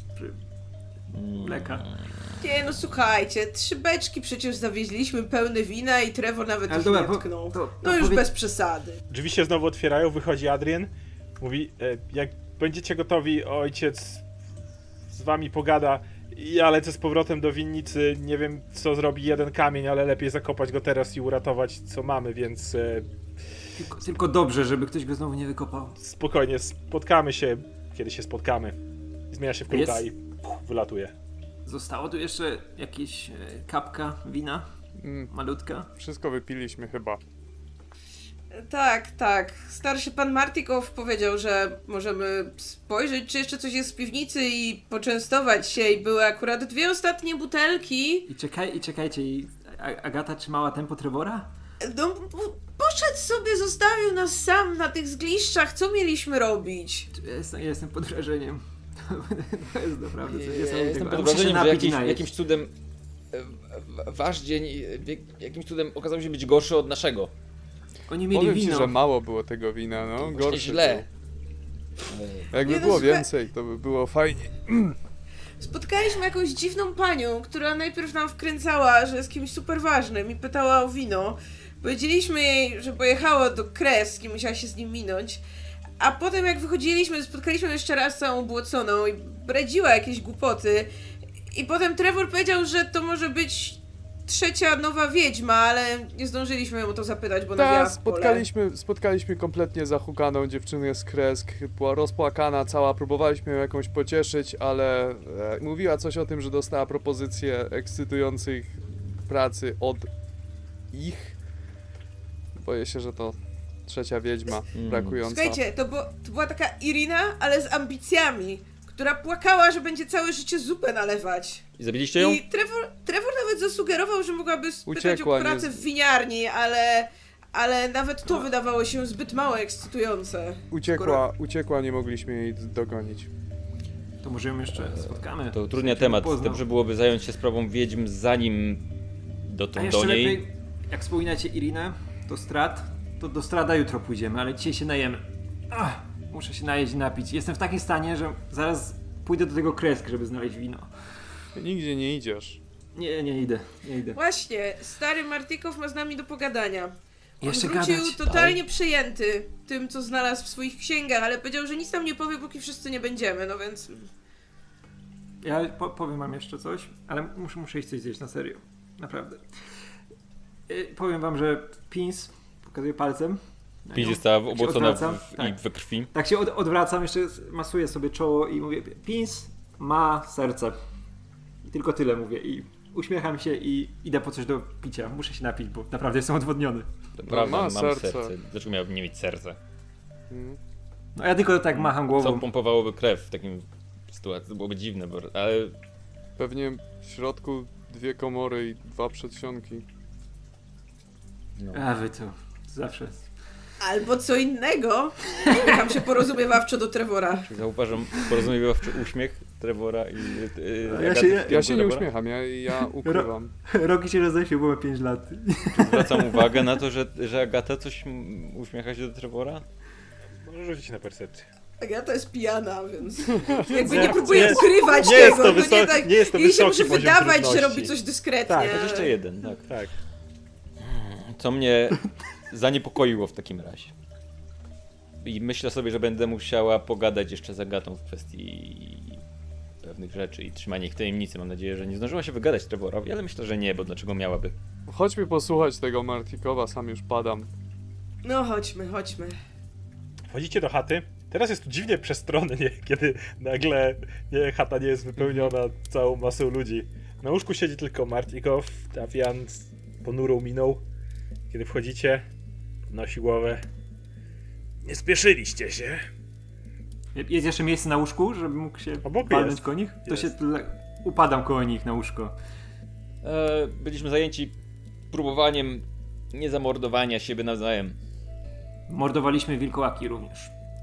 Mleka. Nie no słuchajcie, 3 beczki przecież zawieźliśmy pełne wina i Trevor nawet Ale ich dobra, nie tknął. to No już powiedz- bez przesady. Drzwi się znowu otwierają, wychodzi Adrian. Mówi, jak będziecie gotowi, ojciec z wami pogada. Ja lecę z powrotem do winnicy, nie wiem co zrobi jeden kamień, ale lepiej zakopać go teraz i uratować co mamy, więc Tylko dobrze, żeby ktoś go znowu nie wykopał. spokojnie, spotkamy się, kiedy się spotkamy. Zmienia się w kruka Jest? i wylatuje. Zostało tu jeszcze jakieś kapka wina? Malutka? Wszystko wypiliśmy chyba. Tak, tak. Starszy pan Martikow powiedział, że możemy spojrzeć, czy jeszcze coś jest w piwnicy i poczęstować się. I były akurat 2 ostatnie butelki. I czekajcie, Agata trzymała tempo Trevora? No, poszedł sobie, zostawił nas sam na tych zgliszczach. Co mieliśmy robić? Ja jestem pod wrażeniem. To jest naprawdę coś Ja niesamowitego. jestem Ale pod muszę się wrażeniem, że napić i najeść. jakimś cudem wasz dzień jakimś cudem okazał się być gorszy od naszego. Oni mieli Powiem ci, wino. że mało było tego wina, no. Właśnie Gorszy źle. był. Jakby Nie, no, było słuchaj- więcej, to by było fajnie. Spotkaliśmy jakąś dziwną panią, która najpierw nam wkręcała, że jest kimś super ważnym i pytała o wino. Powiedzieliśmy jej, że pojechała do Kreski, musiała się z nim minąć. A potem jak wychodziliśmy, spotkaliśmy ją jeszcze raz całą ubłoconą i bredziła jakieś głupoty. I potem Trevor powiedział, że to może być 3. nowa wiedźma, ale nie zdążyliśmy ją o to zapytać, bo nawiała Tak, w pole. spotkaliśmy kompletnie zahukaną dziewczynę z Kresk. Była rozpłakana cała, próbowaliśmy ją jakąś pocieszyć, ale mówiła coś o tym, że dostała propozycję ekscytujących pracy od ich. Boję się, że to 3. wiedźma brakująca. Słuchajcie, to była taka Irina, ale z ambicjami, która płakała, że będzie całe życie zupę nalewać. I zabiliście ją? I Trevor nawet zasugerował, że mogłaby spytać Uciekła, o pracę nie- w winiarni, ale nawet to wydawało się zbyt mało ekscytujące. Uciekła, nie mogliśmy jej dogonić. To może ją jeszcze spotkamy. To utrudnia Żeby temat. poznał. Dobrze byłoby zająć się sprawą wiedźm, zanim A dotąd jeszcze do niej. lepiej, jak wspominacie Irinę, to do Strada jutro pójdziemy, ale dzisiaj się najemy. Muszę się najeść i napić. Jestem w takim stanie, że zaraz pójdę do tego Kresk, żeby znaleźć wino. Ty nigdzie nie idziesz. Nie idę. Właśnie, stary Martikow ma z nami do pogadania. On Jeszcze wrócił gadać. totalnie przejęty tym, co znalazł w swoich księgach, ale powiedział, że nic nam nie powie, póki wszyscy nie będziemy, no więc... Ja powiem wam jeszcze coś, ale muszę iść coś zjeść na serio. Naprawdę. Powiem wam, że Pins pokazuje palcem. na Pięć nią. została Tak się obłocona odwracam. i Tak. we krwi. Tak się odwracam, jeszcze masuję sobie czoło i mówię: Pins ma serce. I tylko tyle mówię. I uśmiecham się i idę po coś do picia. Muszę się napić, bo naprawdę jestem odwodniony. To No, prawda, ma mam serce. serce. Dlaczego miałbym nie mieć serca? Mm. No ja tylko tak macham Co głową. pompowałoby krew w takim sytuacji? To byłoby dziwne, ale Pewnie w środku 2 komory i 2 przedsionki. no. A wy to zawsze. Albo co innego. Uśmiecham się porozumiewawczo do Trevora. Zauważam porozumiewawczy uśmiech Trevora i Ja Agaty się- w Ja się nie Trevora. uśmiecham, ja ukrywam. Roki się rozeszły, było 5 lat. Zwracam uwagę na to, że Agata coś uśmiecha się do Trevora. Możesz rzucić na percepcję. Agata jest pijana, więc jakby nie próbuje nie- ukrywać nie jest tego. to tak, nie jest to jej się wysoki może poziom wydawać, że trudności. robi coś dyskretnie. Tak, To jeszcze jeden, tak. Tak. Co mnie zaniepokoiło w takim razie. I myślę sobie, że będę musiała pogadać jeszcze z Agatą w kwestii pewnych rzeczy i trzymania ich w tajemnicy. Mam nadzieję, że nie zdążyła się wygadać Trevorowi, ale myślę, że nie, bo dlaczego miałaby? Chodźmy posłuchać tego Martikowa, sam już padam. No chodźmy. Wchodzicie do chaty. Teraz jest tu dziwnie przestronnie, kiedy nagle chata nie jest wypełniona całą masą ludzi. Na łóżku siedzi tylko Martikow, Tavian z ponurą miną. Kiedy wchodzicie, podnosi głowę. Nie spieszyliście się. Jest jeszcze miejsce na łóżku, żeby mógł się Obok walnąć jest. koło nich? To Jest. się upadam koło nich na łóżko. Byliśmy zajęci próbowaniem niezamordowania siebie nawzajem. Mordowaliśmy wilkołaki również.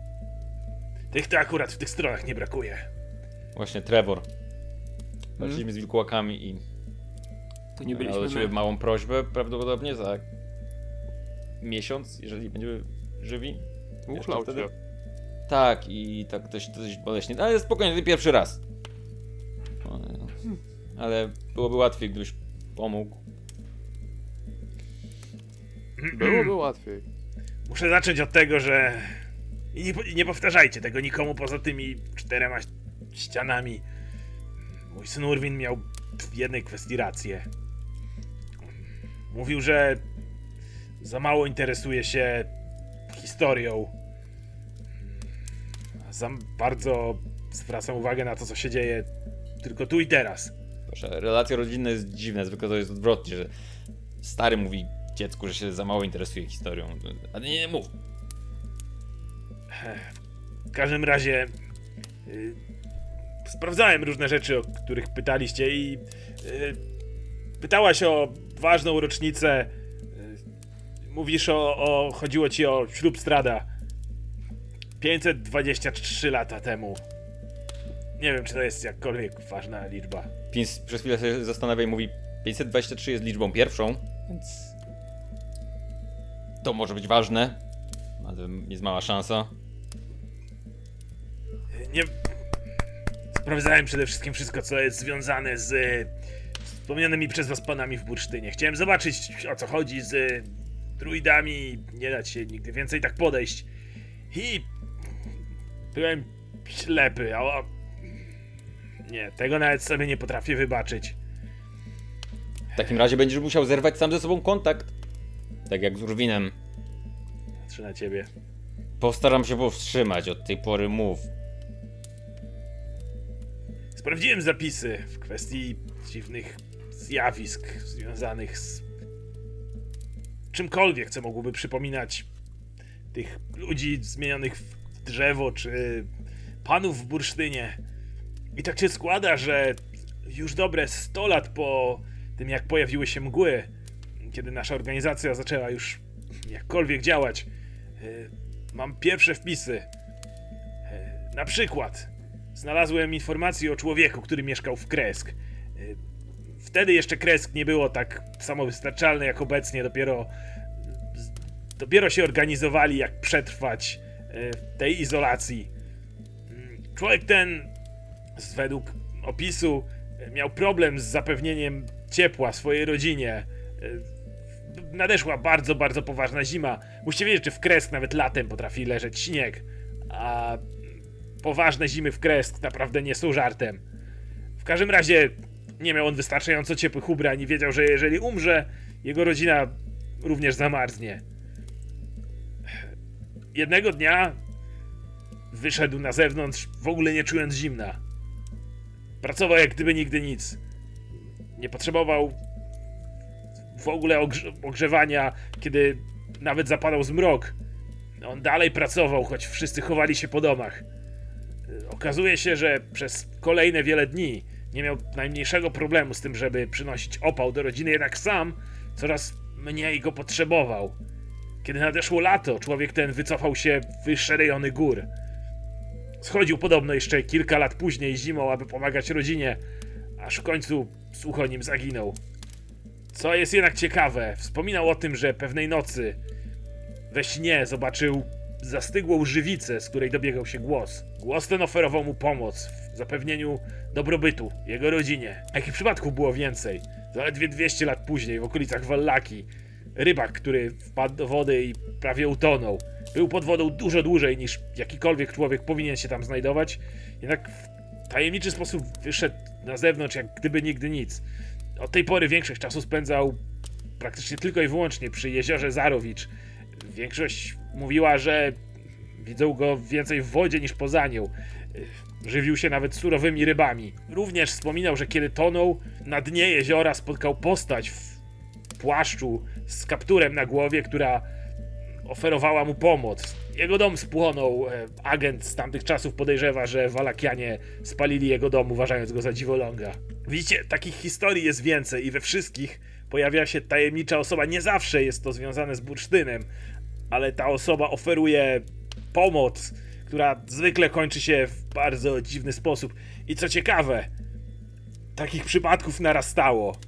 Tych to akurat w tych stronach nie brakuje. Właśnie Trevor. Walczyliśmy z wilkołakami i To nie miałem byliśmy do ciebie my. małą prośbę, prawdopodobnie za miesiąc, jeżeli będziemy żywi. Uchlał wtedy? cię. Tak, i tak dość boleśnie. Ale spokojnie, to pierwszy raz. Ale byłoby łatwiej, gdybyś pomógł. Byłoby łatwiej. Muszę zacząć od tego, że... I nie powtarzajcie tego nikomu poza tymi 4 ścianami. Mój syn Urwin miał w jednej kwestii rację. Mówił, że za mało interesuje się historią. A za bardzo zwracam uwagę na to, co się dzieje tylko tu i teraz. Proszę, relacja rodzinna jest dziwna, zwykle to jest odwrotnie, że stary mówi dziecku, że się za mało interesuje historią. Ale nie mów. W każdym razie sprawdzałem różne rzeczy, o których pytaliście i pytałaś o ważną rocznicę. Mówisz chodziło ci o ślub Strada 523 lata temu. Nie wiem, czy to jest jakkolwiek ważna liczba. Pins przez chwilę się zastanawia i mówi 523 jest liczbą pierwszą, więc to może być ważne, ale jest mała szansa. Nie... Sprawdzałem przede wszystkim wszystko, co jest związane z wspomnianymi przez was panami w bursztynie. Chciałem zobaczyć, o co chodzi z druidami, nie dać się nigdy więcej tak podejść. I byłem ślepy, nie, tego nawet sobie nie potrafię wybaczyć. W takim razie będziesz musiał zerwać sam ze sobą kontakt. Tak jak z Urwinem. Patrzę na ciebie. Postaram się powstrzymać, od tej pory mów. Sprawdziłem zapisy w kwestii dziwnych zjawisk związanych z czymkolwiek, co mogłoby przypominać tych ludzi zmienionych w drzewo, czy panów w bursztynie. I tak się składa, że już dobre 100 lat po tym, jak pojawiły się mgły, kiedy nasza organizacja zaczęła już jakkolwiek działać, mam pierwsze wpisy. Na przykład znalazłem informację o człowieku, który mieszkał w Kresk. Wtedy jeszcze Kresk nie było tak samowystarczalne jak obecnie, dopiero się organizowali, jak przetrwać tej izolacji. Człowiek ten, według opisu, miał problem z zapewnieniem ciepła swojej rodzinie. Nadeszła bardzo, bardzo poważna zima. Musicie wiedzieć, że w Kresk nawet latem potrafi leżeć śnieg, a poważne zimy w Kresk naprawdę nie są żartem. W każdym razie nie miał on wystarczająco ciepłych ubrań i wiedział, że jeżeli umrze, jego rodzina również zamarznie. Jednego dnia wyszedł na zewnątrz, w ogóle nie czując zimna. Pracował jak gdyby nigdy nic. Nie potrzebował w ogóle ogrzewania, kiedy nawet zapadał zmrok. On dalej pracował, choć wszyscy chowali się po domach. Okazuje się, że przez kolejne wiele dni nie miał najmniejszego problemu z tym, żeby przynosić opał do rodziny, jednak sam coraz mniej go potrzebował. Kiedy nadeszło lato, człowiek ten wycofał się w wyższe rejony gór. Schodził podobno jeszcze kilka lat później zimą, aby pomagać rodzinie, aż w końcu słuch o nim zaginął. Co jest jednak ciekawe, wspominał o tym, że pewnej nocy we śnie zobaczył zastygłą żywicę, z której dobiegał się głos. Głos ten oferował mu pomoc w zapewnieniu dobrobytu jego rodzinie. Jakich przypadków było więcej. Zaledwie 200 lat później, w okolicach Wallaki, rybak, który wpadł do wody i prawie utonął. Był pod wodą dużo dłużej niż jakikolwiek człowiek powinien się tam znajdować, jednak w tajemniczy sposób wyszedł na zewnątrz jak gdyby nigdy nic. Od tej pory większość czasu spędzał praktycznie tylko i wyłącznie przy jeziorze Zarowicz. Większość mówiła, że widzą go więcej w wodzie niż poza nią. Żywił się nawet surowymi rybami. Również wspominał, że kiedy tonął, na dnie jeziora spotkał postać w płaszczu z kapturem na głowie, która oferowała mu pomoc. Jego dom spłonął. Agent z tamtych czasów podejrzewa, że Wallakianie spalili jego dom, uważając go za dziwoląga. Widzicie, takich historii jest więcej i we wszystkich pojawia się tajemnicza osoba. Nie zawsze jest to związane z bursztynem, ale ta osoba oferuje pomoc, która zwykle kończy się w bardzo dziwny sposób. I co ciekawe, takich przypadków narastało.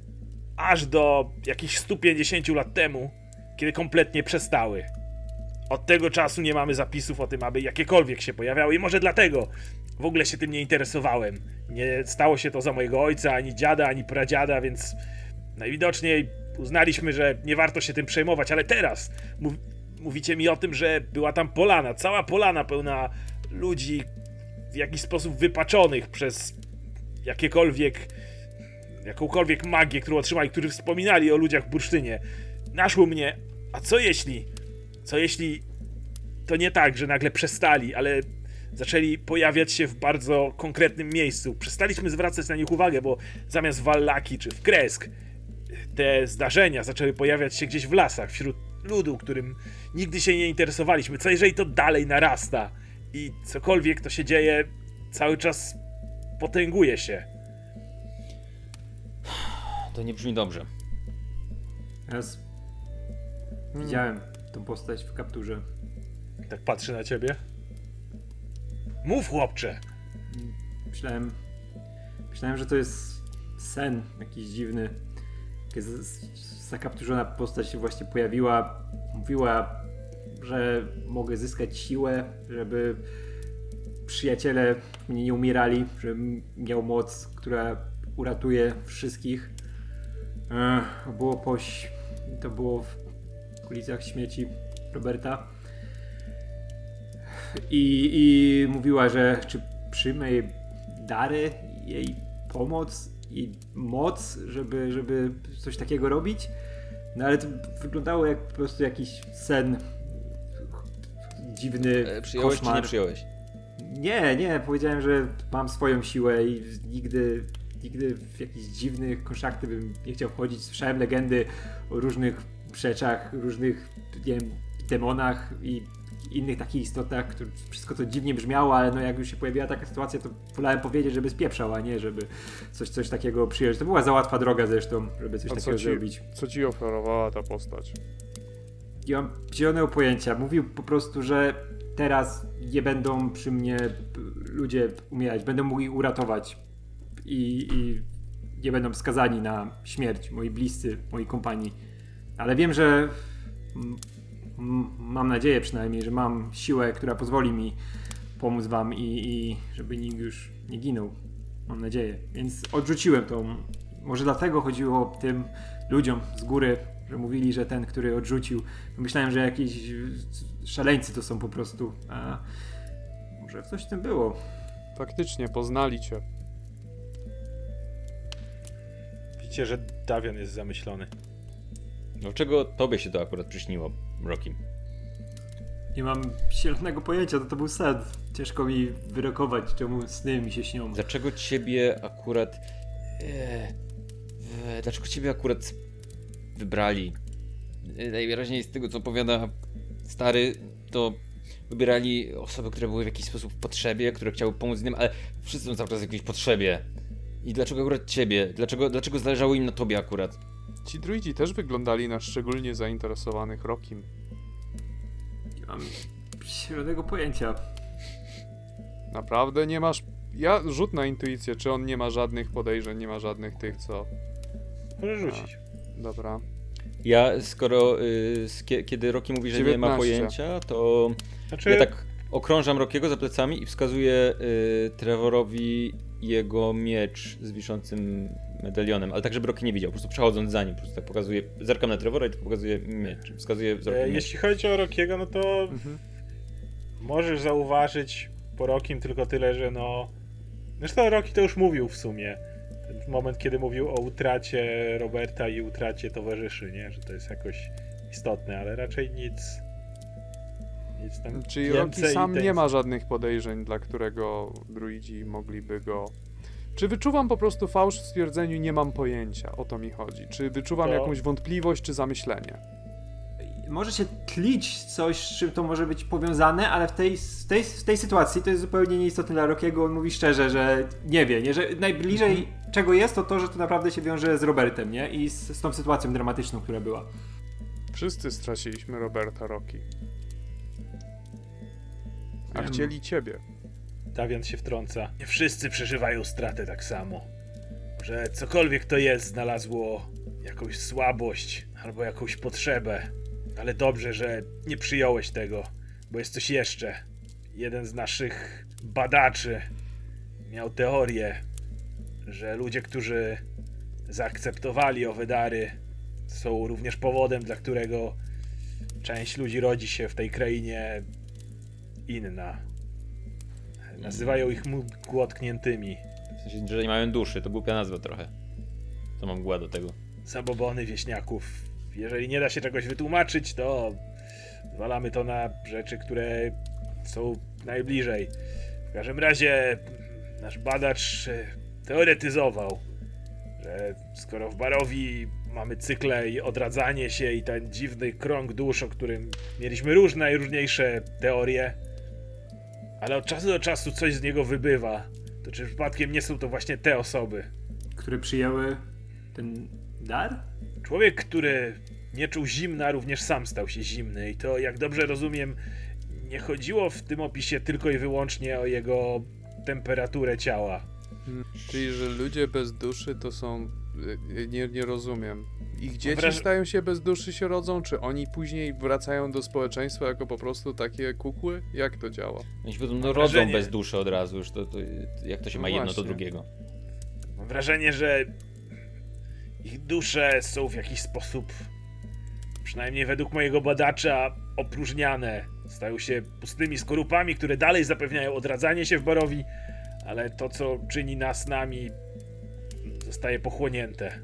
Aż do jakichś 150 lat temu, kiedy kompletnie przestały. Od tego czasu nie mamy zapisów o tym, aby jakiekolwiek się pojawiały i może dlatego w ogóle się tym nie interesowałem. Nie stało się to za mojego ojca, ani dziada, ani pradziada, więc najwidoczniej uznaliśmy, że nie warto się tym przejmować, ale teraz mówicie mi o tym, że była tam polana, cała polana pełna ludzi w jakiś sposób wypaczonych przez jakąkolwiek magię, którą otrzymali, którzy wspominali o ludziach w bursztynie, naszło mnie, a co jeśli to nie tak, że nagle przestali, ale zaczęli pojawiać się w bardzo konkretnym miejscu. Przestaliśmy zwracać na nich uwagę, bo zamiast w Wallaki czy w Kresk te zdarzenia zaczęły pojawiać się gdzieś w lasach, wśród ludu, którym nigdy się nie interesowaliśmy. Co jeżeli to dalej narasta i cokolwiek to się dzieje, cały czas potęguje się? To nie brzmi dobrze. Raz widziałem tą postać w kapturze. Tak patrzy na ciebie. Mów, chłopcze! Myślałem, że to jest sen jakiś dziwny. Jakaś zakapturzona postać się właśnie pojawiła. Mówiła, że mogę zyskać siłę, żeby przyjaciele mnie nie umierali, żebym miał moc, która uratuje wszystkich. To było w okolicach śmierci Roberta. I mówiła, że czy przyjmę jej dary, jej pomoc i moc, żeby coś takiego robić. No ale to wyglądało jak po prostu jakiś sen, dziwny Przyjąłeś koszmar. czy nie przyjąłeś? Nie, powiedziałem, że mam swoją siłę i nigdy w jakieś dziwne konszachty bym nie chciał wchodzić. Słyszałem legendy o różnych rzeczach, różnych, nie wiem, demonach i innych takich istotach, które wszystko to dziwnie brzmiało, ale no jak już się pojawiła taka sytuacja, to wolałem powiedzieć, żeby spieprzał, a nie żeby coś takiego przyjąć. To była za łatwa droga zresztą, żeby coś takiego zrobić. Co ci oferowała ta postać? Nie mam zielonego pojęcia. Mówił po prostu, że teraz nie będą przy mnie ludzie umierać, będę mógł ich uratować i nie będą skazani na śmierć, moi bliscy, moi kompanii. Ale wiem, że mam nadzieję przynajmniej, że mam siłę, która pozwoli mi pomóc wam i żeby nikt już nie ginął. Mam nadzieję. Więc odrzuciłem tą. Może dlatego chodziło tym ludziom z góry, że mówili, że ten, który odrzucił. Myślałem, że jakieś szaleńcy to są po prostu. A może coś w tym było. Faktycznie, poznali cię. Widzicie, że Dawian jest zamyślony. Dlaczego tobie się to akurat przyśniło, Rocky? Nie mam zielonego pojęcia, to był sen. Ciężko mi wyrokować, czemu sny mi się śnią. Dlaczego ciebie akurat... dlaczego ciebie akurat wybrali? Najwyraźniej z tego, co opowiada stary, to wybierali osoby, które były w jakiś sposób w potrzebie, które chciały pomóc innym, ale wszyscy są cały czas w jakiejś potrzebie. I dlaczego akurat ciebie? Dlaczego zależało im na tobie akurat? Ci druidzi też wyglądali na szczególnie zainteresowanych Rokim. Nie mam zielonego pojęcia. Naprawdę nie masz... Rzut na intuicję, czy on nie ma żadnych podejrzeń, nie ma żadnych tych, co... Możesz rzucić. Dobra. Ja, skoro kiedy Rocky mówi, że 19. nie ma pojęcia, to Znaczy, ja tak okrążam Rockiego za plecami i wskazuję Trevorowi jego miecz z wiszącym medalionem, ale tak, żeby Rocky nie widział, po prostu przechodząc za nim, po prostu tak pokazuję, zerkam na Trevora i tak pokazuję miecz, wskazuję wzrokiem miecz. jeśli chodzi o Rockiego, no to możesz zauważyć po Rockim tylko tyle, że no... Zresztą Rocky to już mówił w sumie. Ten moment, kiedy mówił o utracie Roberta i utracie towarzyszy, nie? Że to jest jakoś istotne, ale raczej nic tam Czyli więcej Rocky sam tej- nie ma żadnych podejrzeń, dla którego druidzi mogliby go... Czy wyczuwam po prostu fałsz w stwierdzeniu nie mam pojęcia, o to mi chodzi? Czy wyczuwam To- jakąś wątpliwość czy zamyślenie? Może się tlić coś, z czym to może być powiązane, ale w tej sytuacji to jest zupełnie nieistotne dla Rockiego. On mówi szczerze, że nie wie, nie? Że najbliżej czego jest, to, że to naprawdę się wiąże z Robertem, nie? I z tą sytuacją dramatyczną, która była. Wszyscy straciliśmy Roberta Rocky. A Wiem. chcieli ciebie. Dawian się wtrąca. Nie wszyscy przeżywają stratę tak samo. Że cokolwiek to jest, znalazło jakąś słabość albo jakąś potrzebę. Ale dobrze, że nie przyjąłeś tego, bo jest coś jeszcze. Jeden z naszych badaczy miał teorię, że ludzie, którzy zaakceptowali owe dary, są również powodem, dla którego część ludzi rodzi się w tej krainie inna. Nazywają ich mgłotkniętymi. sensie, że nie mają duszy, to głupia nazwa trochę. To mam mgła do tego. Zabobony wieśniaków. Jeżeli nie da się czegoś wytłumaczyć, to zwalamy to na rzeczy, które są najbliżej. W każdym razie nasz badacz teoretyzował, że skoro w Barowi mamy cykle i odradzanie się i ten dziwny krąg dusz, o którym mieliśmy różne najróżniejsze teorie, ale od czasu do czasu coś z niego wybywa, to czy przypadkiem nie są to właśnie te osoby? Które przyjęły ten dar? Człowiek, który nie czuł zimna, również sam stał się zimny i to, jak dobrze rozumiem, nie chodziło w tym opisie tylko i wyłącznie o jego temperaturę ciała. Czyli, że ludzie bez duszy to są... Nie rozumiem. Ich dzieci Wraż- stają się bez duszy, się rodzą, czy oni później wracają do społeczeństwa jako po prostu takie kukły? Jak to działa? Oni się podobno Mam rodzą wrażenie- bez duszy od razu, już to jak to się No ma jedno do właśnie. drugiego. Mam wrażenie, że ich dusze są w jakiś sposób, przynajmniej według mojego badacza, opróżniane. Stają się pustymi skorupami, które dalej zapewniają odradzanie się w Barowi, ale to, co czyni nas nami, zostaje pochłonięte.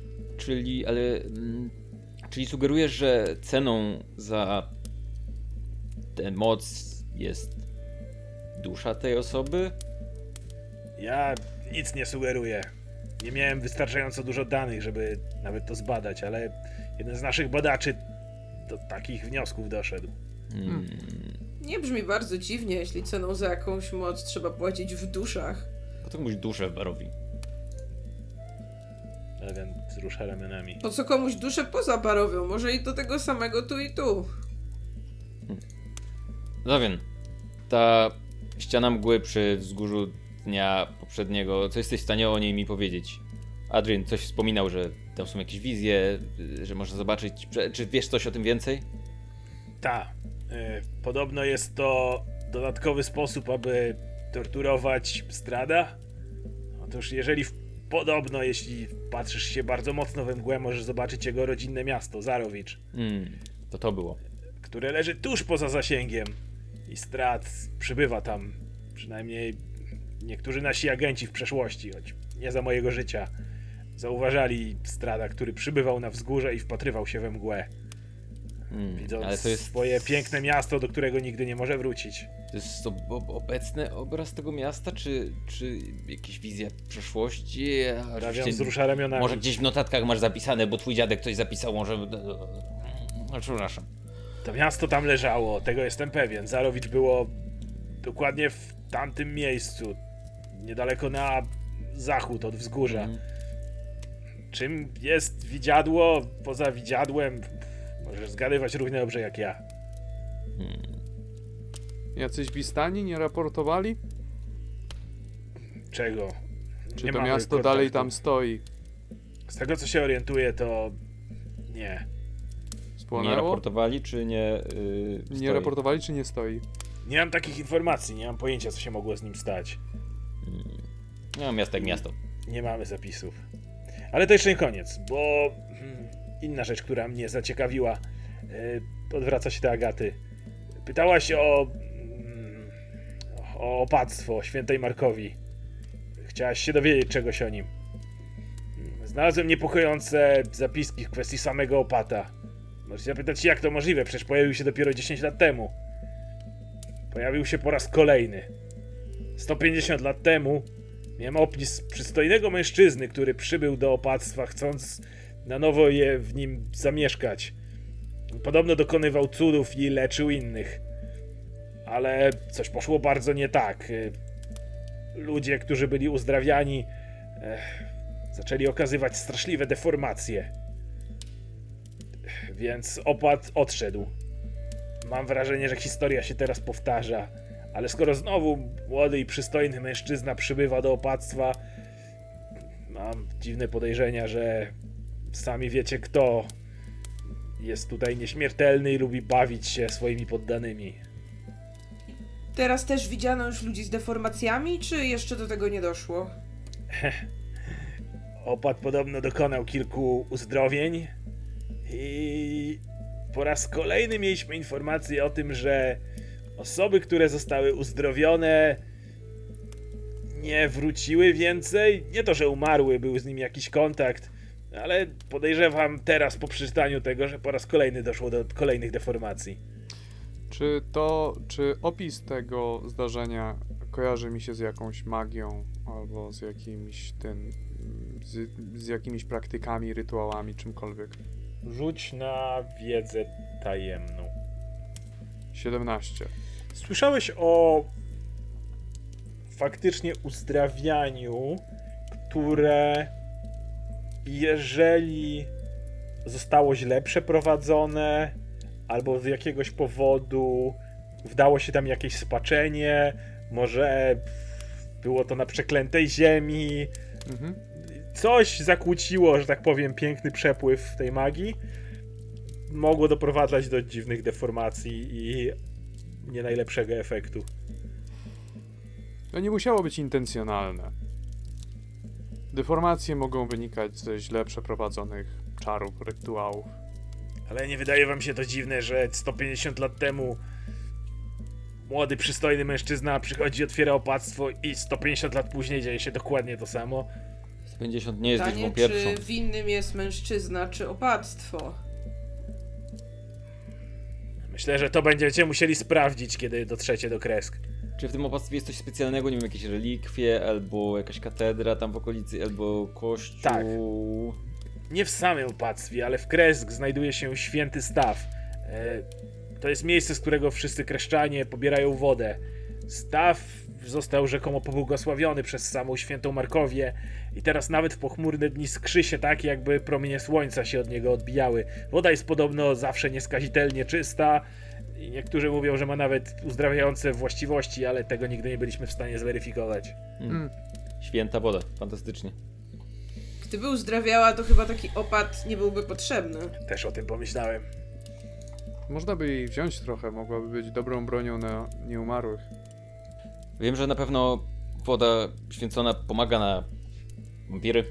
Czyli sugerujesz, że ceną za tę moc jest dusza tej osoby? Ja nic nie sugeruję. Nie miałem wystarczająco dużo danych, żeby nawet to zbadać, ale jeden z naszych badaczy do takich wniosków doszedł. Nie brzmi bardzo dziwnie, jeśli ceną za jakąś moc trzeba płacić w duszach. Po co komuś duszę w Barowi? Ewen wzrusza ramionami. Po co komuś duszę poza Barowią? Może i do tego samego tu i tu. Zawien, ta ściana mgły przy wzgórzu dnia poprzedniego, co jesteś w stanie o niej mi powiedzieć? Adrian coś wspominał, że tam są jakieś wizje, że można zobaczyć. Czy wiesz coś o tym więcej? Podobno jest to dodatkowy sposób, aby torturować Strada. Otóż podobno, jeśli patrzysz się bardzo mocno we mgłę, możesz zobaczyć jego rodzinne miasto, Zarowicz, To było. które leży tuż poza zasięgiem. I Strad przybywa tam, przynajmniej niektórzy nasi agenci w przeszłości, choć nie za mojego życia, zauważali Strada, który przybywał na wzgórze i wpatrywał się we mgłę. Widząc Ale to jest swoje piękne miasto, do którego nigdy nie może wrócić. To jest obecny obraz tego miasta, czy jakieś wizja przeszłości? Rawion wzrusza ramionami. Może gdzieś w notatkach masz zapisane, bo twój dziadek coś zapisał, może... Przepraszam. To miasto tam leżało, tego jestem pewien. Zarowicz było dokładnie w tamtym miejscu, niedaleko na zachód od wzgórza. Czym jest widziadło? Poza widziadłem możesz zgadywać równie dobrze jak ja. Jacyś Bistani nie raportowali? Czego? Czy Nie to mamy miasto kontaktu. dalej tam stoi? Z tego co się orientuję, to nie. Nie Spłonęło? raportowali, czy nie Nie stoi? raportowali, czy nie stoi? Nie mam takich informacji, nie mam pojęcia co się mogło z nim stać. No, miasto jak miasto. Nie mamy zapisów. Ale to jeszcze nie koniec, bo inna rzecz, która mnie zaciekawiła, odwraca się do Agaty. Pytałaś o opactwo świętej Markowi. Chciałaś się dowiedzieć czegoś o nim. Znalazłem niepokojące zapiski w kwestii samego opata. Możecie zapytać, jak to możliwe, przecież pojawił się dopiero 10 lat temu. Pojawił się po raz kolejny. 150 lat temu miałem opis przystojnego mężczyzny, który przybył do opactwa, chcąc na nowo je w nim zamieszkać. Podobno dokonywał cudów i leczył innych. Ale coś poszło bardzo nie tak. Ludzie, którzy byli uzdrawiani, zaczęli okazywać straszliwe deformacje. Więc opat odszedł. Mam wrażenie, że historia się teraz powtarza. Ale skoro znowu młody i przystojny mężczyzna przybywa do opactwa, mam dziwne podejrzenia, że sami wiecie kto jest tutaj nieśmiertelny i lubi bawić się swoimi poddanymi. Teraz też widziano już ludzi z deformacjami, czy jeszcze do tego nie doszło? Opat podobno dokonał kilku uzdrowień i po raz kolejny mieliśmy informację o tym, że osoby, które zostały uzdrowione, nie wróciły więcej. Nie to, że umarły, był z nimi jakiś kontakt, ale podejrzewam teraz po przeczytaniu tego, że po raz kolejny doszło do kolejnych deformacji. Czy opis tego zdarzenia kojarzy mi się z jakąś magią albo z jakimiś z jakimiś praktykami, rytuałami, czymkolwiek? Rzuć na wiedzę tajemną. 17. Słyszałeś o faktycznie uzdrawianiu, które jeżeli zostało źle przeprowadzone albo z jakiegoś powodu wdało się tam jakieś spaczenie, może było to na przeklętej ziemi, Mhm. coś zakłóciło, że tak powiem, piękny przepływ tej magii, mogło doprowadzać do dziwnych deformacji i nie najlepszego efektu. To nie musiało być intencjonalne. Deformacje mogą wynikać ze źle przeprowadzonych czarów, rytuałów. Ale nie wydaje wam się to dziwne, że 150 lat temu młody, przystojny mężczyzna przychodzi, otwiera opactwo i 150 lat później dzieje się dokładnie to samo? Z 50 nie jest Pytanie, liczbą pierwszą. czy winnym jest mężczyzna, czy opactwo? Myślę, że to będziecie musieli sprawdzić, kiedy dotrzecie do Kresk. Czy w tym opactwie jest coś specjalnego, nie wiem, jakieś relikwie, albo jakaś katedra tam w okolicy, albo kościół? Tak. Nie w samym opactwie, ale w Kresk znajduje się święty staw. To jest miejsce, z którego wszyscy kreszczanie pobierają wodę. Staw został rzekomo pobłogosławiony przez samą świętą Markowię i teraz nawet w pochmurne dni skrzy się tak, jakby promienie słońca się od niego odbijały. Woda jest podobno zawsze nieskazitelnie czysta i niektórzy mówią, że ma nawet uzdrawiające właściwości, ale tego nigdy nie byliśmy w stanie zweryfikować. Święta woda, fantastycznie. Gdyby uzdrawiała, to chyba taki opad nie byłby potrzebny. Też o tym pomyślałem. Można by jej wziąć trochę, mogłaby być dobrą bronią na nieumarłych. Wiem, że na pewno woda święcona pomaga na wampiry.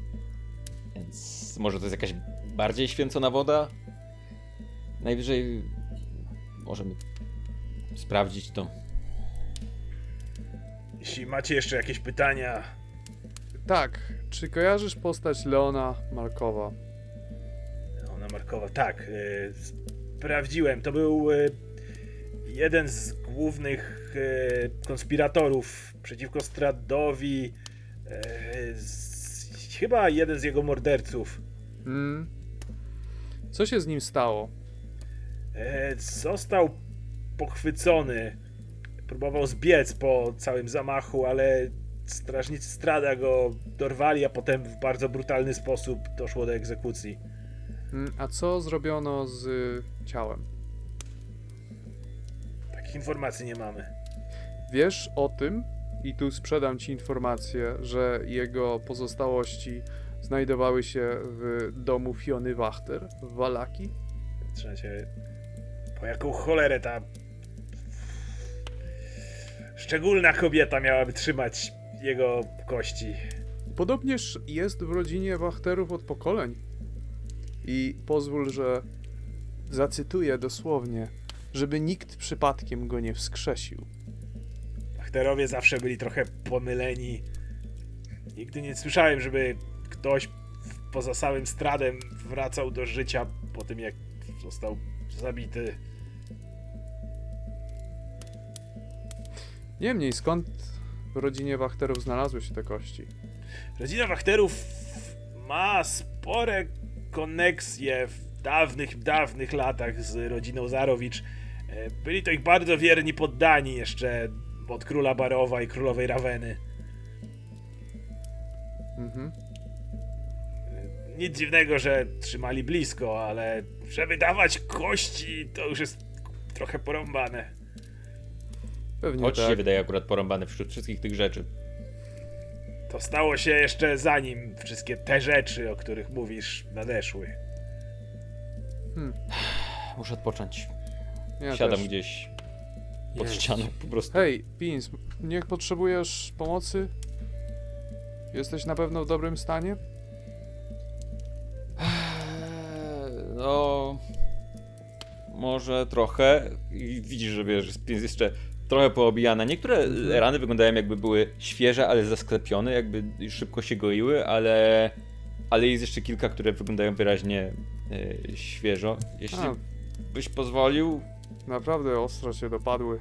Więc może to jest jakaś bardziej święcona woda? Najwyżej możemy sprawdzić to. Jeśli macie jeszcze jakieś pytania, Tak, czy kojarzysz postać Leona Markowa? ona Markowa, tak, sprawdziłem, to był jeden z głównych konspiratorów przeciwko Stradowi, chyba jeden z jego morderców. Co się z nim stało? Został pochwycony, próbował zbiec po całym zamachu, ale strażnicy Strada go dorwali, a potem w bardzo brutalny sposób doszło do egzekucji. A co zrobiono z ciałem? Takich informacji nie mamy. Wiesz o tym, i tu sprzedam ci informację, że jego pozostałości znajdowały się w domu Fiony Wachter w Wallaki? Trzeba się... Po jaką cholerę ta... szczególna kobieta miałaby trzymać jego kości. Podobnież jest w rodzinie Wachterów od pokoleń. I pozwól, że zacytuję dosłownie, żeby nikt przypadkiem go nie wskrzesił. Wachterowie zawsze byli trochę pomyleni. Nigdy nie słyszałem, żeby ktoś poza samym Stradem wracał do życia po tym, jak został zabity. Niemniej, skąd w rodzinie Wachterów znalazły się te kości? Rodzina Wachterów ma spore koneksje w dawnych latach z rodziną Zarowicz. Byli to ich bardzo wierni poddani jeszcze od króla Barowa i królowej Raweny. Nic dziwnego, że trzymali blisko, ale żeby dawać kości, to już jest trochę porąbane. Pewnie Choć tak. się wydaje akurat porąbany wśród wszystkich tych rzeczy. To stało się jeszcze zanim wszystkie te rzeczy, o których mówisz, nadeszły. Muszę odpocząć. Ja Siadam też. gdzieś pod ścianą po prostu. Hej, Pins, niech potrzebujesz pomocy? Jesteś na pewno w dobrym stanie? No... może trochę i widzisz, że wiesz, jest jeszcze trochę poobijana. Niektóre rany wyglądają jakby były świeże, ale zasklepione, jakby szybko się goiły, ale jest jeszcze kilka, które wyglądają wyraźnie świeżo. Jeśli byś pozwolił... Naprawdę ostro się dopadły.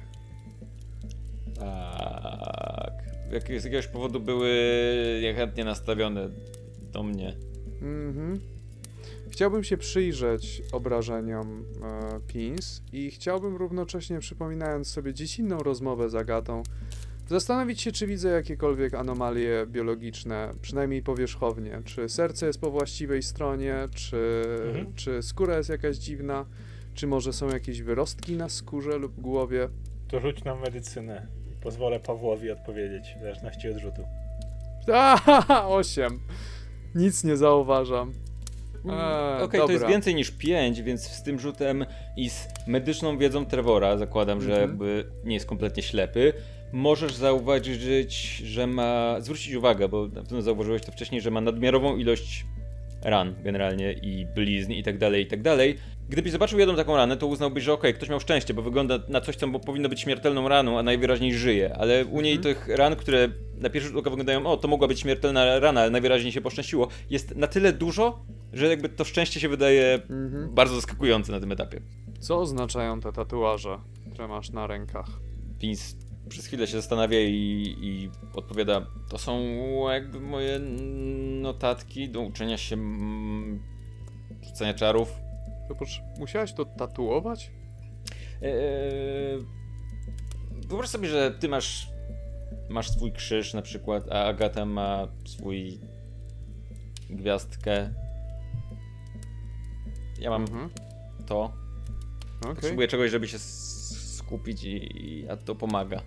Tak. Z jakiegoś powodu były niechętnie nastawione do mnie. Chciałbym się przyjrzeć obrażeniom Pins i chciałbym równocześnie, przypominając sobie dziecinną rozmowę z Agatą, zastanowić się, czy widzę jakiekolwiek anomalie biologiczne, przynajmniej powierzchownie. Czy serce jest po właściwej stronie, czy skóra jest jakaś dziwna, czy może są jakieś wyrostki na skórze lub głowie. To rzuć na medycynę. Pozwolę Pawłowi odpowiedzieć, w zależności od rzutu. 8. Nic nie zauważam. Okej, to jest więcej niż 5, więc z tym rzutem i z medyczną wiedzą Trevora, zakładam, że jakby nie jest kompletnie ślepy, możesz zauważyć, że ma... Zwrócić uwagę, bo na pewno zauważyłeś to wcześniej, że ma nadmiarową ilość ran generalnie i blizn i tak dalej, i tak dalej. Gdybyś zobaczył jedną taką ranę, to uznałbyś, że okej, ktoś miał szczęście, bo wygląda na coś, co powinno być śmiertelną raną, a najwyraźniej żyje. Ale u niej tych ran, które na pierwszy rzut oka wyglądają, to mogła być śmiertelna rana, ale najwyraźniej się poszczęściło, jest na tyle dużo, że jakby to szczęście się wydaje bardzo zaskakujące na tym etapie. Co oznaczają te tatuaże, które masz na rękach? Vince przez chwilę się zastanawia i odpowiada, to są jakby moje notatki do uczenia się rzucania czarów. Musiałeś to tatuować? Wyobraź sobie, że ty masz swój krzyż na przykład, a Agata ma swój gwiazdkę. Ja mam to. Okay. Potrzebuję czegoś, żeby się skupić a to pomaga.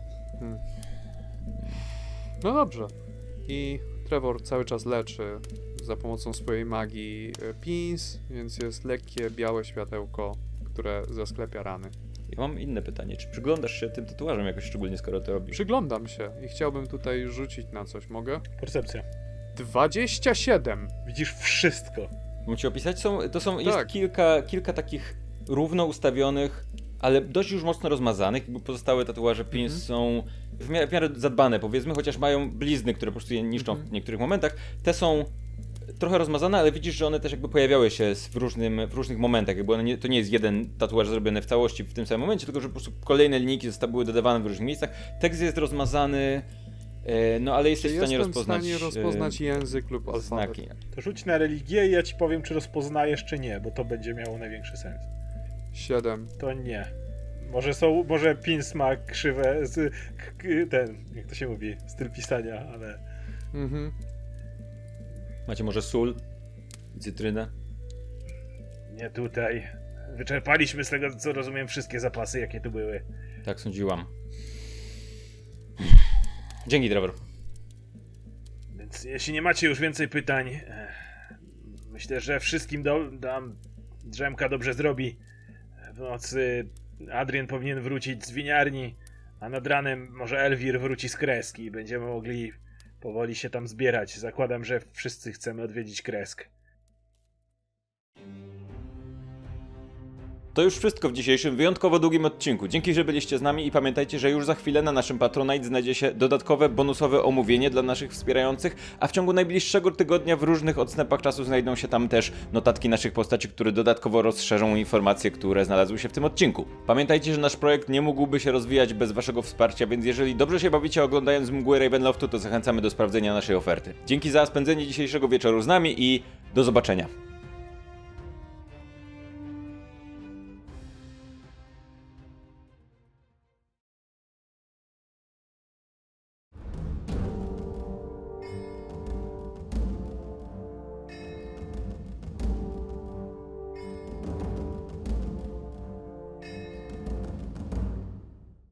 No dobrze. I Trevor cały czas leczy za pomocą swojej magii Pins, więc jest lekkie, białe światełko, które zasklepia rany. Ja mam inne pytanie. Czy przyglądasz się tym tatuażem jakoś szczególnie, skoro to robisz? Przyglądam się i chciałbym tutaj rzucić na coś. Mogę? Percepcja. 27. Widzisz wszystko. Mam ci opisać? Jest Tak. kilka takich równo ustawionych, ale dość już mocno rozmazanych. Jakby pozostałe tatuaże Pins są w miarę zadbane, powiedzmy, chociaż mają blizny, które po prostu je niszczą w niektórych momentach. Te są trochę rozmazane, ale widzisz, że one też jakby pojawiały się w różnych momentach. Jakby to nie jest jeden tatuaż zrobiony w całości w tym samym momencie, tylko że po prostu kolejne linijki były dodawane w różnych miejscach. Tekst jest rozmazany, no ale jesteś w stanie rozpoznać język lub alfabet. Znaki. To rzuć na religię i ja ci powiem, czy rozpoznajesz, czy nie, bo to będzie miało największy sens. 7. To nie. Może Pins ma krzywe, jak to się mówi, styl pisania, ale... Macie może sól, cytrynę? Nie tutaj. Wyczerpaliśmy z tego, co rozumiem, wszystkie zapasy, jakie tu były. Tak sądziłam. Dzięki, Trevor. Więc jeśli nie macie już więcej pytań, myślę, że wszystkim dam drzemka dobrze zrobi. W nocy Adrian powinien wrócić z winiarni, a nad ranem może Elwir wróci z kreski i będziemy mogli powoli się tam zbierać. Zakładam, że wszyscy chcemy odwiedzić kreskę. To już wszystko w dzisiejszym wyjątkowo długim odcinku. Dzięki, że byliście z nami i pamiętajcie, że już za chwilę na naszym Patronite znajdzie się dodatkowe, bonusowe omówienie dla naszych wspierających, a w ciągu najbliższego tygodnia w różnych odstępach czasu znajdą się tam też notatki naszych postaci, które dodatkowo rozszerzą informacje, które znalazły się w tym odcinku. Pamiętajcie, że nasz projekt nie mógłby się rozwijać bez waszego wsparcia, więc jeżeli dobrze się bawicie oglądając Mgły Ravenloftu, to zachęcamy do sprawdzenia naszej oferty. Dzięki za spędzenie dzisiejszego wieczoru z nami i do zobaczenia.